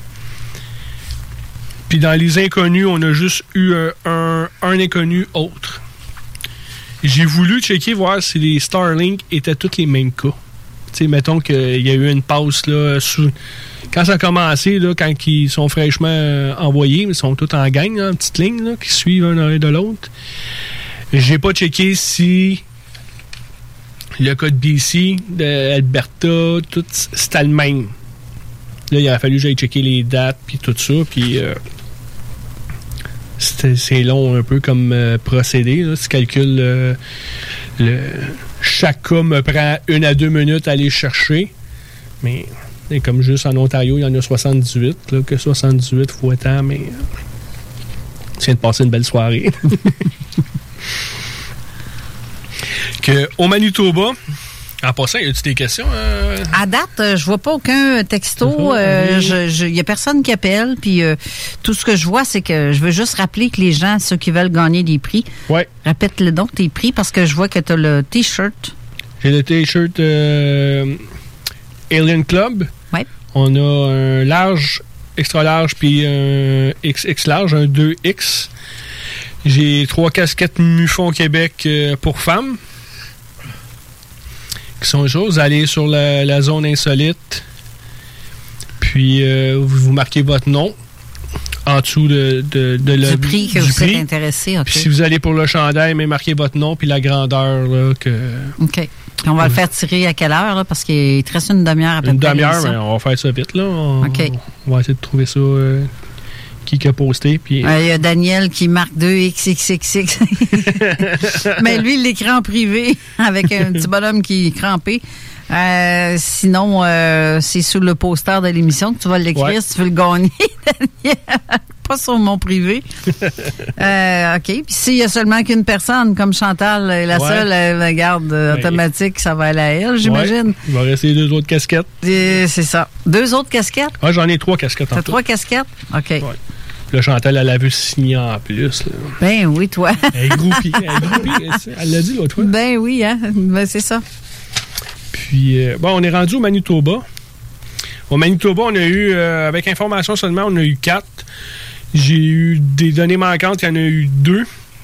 [SPEAKER 9] Puis dans les inconnus, on a juste eu un, un, un inconnu autre. J'ai voulu checker, voir si les Starlink étaient tous les mêmes cas. Tu sais, mettons qu'il y a eu une pause, là, sous... quand ça a commencé, là, quand ils sont fraîchement euh, envoyés, ils sont tous en gang, là, en petite ligne, là, qui suivent un l'arrêt de l'autre. J'ai pas checké si le cas de B C, d'Alberta, tout, c'était le même. Là, il a fallu que j'aille checker les dates, puis tout ça, puis... Euh, C'est, c'est long un peu comme euh, procédé. Là. Tu calcules euh, le, chaque cas me prend une à deux minutes à aller chercher. Mais et comme juste en Ontario, il y en a soixante-dix-huit. Là, que soixante-dix-huit fois tant, mais euh, tu viens de passer une belle soirée. que, au Manitoba, en passant, y a-tu des questions? Euh...
[SPEAKER 10] À date, euh, je vois pas aucun texto. Il euh, oui. y a personne qui appelle. Puis euh, tout ce que je vois, c'est que je veux juste rappeler que les gens, ceux qui veulent gagner des prix,
[SPEAKER 9] ouais.
[SPEAKER 10] répète-le donc tes prix parce que je vois que tu as le T-shirt.
[SPEAKER 9] J'ai le T-shirt euh, Alien Club.
[SPEAKER 10] Ouais.
[SPEAKER 9] On a un large, extra large, puis un X X large, un deux X. J'ai trois casquettes Mufon Québec euh, pour femmes. Qui sont les choses, allez sur la, la zone insolite, puis euh, vous, vous marquez votre nom en dessous de, de, de
[SPEAKER 10] du
[SPEAKER 9] la,
[SPEAKER 10] prix que
[SPEAKER 9] du
[SPEAKER 10] vous
[SPEAKER 9] prix.
[SPEAKER 10] êtes intéressé. Okay.
[SPEAKER 9] Puis si vous allez pour le chandail, mais marquez votre nom puis la grandeur. Là, que...
[SPEAKER 10] OK. On va euh, le faire tirer à quelle heure? Là, parce qu'il te reste une demi-heure à peu
[SPEAKER 9] une
[SPEAKER 10] près.
[SPEAKER 9] Une demi-heure, mais on va faire ça vite. Là. On,
[SPEAKER 10] OK.
[SPEAKER 9] On va essayer de trouver ça... Euh, qui a posté. Il
[SPEAKER 10] euh, y a Daniel qui marque deux X X X X. Mais lui, il l'écrit en privé avec un petit bonhomme qui est crampé. Euh, sinon, euh, c'est sur le poster de l'émission que tu vas l'écrire ouais. si tu veux le gagner, Daniel. Pas sur mon privé. euh, OK. Puis s'il y a seulement qu'une personne, comme Chantal est la ouais. seule, elle garde euh, automatique, ça va aller à elle, j'imagine.
[SPEAKER 9] Ouais. Il va rester deux autres casquettes.
[SPEAKER 10] Et c'est ça. Deux autres casquettes?
[SPEAKER 9] Ah, j'en ai trois casquettes en
[SPEAKER 10] T'as
[SPEAKER 9] tout.
[SPEAKER 10] trois casquettes? OK. Ouais.
[SPEAKER 9] Là, Chantal, elle a vu signer en plus. Là.
[SPEAKER 10] Ben oui, toi.
[SPEAKER 9] Elle est groupie. Elle est groupie. Elle l'a dit l'autre fois.
[SPEAKER 10] Ben oui, hein. Ben c'est ça.
[SPEAKER 9] Puis, euh, bon, on est rendu au Manitoba. Au Manitoba, on a eu, euh, avec information seulement, on a eu quatre. J'ai eu des données manquantes, il y en a eu deux.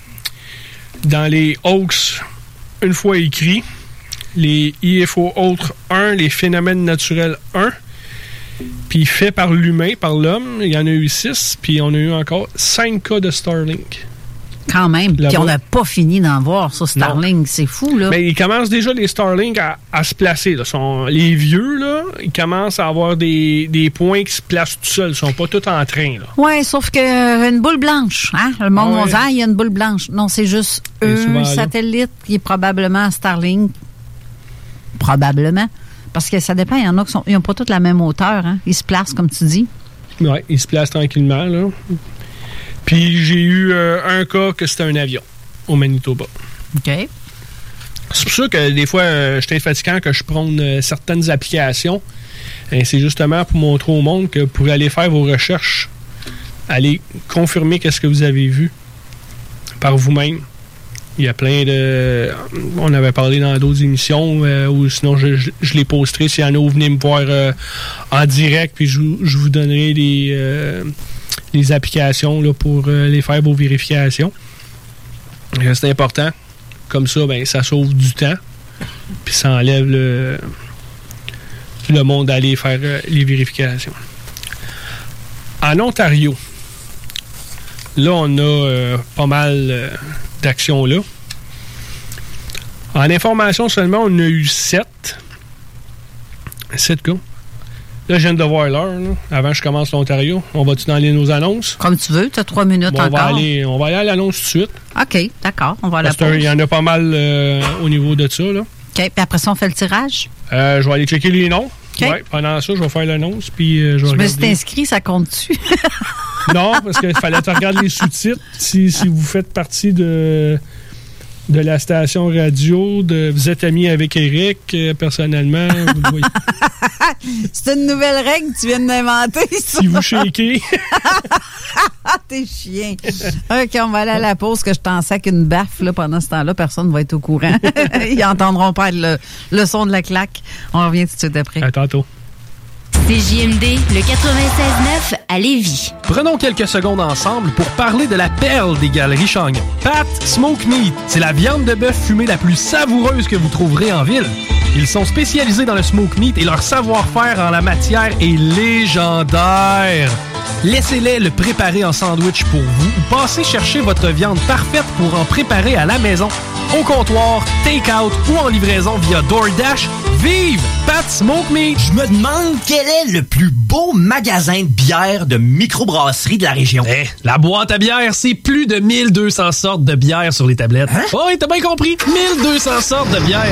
[SPEAKER 9] Dans les Hawks, une fois écrit. Les I F O autres, un. Les phénomènes naturels, un. Puis fait par l'humain, par l'homme, il y en a eu six. Puis on a eu encore cinq cas de Starlink.
[SPEAKER 10] Quand même. Puis on n'a pas fini d'en voir, ça, Starlink. Non. C'est fou, là.
[SPEAKER 9] Mais ils commencent déjà, les Starlink, à, à se placer. Là. Sont, les vieux, là, ils commencent à avoir des, des points qui se placent tout seuls. Ils sont pas tous en train, là.
[SPEAKER 10] Oui, sauf que une boule blanche, hein? Le monde
[SPEAKER 9] ah, ouais.
[SPEAKER 10] va dire, il y a une boule blanche. Non, c'est juste un satellite qui est probablement Starlink. Probablement. Parce que ça dépend, il y en a qui n'ont pas toutes la même hauteur. Hein? Ils se placent, comme tu dis.
[SPEAKER 9] Oui, ils se placent tranquillement. Là. Puis j'ai eu euh, un cas que c'était un avion au Manitoba.
[SPEAKER 10] OK.
[SPEAKER 9] C'est pour ça que des fois, euh, je suis fatigant que je prône euh, certaines applications. Et c'est justement pour montrer au monde que vous pouvez aller faire vos recherches, aller confirmer qu'est-ce que vous avez vu par vous-même. Il y a plein de... On avait parlé dans d'autres émissions, euh, ou sinon je, je, je les posterai. S'il y en a, vous venez me voir euh, en direct, puis je, je vous donnerai les, euh, les applications là, pour euh, les faire vos vérifications. Et c'est important. Comme ça, ben, ça sauve du temps, puis ça enlève le, le monde d'aller faire euh, les vérifications. En Ontario, là, on a euh, pas mal euh, d'actions là. En information seulement, on a eu sept. sept cas. Là, je viens de voir l'heure, là, avant que je commence l'Ontario. On va-tu dans les, nos annonces?
[SPEAKER 10] Comme tu veux, tu as trois minutes
[SPEAKER 9] bon, on
[SPEAKER 10] encore.
[SPEAKER 9] Va aller, on va aller à l'annonce tout de suite.
[SPEAKER 10] OK, d'accord. On va à la pause.
[SPEAKER 9] Il y en a pas mal euh, au niveau de ça. Là.
[SPEAKER 10] OK, puis après ça, on fait le tirage?
[SPEAKER 9] Euh, je vais aller checker les noms.
[SPEAKER 10] Okay.
[SPEAKER 9] Ouais, pendant ça, je vais faire l'annonce. Puis, euh, je vais
[SPEAKER 10] je
[SPEAKER 9] regarder.
[SPEAKER 10] me suis inscrit, ça compte-tu?
[SPEAKER 9] Non, parce qu'il fallait te regarder les sous-titres. Si, si vous faites partie de, de la station radio, de, vous êtes ami avec Eric, euh, personnellement, vous le voyez.
[SPEAKER 10] C'est une nouvelle règle que tu viens d'inventer, ça.
[SPEAKER 9] Si vous shakez.
[SPEAKER 10] T'es chien. OK, on va aller à la pause, que je t'en sac une baffe. Là, pendant ce temps-là, personne ne va être au courant. Ils n'entendront pas le, le son de la claque. On revient tout de suite après.
[SPEAKER 9] À tantôt.
[SPEAKER 12] C J M D, le quatre-vingt-seize neuf à Lévis.
[SPEAKER 13] Prenons quelques secondes ensemble pour parler de la perle des Galeries Chagnon. Pat Smoke Meat, c'est la viande de bœuf fumée la plus savoureuse que vous trouverez en ville. Ils sont spécialisés dans le smoke meat et leur savoir-faire en la matière est légendaire. Laissez-les le préparer en sandwich pour vous ou passez chercher votre viande parfaite pour en préparer à la maison, au comptoir, take-out ou en livraison via DoorDash. Vive Pat Smoke Meat!
[SPEAKER 20] Je me demande quel est le plus beau magasin de bière de microbrasserie de la région.
[SPEAKER 13] Eh, la boîte à bière, c'est plus de mille deux cents sortes de bière sur les tablettes. Hein? Oh, t'as bien compris, mille deux cents sortes de bière.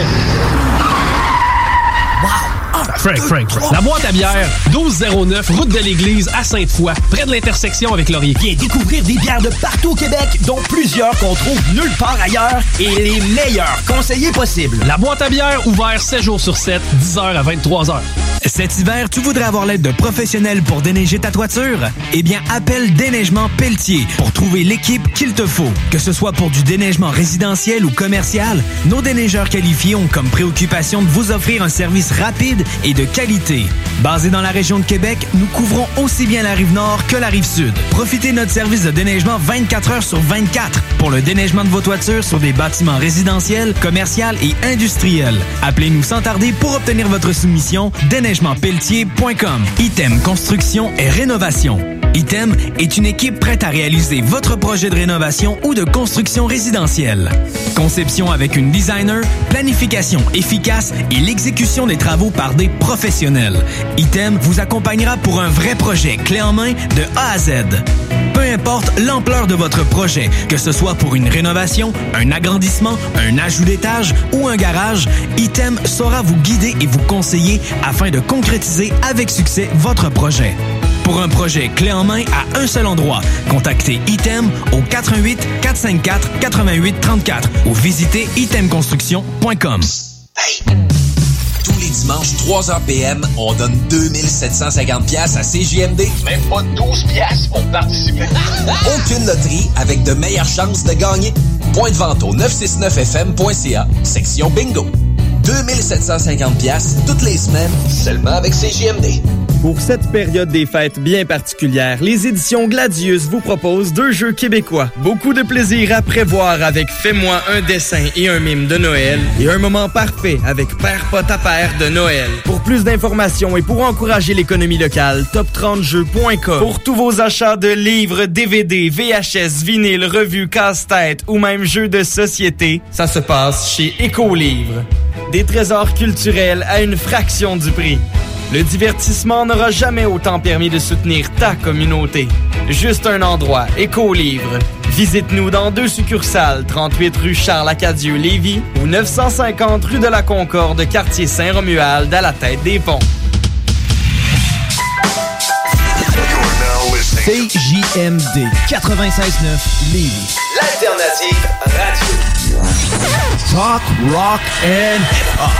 [SPEAKER 20] Wow!
[SPEAKER 13] Frank, Frank, Frank. La boîte à bière, douze zéro neuf, route de l'église à Sainte-Foy, près de l'intersection avec Laurier.
[SPEAKER 20] Viens découvrir des bières de partout au Québec, dont plusieurs qu'on trouve nulle part ailleurs et les meilleurs conseillers possibles.
[SPEAKER 13] La boîte à bière, ouvert sept jours sur sept, dix heures à vingt-trois heures.
[SPEAKER 4] Cet hiver, tu voudrais avoir l'aide de professionnels pour déneiger ta toiture? Eh bien, appelle Déneigement Pelletier pour trouver l'équipe qu'il te faut. Que ce soit pour du déneigement résidentiel ou commercial, nos déneigeurs qualifiés ont comme préoccupation de vous offrir un service rapide et de qualité. Basé dans la région de Québec, nous couvrons aussi bien la Rive-Nord que la Rive-Sud. Profitez de notre service de déneigement vingt-quatre heures sur vingt-quatre pour le déneigement de vos toitures sur des bâtiments résidentiels, commerciaux et industriels. Appelez-nous sans tarder pour obtenir votre soumission. déneigement pelletier point com. Item Construction et Rénovation. Item est une équipe prête à réaliser votre projet de rénovation ou de construction résidentielle. Conception avec une designer, planification efficace et l'exécution des travaux par des professionnels. Item vous accompagnera pour un vrai projet clé en main de A à Z. Peu importe l'ampleur de votre projet, que ce soit pour une rénovation, un agrandissement, un ajout d'étage ou un garage, Item saura vous guider et vous conseiller afin de concrétiser avec succès votre projet. Pour un projet clé en main à un seul endroit, contactez Item au quatre un huit, quatre cinq quatre, huit huit trois quatre ou visitez item construction point com.
[SPEAKER 16] Hey! Tous les dimanches, trois heures p m, on donne deux mille sept cent cinquante dollars à C J M D.
[SPEAKER 6] Même pas douze piastres pour participer.
[SPEAKER 16] Aucune loterie avec de meilleures chances de gagner. Point de vente au neuf cent soixante-neuf F M point C A, section bingo. deux mille sept cent cinquante dollars toutes les semaines, seulement avec C J M D.
[SPEAKER 17] Pour cette période des fêtes bien particulière, les éditions Gladius vous proposent deux jeux québécois. Beaucoup de plaisir à prévoir avec Fais-moi un dessin et un mime de Noël et un moment parfait avec Père Pot à Père de Noël. Pour plus d'informations et pour encourager l'économie locale, top trente jeux point com. Pour tous vos achats de livres, D V D, V H S, vinyles, revues, casse-tête ou même jeux de société, ça se passe chez Écolivre. Des trésors culturels à une fraction du prix. Le divertissement n'aura jamais autant permis de soutenir ta communauté. Juste un endroit, Écolivre. Visite-nous dans deux succursales, trente-huit rue Charles-Acadieux-Lévis ou neuf cent cinquante rue de la Concorde, quartier Saint-Romuald, à la tête des ponts.
[SPEAKER 21] C J M D quatre-vingt-seize neuf Lévis.
[SPEAKER 16] L'alternative radio.
[SPEAKER 21] Talk, rock and hip-hop.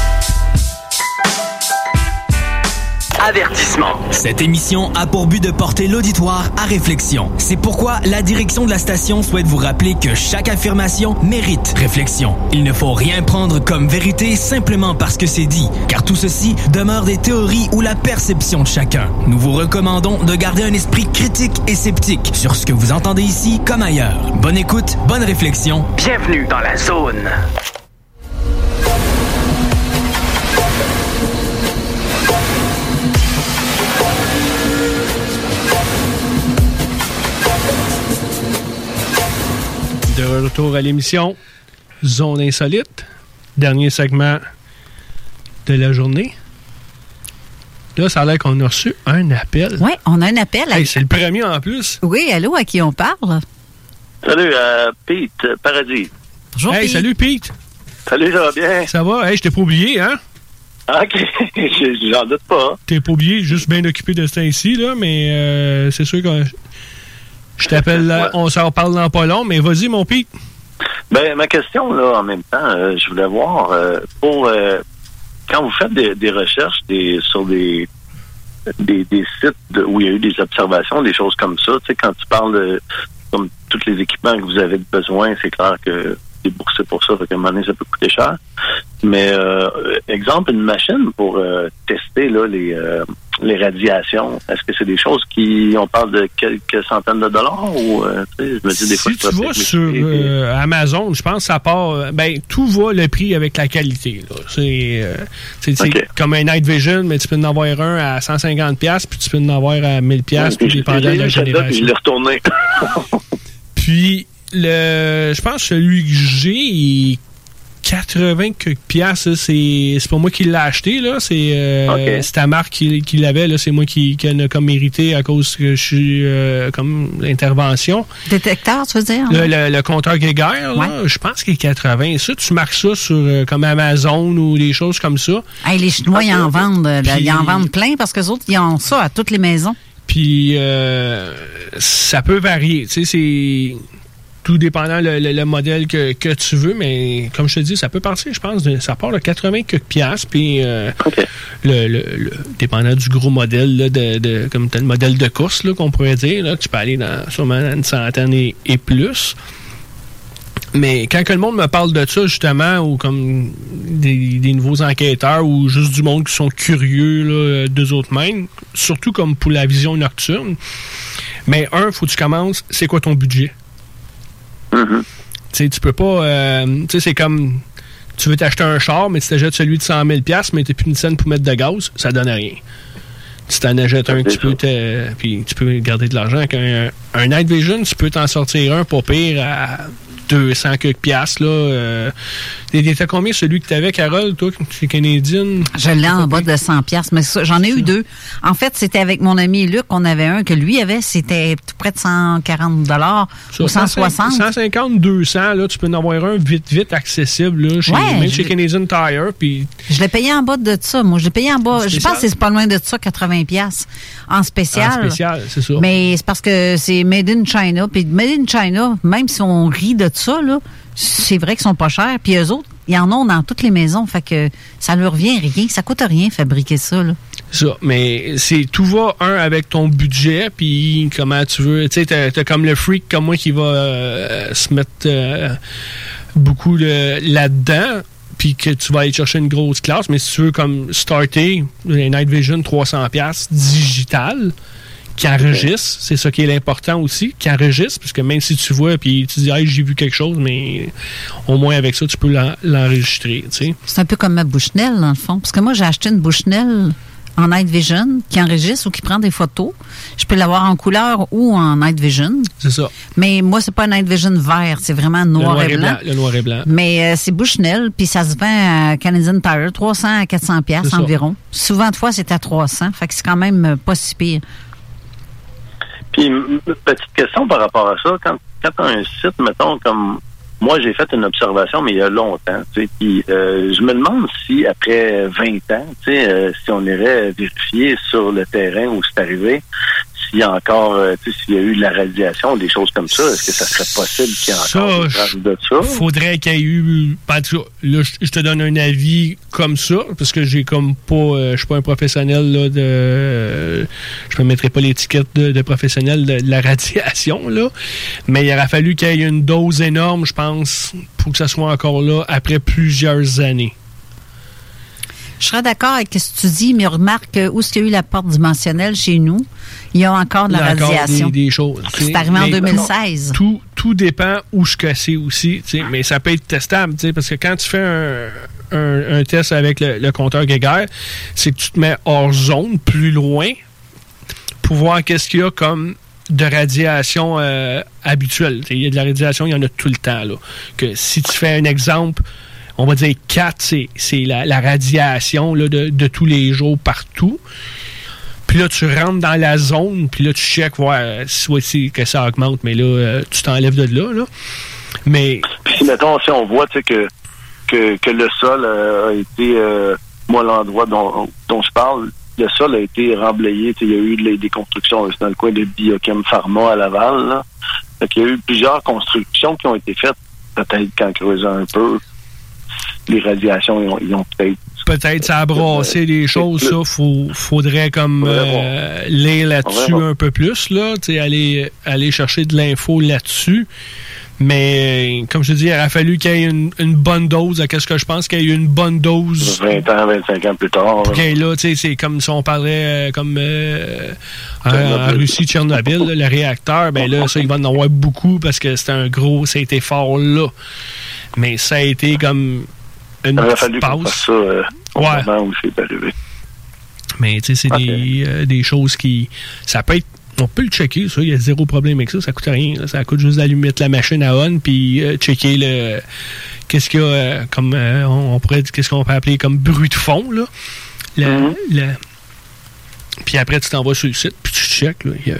[SPEAKER 4] Avertissement. Cette émission a pour but de porter l'auditoire à réflexion. C'est pourquoi la direction de la station souhaite vous rappeler que chaque affirmation mérite réflexion. Il ne faut rien prendre comme vérité simplement parce que c'est dit, car tout ceci demeure des théories ou la perception de chacun. Nous vous recommandons de garder un esprit critique et sceptique sur ce que vous entendez ici comme ailleurs. Bonne écoute, bonne réflexion.
[SPEAKER 6] Bienvenue dans la zone.
[SPEAKER 9] retour à l'émission Zone Insolite. Dernier segment de la journée. Là, ça a l'air qu'on a reçu un appel.
[SPEAKER 10] Oui, on a un appel.
[SPEAKER 9] Hey, c'est le premier en plus.
[SPEAKER 10] Oui, allô, à qui on parle?
[SPEAKER 1] Salut, euh, Pete Paradis.
[SPEAKER 10] Bonjour,
[SPEAKER 9] Hey,
[SPEAKER 10] Pete.
[SPEAKER 9] salut, Pete.
[SPEAKER 1] Salut, ça va bien?
[SPEAKER 9] Ça va? Hey, je t'ai pas oublié, hein?
[SPEAKER 1] OK, j'en doute pas.
[SPEAKER 9] T'es pas oublié, juste bien occupé de ce temps-ci, là, mais euh, c'est sûr que je t'appelle, là,
[SPEAKER 1] Ouais.
[SPEAKER 9] on s'en reparle dans pas long, mais vas-y, mon Pete.
[SPEAKER 1] Ben, ma question, là, en même temps, euh, je voulais voir, euh, pour, euh, quand vous faites des, des recherches des, sur des, des, des sites de, où il y a eu des observations, des choses comme ça, tu sais, quand tu parles de, comme tous les équipements que vous avez besoin, c'est clair que déboursé pour ça, fait qu'à un moment donné, ça peut coûter cher. Mais, euh, exemple, une machine pour euh, tester là, les, euh, les radiations, est-ce que c'est des choses qui, on parle de quelques centaines de dollars ou, euh, tu sais, je me dis des fois...
[SPEAKER 9] Si tu vas sur euh, Amazon, je pense que ça part... euh, ben, tout va le prix avec la qualité. Là. C'est, euh, c'est, c'est
[SPEAKER 1] Okay.
[SPEAKER 9] comme un Night Vision, mais tu peux en avoir un à cent cinquante dollars, puis tu peux en avoir à mille dollars,
[SPEAKER 1] Ouais,
[SPEAKER 9] puis
[SPEAKER 1] puis
[SPEAKER 9] dépendant
[SPEAKER 1] j'ai
[SPEAKER 9] de la
[SPEAKER 1] lu celle-là,
[SPEAKER 9] génération.
[SPEAKER 1] puis je l'ai retourné.
[SPEAKER 9] Puis, le, je pense que celui que j'ai, il est quatre-vingts quelques piastres. C'est, c'est pas moi qui l'ai acheté, là. C'est, euh,
[SPEAKER 1] Okay.
[SPEAKER 9] c'est ta marque qui, qui l'avait, là. C'est moi qui, qui en a comme hérité à cause que je suis euh, comme l'intervention.
[SPEAKER 10] Détecteur, tu veux dire?
[SPEAKER 9] Le, le, le compteur Geiger, là, je pense qu'il est quatre-vingts. Ça, tu marques ça sur euh, comme Amazon ou des choses comme ça.
[SPEAKER 10] Hey, les Chinois, ils en vendent. là,
[SPEAKER 9] Puis-
[SPEAKER 10] ils en vendent plein parce que les autres, ils ont ça à toutes les maisons.
[SPEAKER 9] Puis euh, ça peut varier. Tu sais, c'est tout dépendant le, le, le modèle que, que tu veux, mais comme je te dis, ça peut partir, je pense, de, ça part de quatre-vingts quelques piastres, puis euh, le, le, le, dépendant du gros modèle, là, de, de, comme t'as le modèle de course, là, qu'on pourrait dire, là, tu peux aller dans sûrement une centaine et, et plus. Mais quand que le monde me parle de ça, justement, ou comme des, des nouveaux enquêteurs, ou juste du monde qui sont curieux là, d'eux autres mêmes, surtout comme pour la vision nocturne, mais un, faut que tu commences, c'est quoi ton budget?
[SPEAKER 1] Mm-hmm.
[SPEAKER 9] Tu sais, tu peux pas... Euh, tu sais, c'est comme... Tu veux t'acheter un char, mais tu t'achètes celui de cent mille dollars, mais t'as plus une scène pour mettre de gaz, ça donne rien. Tu t'en achètes un, tu peux, te, puis tu peux garder de l'argent. Avec un, un Night Vision, tu peux t'en sortir un pour pire à deux cents quelques piastres. Là. Euh, il était combien celui que tu avais, Carole, toi, chez Canadian?
[SPEAKER 10] Je l'ai en bas de cent piastres, mais ça, j'en ai eu deux. En fait, c'était avec mon ami Luc, on avait un que lui avait, c'était tout près de cent quarante dollars ou cent soixante.
[SPEAKER 9] cent cinquante, deux cents, là, tu peux en avoir un vite, vite accessible, là, chez,
[SPEAKER 10] Ouais,
[SPEAKER 9] même
[SPEAKER 10] je-
[SPEAKER 9] chez Canadian Tire. Puis
[SPEAKER 10] Je l'ai payé en bas de ça. Moi, je l'ai payé en bas. Je
[SPEAKER 9] Spécial?
[SPEAKER 10] pense que c'est pas loin de ça, quatre-vingts piastres en spécial.
[SPEAKER 9] En spécial, c'est ça.
[SPEAKER 10] Mais c'est parce que c'est Made in China. Puis Made in China, même si on rit de ça, là, c'est vrai qu'ils sont pas chers. Puis eux autres, ils en ont dans toutes les maisons. Fait que ça leur vient rien. Ça coûte rien fabriquer ça, là.
[SPEAKER 9] ça, mais c'est tout va, un, avec ton budget, puis comment tu veux. Tu sais, t'as, t'as comme le freak comme moi qui va euh, se mettre euh, beaucoup le- là-dedans, puis que tu vas aller chercher une grosse classe, mais si tu veux comme starter, les Night Vision trois cents dollars digital, qui enregistre, c'est ça qui est l'important aussi, qui enregistre, parce que même si tu vois, puis tu dis, hey, j'ai vu quelque chose, mais au moins avec ça, tu peux l'en- l'enregistrer, tu sais.
[SPEAKER 10] C'est un peu comme ma Bushnell, dans le fond. Parce que moi, j'ai acheté une Bushnell en Night Vision qui enregistre ou qui prend des photos. Je peux l'avoir en couleur ou en Night Vision.
[SPEAKER 9] C'est ça.
[SPEAKER 10] Mais moi, c'est pas un Night Vision vert, c'est vraiment noir,
[SPEAKER 9] le noir
[SPEAKER 10] et blanc.
[SPEAKER 9] Le noir et blanc.
[SPEAKER 10] Mais euh, c'est Bushnell, puis ça se vend à Canadian Tire, trois cents à quatre cents piastres
[SPEAKER 9] C'est ça.
[SPEAKER 10] environ. Souvent de fois, c'est à trois cents, fait que c'est quand même euh, pas si pire.
[SPEAKER 1] Puis, m- petite question par rapport à ça. Quand, quand tu as un site, mettons, comme moi, j'ai fait une observation, mais il y a longtemps, tu sais, puis euh, je me demande si, après vingt ans, tu sais, euh, si on irait vérifier sur le terrain où c'est arrivé, s'il y a encore, euh, tu sais, s'il y a eu de la radiation, des choses comme ça, est-ce que ça serait possible qu'il y ait encore
[SPEAKER 9] Ça,
[SPEAKER 1] des traces de ça?
[SPEAKER 9] faudrait qu'il y ait eu... En tout cas, là, je je te donne un avis comme ça, parce que j'ai comme pas... euh, je suis pas un professionnel, là, de... euh, je me mettrai pas l'étiquette de, de professionnel de, de la radiation, là. Mais il aurait fallu qu'il y ait une dose énorme, je pense, pour que ça soit encore là après plusieurs années.
[SPEAKER 10] Je serais d'accord avec ce que tu dis, mais remarque euh, où est-ce qu'il y a eu la porte dimensionnelle chez nous, il y a encore de la
[SPEAKER 9] Il y a encore
[SPEAKER 10] radiation.
[SPEAKER 9] des, des choses. tu sais.
[SPEAKER 10] C'est arrivé en
[SPEAKER 9] Mais
[SPEAKER 10] deux mille seize.
[SPEAKER 9] Tout, tout dépend où je cassais aussi, tu sais, mais ça peut être testable, tu sais, parce que quand tu fais un, un, un test avec le, le compteur Geiger, c'est que tu te mets hors zone, plus loin, pour voir qu'est-ce qu'il y a comme de radiation euh, habituelle. Il y a de la radiation, il y en a tout le temps. Là. Que si tu fais un exemple, on va dire quatre, c'est, c'est la, la radiation là, de, de tous les jours partout. Puis là, tu rentres dans la zone, puis là, tu checkes, voir soit si que ça augmente, mais là, euh, tu t'enlèves de là. là. Mais.
[SPEAKER 1] Puis si, mettons, si on voit que, que, que le sol euh, a été, euh, moi, l'endroit dont, dont je parle, le sol a été remblayé. Il y a eu des, des constructions dans le coin de Biochem Pharma à Laval. Là. Fait qu'il y a eu plusieurs constructions qui ont été faites, peut-être qu'en creusant un peu, les radiations, ils ont, ils ont peut-être...
[SPEAKER 9] Peut-être ça a brassé euh, les choses, ça. Faut, faudrait comme euh, lire là-dessus un peu plus, là. Aller, aller chercher de l'info là-dessus. Mais, comme je te dis, il aurait fallu qu'il y ait une, une bonne dose. Qu'est-ce que je pense qu'il y ait eu une bonne dose?
[SPEAKER 1] vingt ans, vingt-cinq ans plus tard.
[SPEAKER 9] OK, là, tu sais, c'est comme si on parlait euh, comme euh, en, en Russie, Tchernobyl, là, le réacteur. Ben là, ça, il va en avoir beaucoup parce que c'était un gros, ça a été fort là. Mais ça a été comme une
[SPEAKER 1] il aurait
[SPEAKER 9] petite
[SPEAKER 1] fallu
[SPEAKER 9] passe.
[SPEAKER 1] qu'on fasse ça euh, au
[SPEAKER 9] ouais.
[SPEAKER 1] moment où c'est arrivé.
[SPEAKER 9] Mais, tu sais, c'est okay. des, euh, des choses qui... Ça peut être... On peut le checker, ça. Il y a zéro problème avec ça. Ça coûte rien. Là. Ça coûte juste d'allumer la machine à on puis euh, checker le... Qu'est-ce qu'il y a euh, comme... Euh, on, on pourrait dire... Qu'est-ce qu'on peut appeler comme bruit de fond, là. Le, mm-hmm. le... Puis après, tu t'en vas sur le site, puis tu checkes, là. Il y a...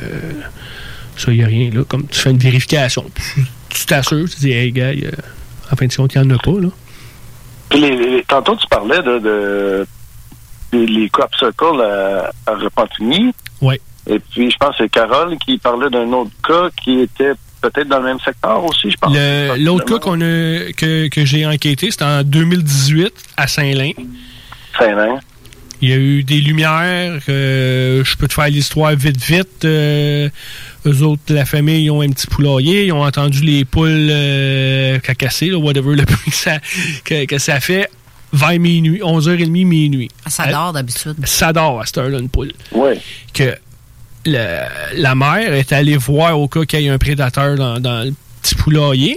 [SPEAKER 9] Ça, il n'y a rien, là. Comme tu fais une vérification. Tu, tu t'assures, tu dis, hey, gars, a... en fin de compte, il n'y en a pas, là.
[SPEAKER 1] Puis les, les, tantôt, tu parlais de, de, de les Crop Circle à, à Repentigny.
[SPEAKER 9] Oui.
[SPEAKER 1] Et puis, je pense que c'est Carole qui parlait d'un autre cas qui était peut-être dans le même secteur aussi, je pense.
[SPEAKER 9] Le, l'autre cas qu'on a, que, que j'ai enquêté, c'était en deux mille dix-huit à Saint-Lin.
[SPEAKER 1] Saint-Lin.
[SPEAKER 9] Il y a eu des lumières. Euh, je peux te faire l'histoire vite, vite. Euh, eux autres, la famille, ils ont un petit poulailler. Ils ont entendu les poules euh, cacasser, là, whatever le bruit que ça, que, que ça fait, vers minuit, onze heures trente, minuit.
[SPEAKER 10] Ça dort d'habitude.
[SPEAKER 9] Ça dort à cette heure-là, une poule.
[SPEAKER 1] Oui.
[SPEAKER 9] Que le, la mère est allée voir au cas qu'il y ait un prédateur dans, dans le petit poulailler.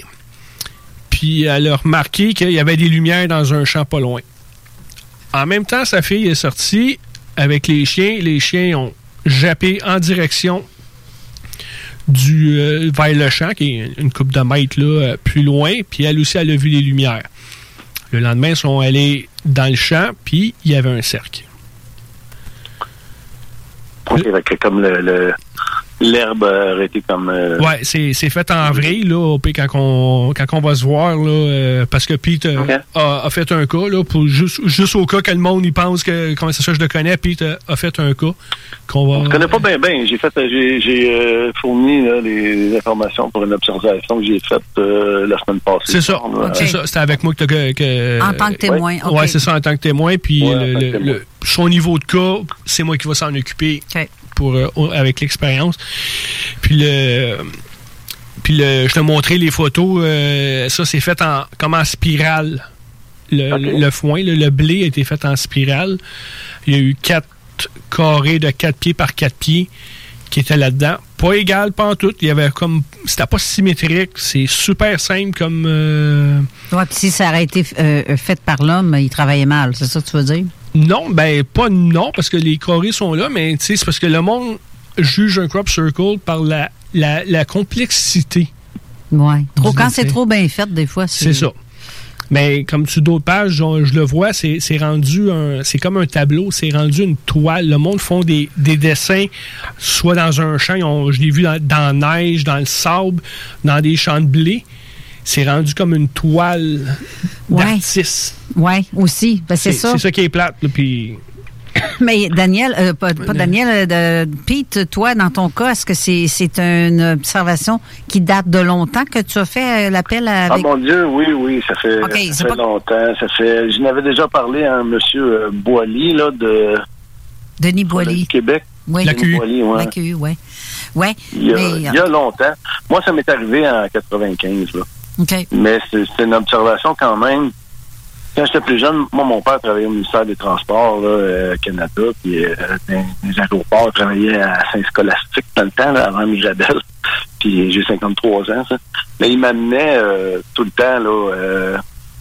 [SPEAKER 9] Puis elle a remarqué qu'il y avait des lumières dans un champ pas loin. En même temps, sa fille est sortie avec les chiens. Les chiens ont jappé en direction du euh, vers le champ, qui est une couple de mètres là, plus loin. Puis elle aussi, elle a vu les lumières. Le lendemain, ils sont allés dans le champ, puis il y avait un cercle.
[SPEAKER 1] OK, avec comme le, le, l'herbe aurait été comme... Euh...
[SPEAKER 9] Ouais, c'est, c'est fait en vrai, là, au pire, quand on, quand on va se voir, là, euh, parce que Pete euh, okay. a, a fait un cas, là, pour juste, juste au cas que le monde, il pense que, comment ça se fait, je le connais, Pete a, a fait un cas qu'on va...
[SPEAKER 1] Je connais pas bien, bien. J'ai fait, j'ai, j'ai euh, fourni là, les, les informations pour une observation que j'ai faite euh, la semaine passée.
[SPEAKER 9] C'est ça, là, okay. c'est ça. C'était avec moi que t'as... Que,
[SPEAKER 10] en tant que témoin,
[SPEAKER 9] ouais,
[SPEAKER 10] OK.
[SPEAKER 9] Ouais, c'est ça, en tant que témoin, puis
[SPEAKER 1] ouais,
[SPEAKER 9] le, le, le, son niveau de cas, c'est moi qui va s'en occuper.
[SPEAKER 10] OK.
[SPEAKER 9] Pour, euh, avec l'expérience. Puis le puis le je te montrais les photos, euh, ça c'est fait en comme en spirale. Le, okay. le, le foin, le, le blé a été fait en spirale. Il y a eu quatre carrés de quatre pieds par quatre pieds qui étaient là-dedans. Pas égal, pas en tout. Il y avait comme c'était pas symétrique, c'est super simple comme euh...
[SPEAKER 10] Ouais, puis si ça aurait été euh, fait par l'homme, il travaillait mal, c'est ça que tu veux dire?
[SPEAKER 9] Non, ben pas non, parce que les carrés sont là, mais c'est parce que le monde juge un crop circle par la, la, la complexité.
[SPEAKER 10] Oui. Trop, quand c'est trop bien fait, des fois, c'est...
[SPEAKER 9] C'est ça. Mais comme sur d'autres pages, je, je le vois, c'est, c'est rendu un. C'est comme un tableau, c'est rendu une toile. Le monde font des, des dessins, soit dans un champ, ont, je l'ai vu dans, dans la neige, dans le sable, dans des champs de blé. C'est rendu comme une toile
[SPEAKER 10] ouais.
[SPEAKER 9] d'artiste.
[SPEAKER 10] Oui, aussi. Ben, c'est, c'est ça.
[SPEAKER 9] C'est ça qui est plate. Là, puis...
[SPEAKER 10] Mais Daniel, euh, pas, pas Daniel, euh, Pete, toi, dans ton cas, est-ce que c'est, c'est une observation qui date de longtemps que tu as fait euh, l'appel avec...
[SPEAKER 1] Ah mon Dieu, oui, oui, ça fait, okay, ça fait pas... longtemps. Ça fait, je n'avais déjà parlé à un monsieur euh, Boily, là, de...
[SPEAKER 10] Denis Boily.
[SPEAKER 1] Du Québec.
[SPEAKER 10] Oui,
[SPEAKER 9] la Q U.
[SPEAKER 1] Boily, ouais.
[SPEAKER 10] La Q U, oui. Ouais,
[SPEAKER 1] il, y a,
[SPEAKER 10] mais,
[SPEAKER 1] il y a longtemps. Moi, ça m'est arrivé en quatre-vingt-quinze, là.
[SPEAKER 10] OK.
[SPEAKER 1] Mais c'est, c'est une observation quand même. Quand j'étais plus jeune, moi, mon père travaillait au ministère des Transports, là, euh, Canada, puis euh, dans les aéroports, il travaillait à Saint-Scolastique dans le temps, là, avant Mirabel. Puis j'ai cinquante-trois ans, ça. Mais il m'amenait euh, tout le temps, là, euh,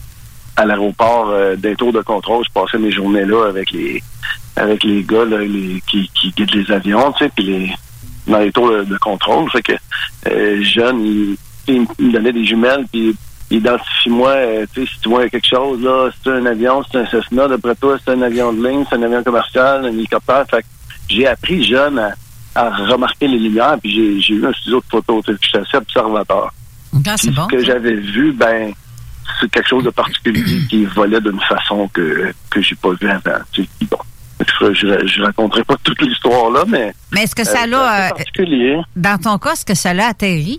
[SPEAKER 1] à l'aéroport euh, des tours de contrôle. Je passais mes journées là avec les avec les gars là, les, qui, qui guident les avions, tu sais, puis les dans les tours de, de contrôle. Fait que euh, jeune, il, il me donnait des jumelles, puis il identifie moi, euh, tu sais, si tu vois quelque chose, là, c'est un avion, c'est un Cessna, d'après toi, c'est un avion de ligne, c'est un avion commercial, un hélicoptère. Fait que j'ai appris jeune à, à remarquer les lumières, puis j'ai, j'ai eu un studio de photo, tu sais, je suis assez observateur.
[SPEAKER 10] Ah, c'est bon.
[SPEAKER 1] Ce que j'avais vu, ben, c'est quelque chose de particulier qui volait d'une façon que, que j'ai pas vu avant. Tu sais, bon. Je, je, je raconterai pas toute l'histoire là, mais.
[SPEAKER 10] Mais est-ce que ça
[SPEAKER 1] euh,
[SPEAKER 10] l'a.
[SPEAKER 1] particulier.
[SPEAKER 10] Dans ton cas, est-ce que ça l'a atterri?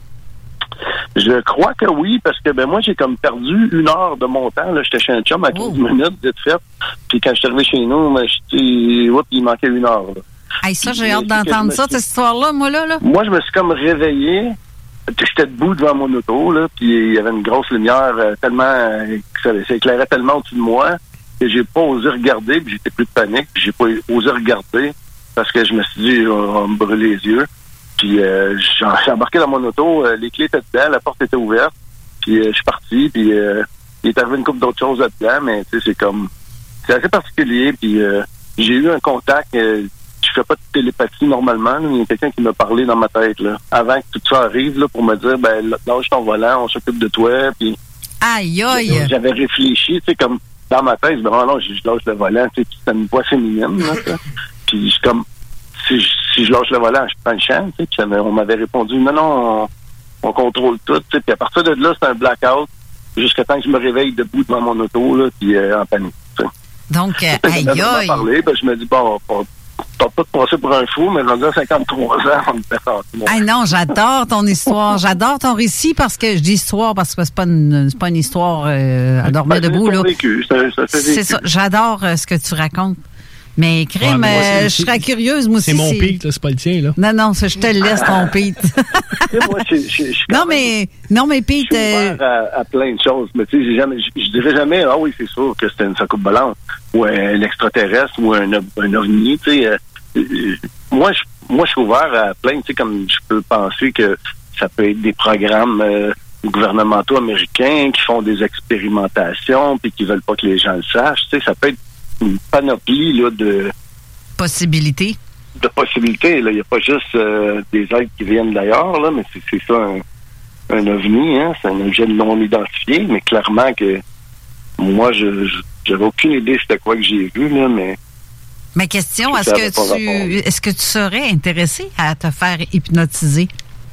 [SPEAKER 1] Je crois que oui, parce que ben moi, j'ai comme perdu une heure de mon temps. Là, j'étais chez un chum à quinze minutes, vite fait. Puis quand je suis arrivé chez nous, ben, j'étais. Oups, il manquait une heure. Là.
[SPEAKER 10] Hey, ça, j'ai hâte d'entendre ça,
[SPEAKER 1] suis...
[SPEAKER 10] cette histoire-là, moi, là, là.
[SPEAKER 1] Moi, je me suis comme réveillé. J'étais debout devant mon auto, là, puis il y avait une grosse lumière euh, tellement. Euh, ça, ça éclairait tellement au-dessus de moi que j'ai pas osé regarder, puis j'étais plus de panique, puis j'ai pas osé regarder parce que je me suis dit, on va me brûler les yeux. Puis euh, j'ai embarqué dans mon auto, euh, les clés étaient dedans, la porte était ouverte, puis euh, je suis parti, puis euh, il est arrivé une couple d'autres choses là-dedans, mais tu sais, c'est comme, c'est assez particulier, puis euh, j'ai eu un contact, euh, je fais pas de télépathie normalement, là, il y a quelqu'un qui m'a parlé dans ma tête, là, avant que tout ça arrive, là, pour me dire, ben, lâche ton volant, on s'occupe de toi, puis...
[SPEAKER 10] Aïe, aïe!
[SPEAKER 1] J'avais réfléchi, tu sais, comme, dans ma tête, ben, non, non, je lâche le volant, tu sais, c'est une voix féminine, là, ça. Puis je comme... Si je, si je lâche le volant, je prends le champ, tu sais, puis ça m'a, on m'avait répondu, non, non, on, on contrôle tout, tu sais, puis à partir de là, c'est un blackout, jusqu'à temps que je me réveille debout devant mon auto, là, puis euh, en panique, tu sais.
[SPEAKER 10] Donc, euh, aïe, aïe!
[SPEAKER 1] Parlé, ben, je me dis, bon, on va pas te passer pour un fou, mais rendu à cinquante-trois ans, on me fait ça.
[SPEAKER 10] Ah non, j'adore ton histoire, j'adore ton récit, parce que je dis histoire, parce que c'est pas une, c'est pas une histoire euh, à dormir ben, debout, là.
[SPEAKER 1] Vécu, ça, ça
[SPEAKER 10] c'est ça, j'adore euh, ce que tu racontes. Mais crème, ouais, euh, je serais curieuse, moi aussi.
[SPEAKER 9] C'est mon Pete, là, c'est pas le tien, là.
[SPEAKER 10] Non, non, ça, je te le laisse, ton Pete.
[SPEAKER 1] moi, je, je, je
[SPEAKER 10] non, mais, non, mais Pete.
[SPEAKER 1] Je suis ouvert à, à plein de choses, mais tu sais, j'ai jamais, je, je dirais jamais, ah oui, c'est sûr que c'était une soucoupe volante, ou un extraterrestre, ou un, un ovni, tu sais. Euh, euh, moi, je, moi, je suis ouvert à plein, tu sais, comme je peux penser que ça peut être des programmes euh, gouvernementaux américains qui font des expérimentations, puis qui veulent pas que les gens le sachent, tu sais, ça peut être une panoplie là, de
[SPEAKER 10] possibilités.
[SPEAKER 1] De possibilités. Il n'y a pas juste euh, des êtres qui viennent d'ailleurs, là, mais c'est, c'est ça un, un ovni, hein? C'est un objet non identifié, mais clairement que moi, je, je j'avais aucune idée c'était quoi que j'ai vu, là, mais.
[SPEAKER 10] Ma question, est-ce que tu est-ce que tu serais intéressé à te faire hypnotiser?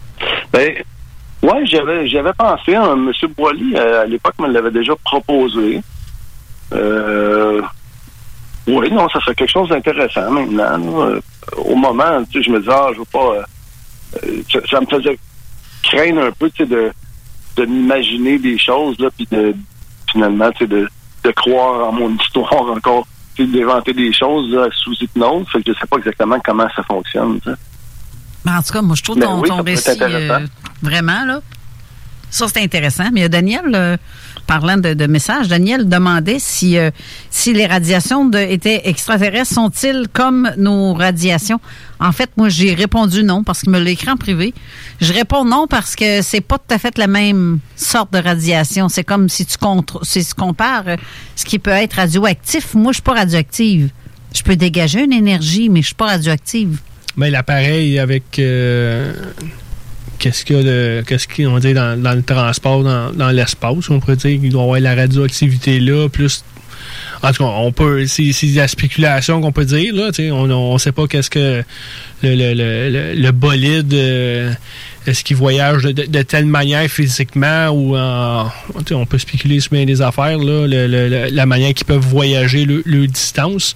[SPEAKER 1] Ben ouais, j'avais j'avais pensé, hein, M. Boily, à l'époque, me l'avait déjà proposé. Euh Oui, non, ça serait quelque chose d'intéressant maintenant. Là. Au moment, tu sais, je me disais, ah, je veux pas... Euh, ça, ça me faisait craindre un peu, tu sais, de, de m'imaginer des choses, là, puis de, finalement, tu sais, de, de croire en mon histoire encore, tu sais, d'inventer des choses, là, sous hypnose. Fait que je sais pas exactement comment ça fonctionne, tu sais.
[SPEAKER 10] Mais en tout cas, moi, je trouve
[SPEAKER 1] Mais
[SPEAKER 10] ton,
[SPEAKER 1] oui,
[SPEAKER 10] ton récit, euh, vraiment, là, ça, c'est intéressant. Mais il y a Daniel, euh, parlant de, de messages, Daniel demandait si, euh, si les radiations de, étaient extraterrestres, sont-ils comme nos radiations? En fait, moi, j'ai répondu non, parce qu'il me l'a écrit en privé. Je réponds non parce que c'est pas tout à fait la même sorte de radiation. C'est comme si tu, contre, si tu compares euh, ce qui peut être radioactif. Moi, je suis pas radioactive. Je peux dégager une énergie, mais je suis pas radioactive.
[SPEAKER 9] Mais l'appareil avec... Euh Qu'est-ce qu'il y a de. Qu'est-ce qu'on va dire dans, dans le transport, dans, dans l'espace, on pourrait dire qu'il doit y avoir la radioactivité là, plus. En tout cas, on peut. C'est, c'est de la spéculation qu'on peut dire, là. On ne sait pas qu'est-ce que le, le, le, le bolide. Euh, est-ce qu'il voyage de, de, de telle manière physiquement ou en. On peut spéculer sur bien des affaires, là, le, le, la manière qu'ils peuvent voyager le, le distance.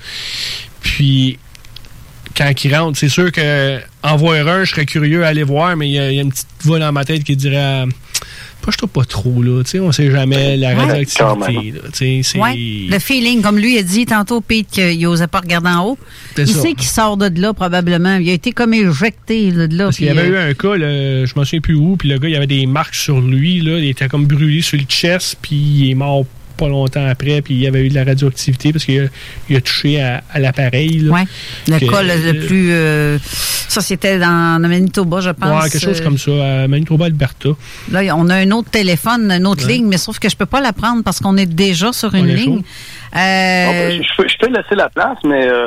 [SPEAKER 9] Puis. Quand ils rentrent, c'est sûr que en voir un, je serais curieux à aller voir, mais il y, y a une petite voix dans ma tête qui dirait pas je trouve pas trop, là, tu sais, on sait jamais la radioactivité, là, tu sais,
[SPEAKER 10] ouais, le feeling, comme lui a dit tantôt, Pete, qu'il n'osait pas regarder en haut. C'est il ça. Sait qu'il sort de là, probablement. Il a été comme éjecté là, de là.
[SPEAKER 9] Parce qu'il y avait euh... eu un cas, là, je me souviens plus où, puis le gars, il avait des marques sur lui, là, il était comme brûlé sur le chest, puis il est mort pas longtemps après, puis il y avait eu de la radioactivité parce qu'il a, il a touché à, à l'appareil.
[SPEAKER 10] Oui. Le que, cas le, le plus... Euh, ça, c'était dans le Manitoba, je pense.
[SPEAKER 9] Oui, quelque chose comme ça, à Manitoba, Alberta.
[SPEAKER 10] Là, on a un autre téléphone, une autre ouais. ligne, mais sauf que je peux pas la prendre parce qu'on est déjà sur une ligne.
[SPEAKER 1] Euh... Oh, ben, je, je peux laisser la place, mais... Euh...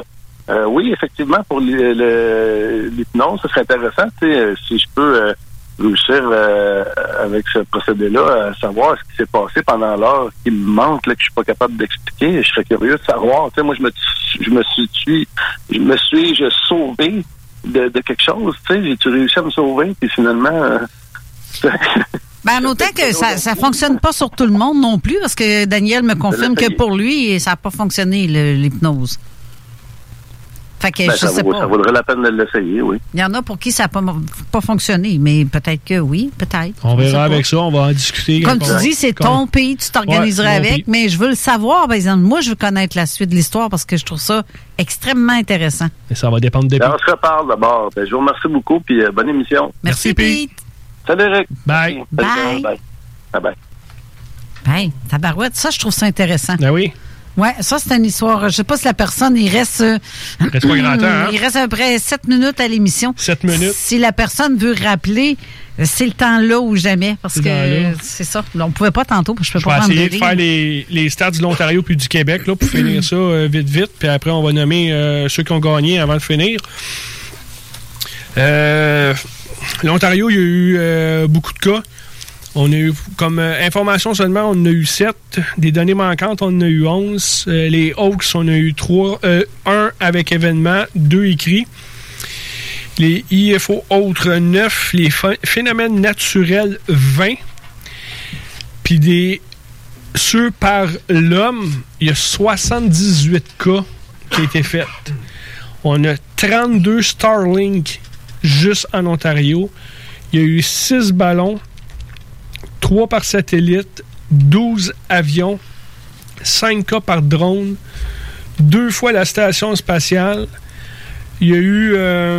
[SPEAKER 1] Euh, oui, effectivement, pour le- le- l'hypnose, ça serait intéressant, tu sais, euh, si je peux euh, réussir euh, avec ce procédé-là à savoir ce qui s'est passé pendant l'heure qui me manque, là, que je suis pas capable d'expliquer. Je serais curieux de savoir. Tu sais, moi, je me, je me suis, je me suis, je sauvé de, de quelque chose. Tu sais, j'ai-tu réussi à me sauver, puis finalement. Euh,
[SPEAKER 10] Ben, en autant que ça ça fonctionne pas sur tout le monde non plus, parce que Daniel me confirme que pour lui, ça n'a pas fonctionné, le- l'hypnose. Fait que
[SPEAKER 1] ben,
[SPEAKER 10] je
[SPEAKER 1] ça,
[SPEAKER 10] sais
[SPEAKER 1] vaut-
[SPEAKER 10] pas.
[SPEAKER 1] ça vaudrait la peine de l'essayer, oui.
[SPEAKER 10] Il y en a pour qui ça n'a pas, pas fonctionné, mais peut-être que oui, peut-être.
[SPEAKER 9] On
[SPEAKER 10] Je sais
[SPEAKER 9] verra
[SPEAKER 10] pas.
[SPEAKER 9] avec ça, on va en discuter.
[SPEAKER 10] Comme
[SPEAKER 9] quand
[SPEAKER 10] tu dis, c'est
[SPEAKER 9] quand-
[SPEAKER 10] ton pays, tu t'organiserais
[SPEAKER 9] Ouais, mon
[SPEAKER 10] avec,
[SPEAKER 9] pays.
[SPEAKER 10] mais je veux le savoir, par exemple. Moi, je veux connaître la suite de l'histoire parce que je trouve ça extrêmement intéressant.
[SPEAKER 9] Mais ça va dépendre des
[SPEAKER 1] Ben, on se reparle d'abord. Ben, je vous remercie beaucoup, puis euh, bonne émission.
[SPEAKER 10] Merci, Pete.
[SPEAKER 1] Salut, Eric.
[SPEAKER 9] Bye.
[SPEAKER 10] Bye.
[SPEAKER 1] Bye. Bye. Bye.
[SPEAKER 10] Ben, tabarouette, ça, je trouve ça intéressant.
[SPEAKER 9] Ben oui.
[SPEAKER 10] Ouais, ça, c'est une histoire. Je sais pas si la personne, il reste. euh,
[SPEAKER 9] Il reste pas grand temps, hein?
[SPEAKER 10] Il reste à peu près sept minutes à l'émission.
[SPEAKER 9] Sept minutes.
[SPEAKER 10] Si la personne veut rappeler, c'est le temps là ou jamais. Parce
[SPEAKER 9] C'est
[SPEAKER 10] que
[SPEAKER 9] le temps là.
[SPEAKER 10] c'est ça. On pouvait pas tantôt, parce que je
[SPEAKER 9] Je
[SPEAKER 10] peux
[SPEAKER 9] vais
[SPEAKER 10] pas prendre
[SPEAKER 9] essayer
[SPEAKER 10] de
[SPEAKER 9] de faire
[SPEAKER 10] ligne.
[SPEAKER 9] les, les stats de l'Ontario puis du Québec là, pour finir ça euh, vite, vite. Puis après, on va nommer euh, ceux qui ont gagné avant de finir. Euh, L'Ontario, il y a eu euh, beaucoup de cas. On a eu, comme euh, information seulement, on en a eu sept. Des données manquantes, on en a eu onze. Euh, les Hawks, on a eu trois. Euh, un avec événement, deux écrits. Les I F O autres, neuf. Les ph- phénomènes naturels, vingt. Puis des ceux par l'homme, il y a soixante-dix-huit cas qui ont été faits. On a trente-deux Starlink juste en Ontario. Il y a eu six ballons, trois par satellite, douze avions, cinq cas par drone, deux fois la station spatiale. Il y a eu euh,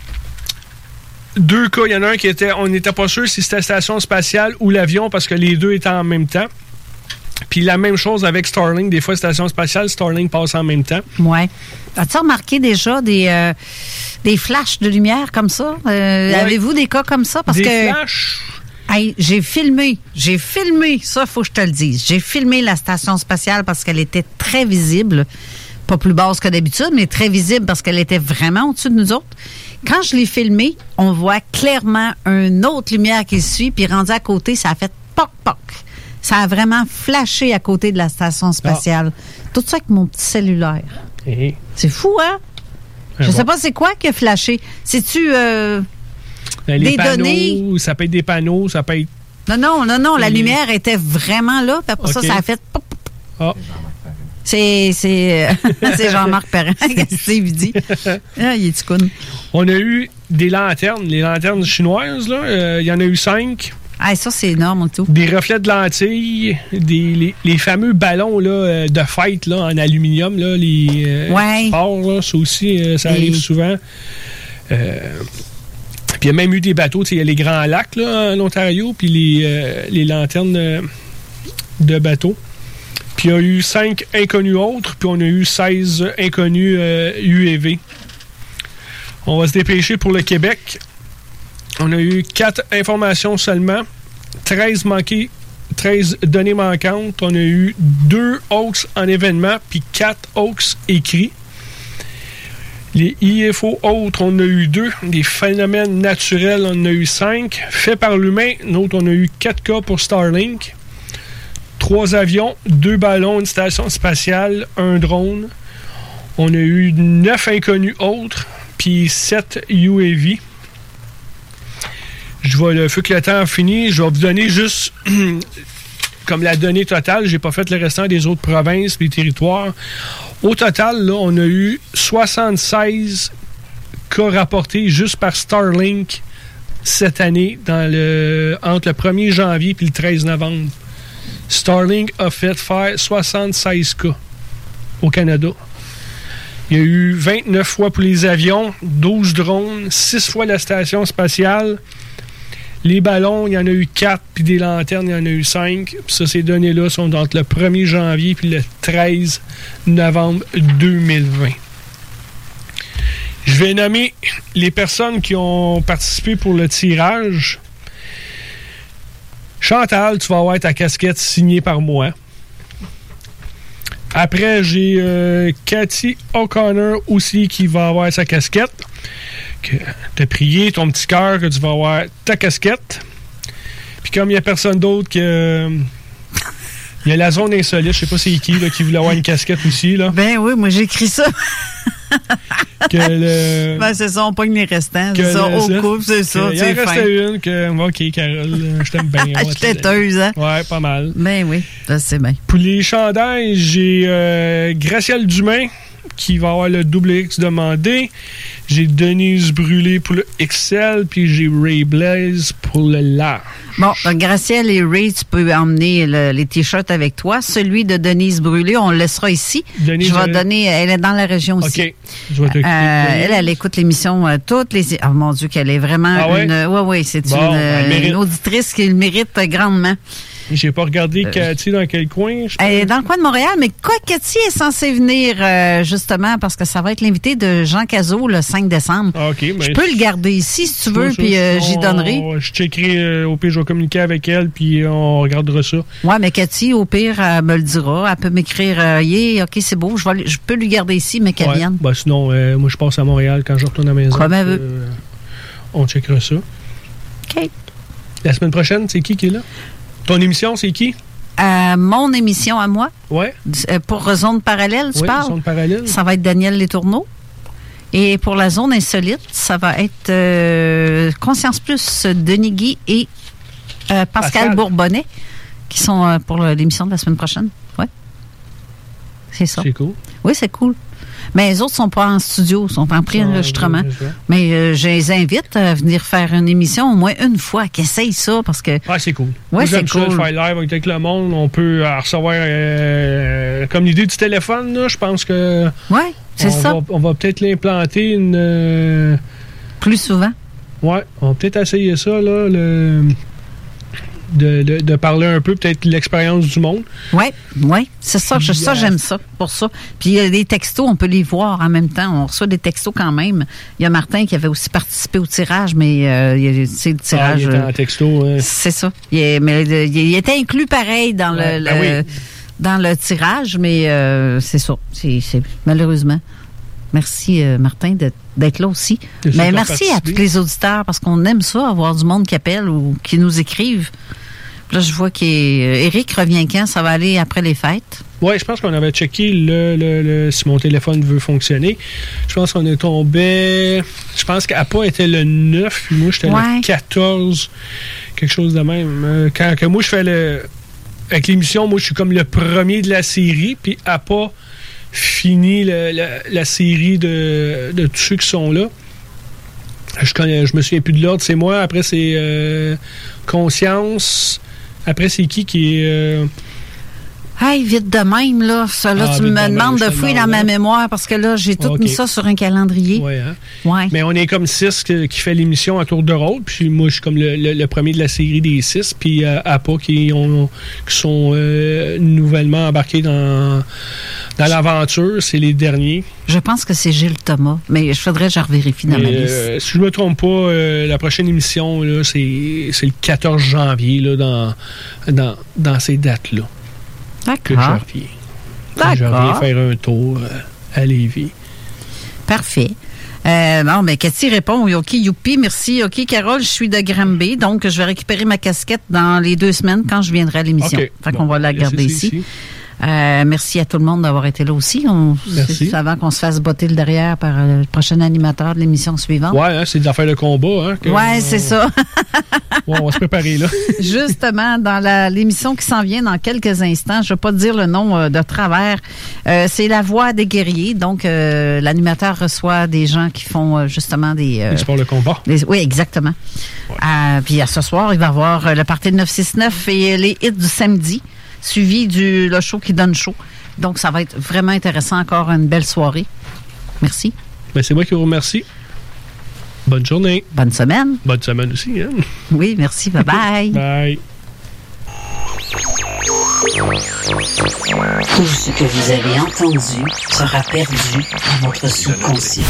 [SPEAKER 9] deux cas. Il y en a un qui était, on n'était pas sûr si c'était la station spatiale ou l'avion parce que les deux étaient en même temps. Puis la même chose avec Starlink. Des fois, station spatiale, Starlink passe en même temps.
[SPEAKER 10] Ouais. As-tu remarqué déjà des, euh, des flashs de lumière comme ça? Euh,
[SPEAKER 9] Ouais.
[SPEAKER 10] Avez-vous des cas comme ça? Parce
[SPEAKER 9] Des
[SPEAKER 10] que
[SPEAKER 9] flashs?
[SPEAKER 10] Hey, j'ai filmé, j'ai filmé, ça, faut que je te le dise. J'ai filmé la station spatiale parce qu'elle était très visible. Pas plus basse que d'habitude, mais très visible parce qu'elle était vraiment au-dessus de nous autres. Quand je l'ai filmé, on voit clairement une autre lumière qui suit, puis rendu à côté, ça a fait poc-poc. Ça a vraiment flashé à côté de la station spatiale. Tout ça avec mon petit cellulaire.
[SPEAKER 9] Eh.
[SPEAKER 10] C'est fou, hein?
[SPEAKER 9] Ah
[SPEAKER 10] Je
[SPEAKER 9] bon.
[SPEAKER 10] sais pas c'est quoi qui a flashé. C'est-tu euh,
[SPEAKER 9] Les
[SPEAKER 10] des
[SPEAKER 9] panneaux,
[SPEAKER 10] données?
[SPEAKER 9] ça peut être des panneaux, ça peut être...
[SPEAKER 10] Non, non, non, non. La
[SPEAKER 9] Les-
[SPEAKER 10] lumière était vraiment là. Puis après
[SPEAKER 9] Ok.
[SPEAKER 10] ça, ça a fait... pop, pop.
[SPEAKER 9] Ah.
[SPEAKER 10] C'est, c'est, euh, c'est Jean-Marc Perrin. Qu'est-ce qu'il dit? Ah, il est du con.
[SPEAKER 9] On a eu des lanternes, les lanternes chinoises, là. euh, Il y en a eu cinq.
[SPEAKER 10] Ah, ça, c'est énorme, tout.
[SPEAKER 9] Des reflets de lentilles, des, les, les fameux ballons là, euh, de fête là, en aluminium, là, les euh,
[SPEAKER 10] Ouais.
[SPEAKER 9] sports, là, ça aussi, euh, ça arrive
[SPEAKER 10] Et-
[SPEAKER 9] souvent. Euh, puis il y a même eu des bateaux, tu sais, il y a les grands lacs là, en Ontario, puis les, euh, les lanternes euh, de bateaux. Puis il y a eu cinq inconnus autres, puis on a eu seize inconnus euh, U E V. On va se dépêcher pour le Québec. On a eu quatre informations seulement, treize manquées, treize données manquantes. On a eu deux hoax en événement, puis quatre hoax écrits. Les I F O autres, on a eu deux. Les phénomènes naturels, on en a eu cinq. Fait par l'humain, nous autres, on a eu quatre cas pour Starlink. Trois avions, deux ballons, une station spatiale, un drone. On a eu neuf inconnus autres, puis sept U A V. Je vais, le feu que le temps a fini, je vais vous donner juste comme la donnée totale. J'ai pas fait le restant des autres provinces, les territoires. Au total, là, on a eu soixante-seize cas rapportés juste par Starlink cette année, dans le, entre le premier janvier et le treize novembre. Starlink a fait faire soixante-seize cas au Canada. Il y a eu vingt-neuf fois pour les avions, douze drones, six fois la station spatiale. Les ballons, il y en a eu quatre, puis des lanternes, il y en a eu cinq. Puis ça, ces données-là sont entre le premier janvier puis le treize novembre deux mille vingt. Je vais nommer les personnes qui ont participé pour le tirage. Chantal, tu vas avoir ta casquette signée par moi. Après, j'ai euh, Cathy O'Connor aussi qui va avoir sa casquette. Que t'as prié ton petit cœur que tu vas avoir ta casquette. Puis comme il n'y a personne d'autre que... Il y a la zone insolite, je sais pas c'est qui là, qui voulait avoir une casquette aussi. Là.
[SPEAKER 10] Ben oui, moi j'ai écrit ça.
[SPEAKER 9] que le...
[SPEAKER 10] Ben c'est ça, on pogne les restants.
[SPEAKER 9] Que
[SPEAKER 10] C'est ça,
[SPEAKER 9] le-
[SPEAKER 10] au
[SPEAKER 9] ça,
[SPEAKER 10] couple, c'est ça.
[SPEAKER 9] Il en restait une que... OK, Carole, je t'aime bien.
[SPEAKER 10] Je suis têteuse, hein?
[SPEAKER 9] Ouais, pas mal.
[SPEAKER 10] Ben oui, ça c'est bien.
[SPEAKER 9] Pour les chandails, j'ai euh, Gracielle Dumain qui va avoir le double X demandé. J'ai Denise Brûlé pour le X L, puis j'ai Ray Blaze pour le large.
[SPEAKER 10] Bon, donc, Gracielle et Ray, tu peux emmener le- les T-shirts avec toi. Celui de Denise Brûlé, on le laissera ici.
[SPEAKER 9] Denise,
[SPEAKER 10] Je vais
[SPEAKER 9] elle-
[SPEAKER 10] donner, elle est dans la région aussi.
[SPEAKER 9] OK. Je vais t'occuper
[SPEAKER 10] Euh,
[SPEAKER 9] de Denise.
[SPEAKER 10] elle, elle écoute l'émission euh, toutes les... Oh mon Dieu, qu'elle est vraiment
[SPEAKER 9] Ah ouais?
[SPEAKER 10] une... Oui, oui, c'est
[SPEAKER 9] Bon,
[SPEAKER 10] une,
[SPEAKER 9] elle
[SPEAKER 10] euh,
[SPEAKER 9] mérite.
[SPEAKER 10] une auditrice qui le mérite euh, grandement.
[SPEAKER 9] J'ai pas regardé
[SPEAKER 10] Euh,
[SPEAKER 9] Cathy dans quel coin. je
[SPEAKER 10] Elle est dans le coin de Montréal, mais quoi, Cathy est censée venir euh, justement parce que ça va être l'invité de Jean Cazot le cinq décembre.
[SPEAKER 9] Ah, OK. Ben,
[SPEAKER 10] Je peux le garder ici si tu veux,
[SPEAKER 9] ça,
[SPEAKER 10] puis euh,
[SPEAKER 9] on-
[SPEAKER 10] j'y donnerai.
[SPEAKER 9] Je checkerai, euh, au pire, je vais communiquer avec elle, puis on regardera ça.
[SPEAKER 10] Ouais, mais Cathy, au pire, elle me le dira. Elle peut m'écrire, euh, yeah, OK, c'est beau, je, vais, aller- je peux lui garder ici, mais qu'elle
[SPEAKER 9] Ouais.
[SPEAKER 10] vienne.
[SPEAKER 9] Ben, sinon, euh, moi, je passe à Montréal quand je retourne à la maison.
[SPEAKER 10] Comme elle veut.
[SPEAKER 9] Euh, on checkera ça.
[SPEAKER 10] OK.
[SPEAKER 9] La semaine prochaine, c'est qui qui est là? Ton émission, c'est qui?
[SPEAKER 10] Euh, mon émission à moi,
[SPEAKER 9] Ouais.
[SPEAKER 10] euh, pour Zone Parallèle, tu
[SPEAKER 9] Oui,
[SPEAKER 10] parles?
[SPEAKER 9] Zone Parallèle.
[SPEAKER 10] Ça va être Daniel Letourneau. Et pour la Zone Insolite, ça va être euh, Conscience Plus, Denis Guy et euh, Pascal,
[SPEAKER 9] Pascal.
[SPEAKER 10] Bourbonnais, qui sont euh, pour le- l'émission de la semaine prochaine. Ouais. C'est ça.
[SPEAKER 9] C'est cool.
[SPEAKER 10] Oui, c'est cool. Mais les autres sont pas en studio, sont en pré-enregistrement.
[SPEAKER 9] Ah, ouais, ouais.
[SPEAKER 10] Mais euh, je les invite à venir faire une émission au moins une fois, qu'ils essayent ça, parce que...
[SPEAKER 9] Ah, c'est cool.
[SPEAKER 10] Ouais,
[SPEAKER 9] Moi,
[SPEAKER 10] c'est
[SPEAKER 9] j'aime ça,
[SPEAKER 10] cool.
[SPEAKER 9] le faire live avec le monde. On peut euh, recevoir, euh, comme l'idée du téléphone, là, je pense que...
[SPEAKER 10] Ouais, c'est
[SPEAKER 9] on
[SPEAKER 10] ça.
[SPEAKER 9] Va, on va peut-être l'implanter une... euh,
[SPEAKER 10] Plus souvent.
[SPEAKER 9] Ouais, on va peut-être essayer ça, là, le... De, de, de parler un peu, peut-être, de l'expérience du monde.
[SPEAKER 10] Oui, oui, c'est ça. Je, ça,
[SPEAKER 9] euh,
[SPEAKER 10] j'aime ça, pour ça. Puis euh, les textos, on peut les voir en même temps. On reçoit des textos quand même. Il y a Martin qui avait aussi participé au tirage, mais euh, il y a- c'est le
[SPEAKER 9] Ah,
[SPEAKER 10] tirage...
[SPEAKER 9] il était
[SPEAKER 10] euh,
[SPEAKER 9] en texto. hein.
[SPEAKER 10] c'est ça. Il, est- mais le- il, il était inclus pareil dans
[SPEAKER 9] Ouais,
[SPEAKER 10] le,
[SPEAKER 9] ben
[SPEAKER 10] le-
[SPEAKER 9] oui.
[SPEAKER 10] dans le tirage, mais euh, c'est ça. C'est, c'est- malheureusement. Merci, euh, Martin, de- d'être là aussi.
[SPEAKER 9] De
[SPEAKER 10] Mais
[SPEAKER 9] ceux qui ont
[SPEAKER 10] merci à
[SPEAKER 9] participé.
[SPEAKER 10] tous les auditeurs, parce qu'on aime ça, avoir du monde qui appelle ou qui nous écrivent. Là, je vois qu'Éric revient quand? Ça va aller après les fêtes?
[SPEAKER 9] Oui, je pense qu'on avait checké le, le- le- si mon téléphone veut fonctionner. Je pense qu'on est tombé... Je pense qu'Appa était le neuf, puis moi, j'étais
[SPEAKER 10] Ouais.
[SPEAKER 9] le quatorze. Quelque chose de même. Euh, Quand que moi, je fais le... Avec l'émission, moi, je suis comme le premier de la série, puis Appa finit le- le- la série de, de tous ceux qui sont là. Je connais, je me souviens plus de l'ordre. C'est moi. Après, c'est euh, Conscience. Après, c'est qui qui est... euh,
[SPEAKER 10] Hey, vite de même, là. Ça, là,
[SPEAKER 9] Ah,
[SPEAKER 10] tu
[SPEAKER 9] vite
[SPEAKER 10] me
[SPEAKER 9] de même,
[SPEAKER 10] demandes
[SPEAKER 9] je
[SPEAKER 10] de
[SPEAKER 9] te
[SPEAKER 10] fouiller
[SPEAKER 9] demande,
[SPEAKER 10] dans ma
[SPEAKER 9] hein.
[SPEAKER 10] mémoire parce que là, j'ai tout
[SPEAKER 9] Ok.
[SPEAKER 10] mis ça sur un calendrier.
[SPEAKER 9] Ouais, hein?
[SPEAKER 10] Ouais.
[SPEAKER 9] Mais on est comme six qui, qui fait l'émission à tour de rôle. Puis moi, je suis comme le, le- le premier de la série des six. Puis euh, Appa qui, ont, qui sont euh, nouvellement embarqués dans, dans l'aventure. C'est les derniers.
[SPEAKER 10] Je pense que c'est Gilles Thomas, mais je faudrait que je revérifie dans
[SPEAKER 9] Et,
[SPEAKER 10] ma liste.
[SPEAKER 9] euh, si je ne me trompe pas, euh, la prochaine émission, là, c'est, c'est le quatorze janvier là, dans, dans, dans ces dates-là. Que je
[SPEAKER 10] D'accord.
[SPEAKER 9] reviens. Que Je reviens faire un tour euh, à Lévis.
[SPEAKER 10] Parfait. Euh, non, mais Cathy répond, OK, youpi, merci. OK, Carole, je suis de Granby, donc je vais récupérer ma casquette dans les deux semaines quand je viendrai à l'émission.
[SPEAKER 9] OK.
[SPEAKER 10] Fait
[SPEAKER 9] Bon,
[SPEAKER 10] qu'on va la
[SPEAKER 9] laissez
[SPEAKER 10] garder
[SPEAKER 9] ça
[SPEAKER 10] ici.
[SPEAKER 9] ici.
[SPEAKER 10] Euh, merci à tout le monde d'avoir été là aussi. On,
[SPEAKER 9] Merci.
[SPEAKER 10] c'est avant qu'on se fasse botter le derrière par euh, le prochain animateur de l'émission suivante.
[SPEAKER 9] Ouais, hein, c'est des affaires de combat. Hein, que-
[SPEAKER 10] Ouais, c'est ça.
[SPEAKER 9] Ouais, on va se préparer là.
[SPEAKER 10] Justement, dans la- l'émission qui s'en vient dans quelques instants, je ne vais pas dire le nom euh, de travers, euh, c'est La Voix des guerriers. Donc, euh, l'animateur reçoit des gens qui font euh, justement des... euh,
[SPEAKER 9] Les sports de combat.
[SPEAKER 10] des- oui, exactement. Euh, puis à ce soir, il va y avoir euh, le party de neuf cent soixante-neuf et les hits du samedi, suivi du le show qui donne chaud. Donc, ça va être vraiment intéressant. Encore une belle soirée. Merci.
[SPEAKER 9] Ben, c'est moi qui vous remercie. Bonne journée.
[SPEAKER 10] Bonne semaine.
[SPEAKER 9] Bonne semaine aussi. Hein?
[SPEAKER 10] Oui, merci. Bye-bye.
[SPEAKER 9] Bye.
[SPEAKER 2] Tout ce que vous avez entendu sera perdu à votre subconscient.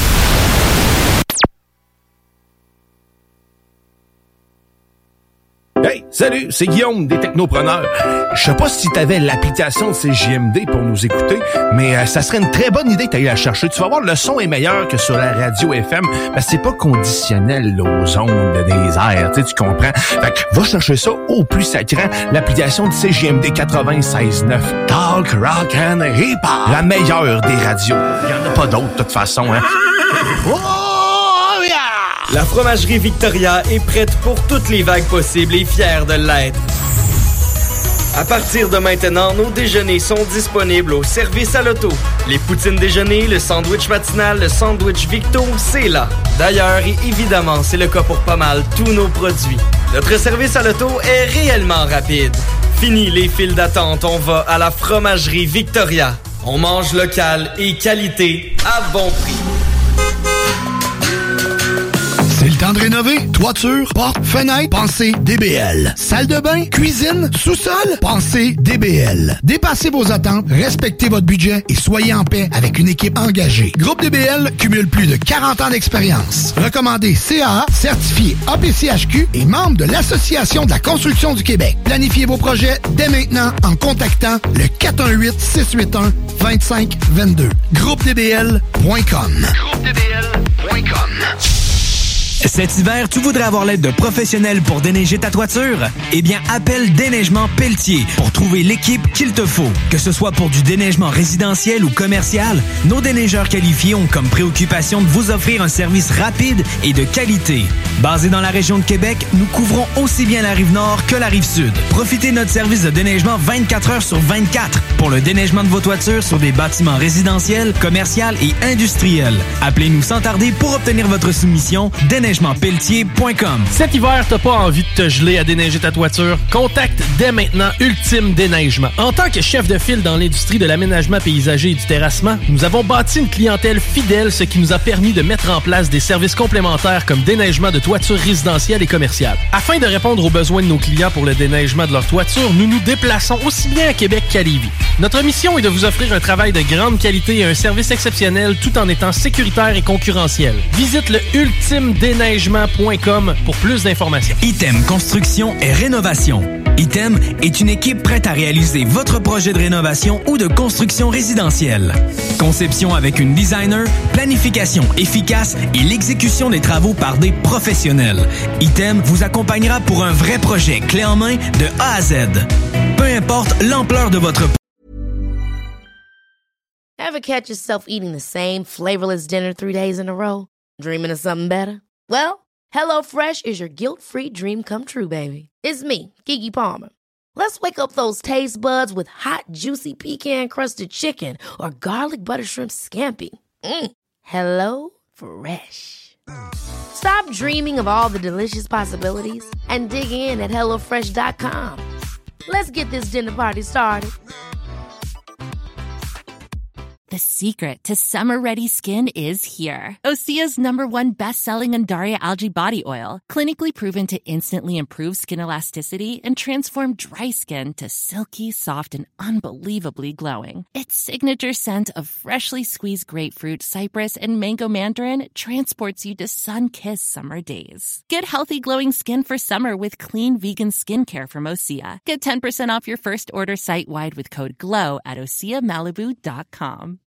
[SPEAKER 18] Hey, salut, c'est Guillaume des Technopreneurs. Je sais pas si t'avais l'application de C J M D pour nous écouter, mais euh, ça serait une très bonne idée que t'ailles la chercher. Tu vas voir, le son est meilleur que sur la radio F M, parce que c'est pas conditionnel là, aux ondes des airs, tu comprends? Fait que va chercher ça au plus sacrant, l'application de C J M D quatre-vingt-seize neuf. Talk, rock and hip-hop. La meilleure des radios. Il y en a pas d'autres, de toute façon, hein. Oh, yeah!
[SPEAKER 17] La fromagerie Victoria est prête pour toutes les vagues possibles et fière de l'être. À partir de maintenant, nos déjeuners sont disponibles au service à l'auto. Les poutines déjeuner, le sandwich matinal, le sandwich Victo, c'est là. D'ailleurs, et évidemment, c'est le cas pour pas mal tous nos produits. Notre service à l'auto est réellement rapide. Fini les files d'attente, on va à la fromagerie Victoria. On mange local et qualité à bon prix.
[SPEAKER 7] C'est le temps de rénover. Toiture, porte, fenêtre, pensez D B L. Salle de bain, cuisine, sous-sol, pensez D B L. Dépassez vos attentes, respectez votre budget et soyez en paix avec une équipe engagée. Groupe D B L cumule plus de quarante ans d'expérience. Recommandé C A A, certifié A P C H Q et membre de l'Association de la construction du Québec. Planifiez vos projets dès maintenant en contactant le quatre un huit, six huit un, deux cinq deux deux. groupe d b l point com.
[SPEAKER 6] groupe d b l point com.
[SPEAKER 4] Cet hiver, tu voudrais avoir l'aide de professionnels pour déneiger ta toiture? Eh bien, appelle Déneigement Pelletier pour trouver l'équipe qu'il te faut. Que ce soit pour du déneigement résidentiel ou commercial, nos déneigeurs qualifiés ont comme préoccupation de vous offrir un service rapide et de qualité. Basé dans la région de Québec, nous couvrons aussi bien la Rive-Nord que la Rive-Sud. Profitez de notre service de déneigement vingt-quatre heures sur vingt-quatre pour le déneigement de vos toitures sur des bâtiments résidentiels, commerciaux et industriels. Appelez-nous sans tarder pour obtenir votre soumission. Déneigement Pelletier point com.
[SPEAKER 13] Cet hiver, t'as pas envie de te geler à déneiger ta toiture? Contacte dès maintenant Ultime Déneigement. En tant que chef de file dans l'industrie de l'aménagement paysager et du terrassement, nous avons bâti une clientèle fidèle, ce qui nous a permis de mettre en place des services complémentaires comme déneigement de toitures résidentielles et commerciales. Afin de répondre aux besoins de nos clients pour le déneigement de leur toiture, nous nous déplaçons aussi bien à Québec qu'à Lévis. Notre mission est de vous offrir un travail de grande qualité et un service exceptionnel tout en étant sécuritaire et concurrentiel. Visite le ultime déneigement point com pour plus d'informations.
[SPEAKER 4] Item Construction et Rénovation. Item est une équipe prête à réaliser votre projet de rénovation ou de construction résidentielle. Conception avec une designer, planification efficace et l'exécution des travaux par des professionnels. Item vous accompagnera pour un vrai projet clé en main de A à Z. Peu importe l'ampleur de votre
[SPEAKER 3] Ever catch yourself eating the same flavorless dinner three days in a row? Dreaming of something better? Well, HelloFresh is your guilt-free dream come true, baby. It's me, Keke Palmer. Let's wake up those taste buds with hot, juicy pecan-crusted chicken or garlic butter shrimp scampi. Mm. Hello Fresh. Stop dreaming of all the delicious possibilities and dig in at hello fresh dot com. Let's get this dinner party started.
[SPEAKER 22] The secret to summer-ready skin is here. Osea's number one best-selling Undaria Algae Body Oil, clinically proven to instantly improve skin elasticity and transform dry skin to silky, soft, and unbelievably glowing. Its signature scent of freshly squeezed grapefruit, cypress, and mango mandarin transports you to sun-kissed summer days. Get healthy, glowing skin for summer with clean vegan skincare from Osea. Get ten percent off your first order site-wide with code GLOW at osea malibu dot com.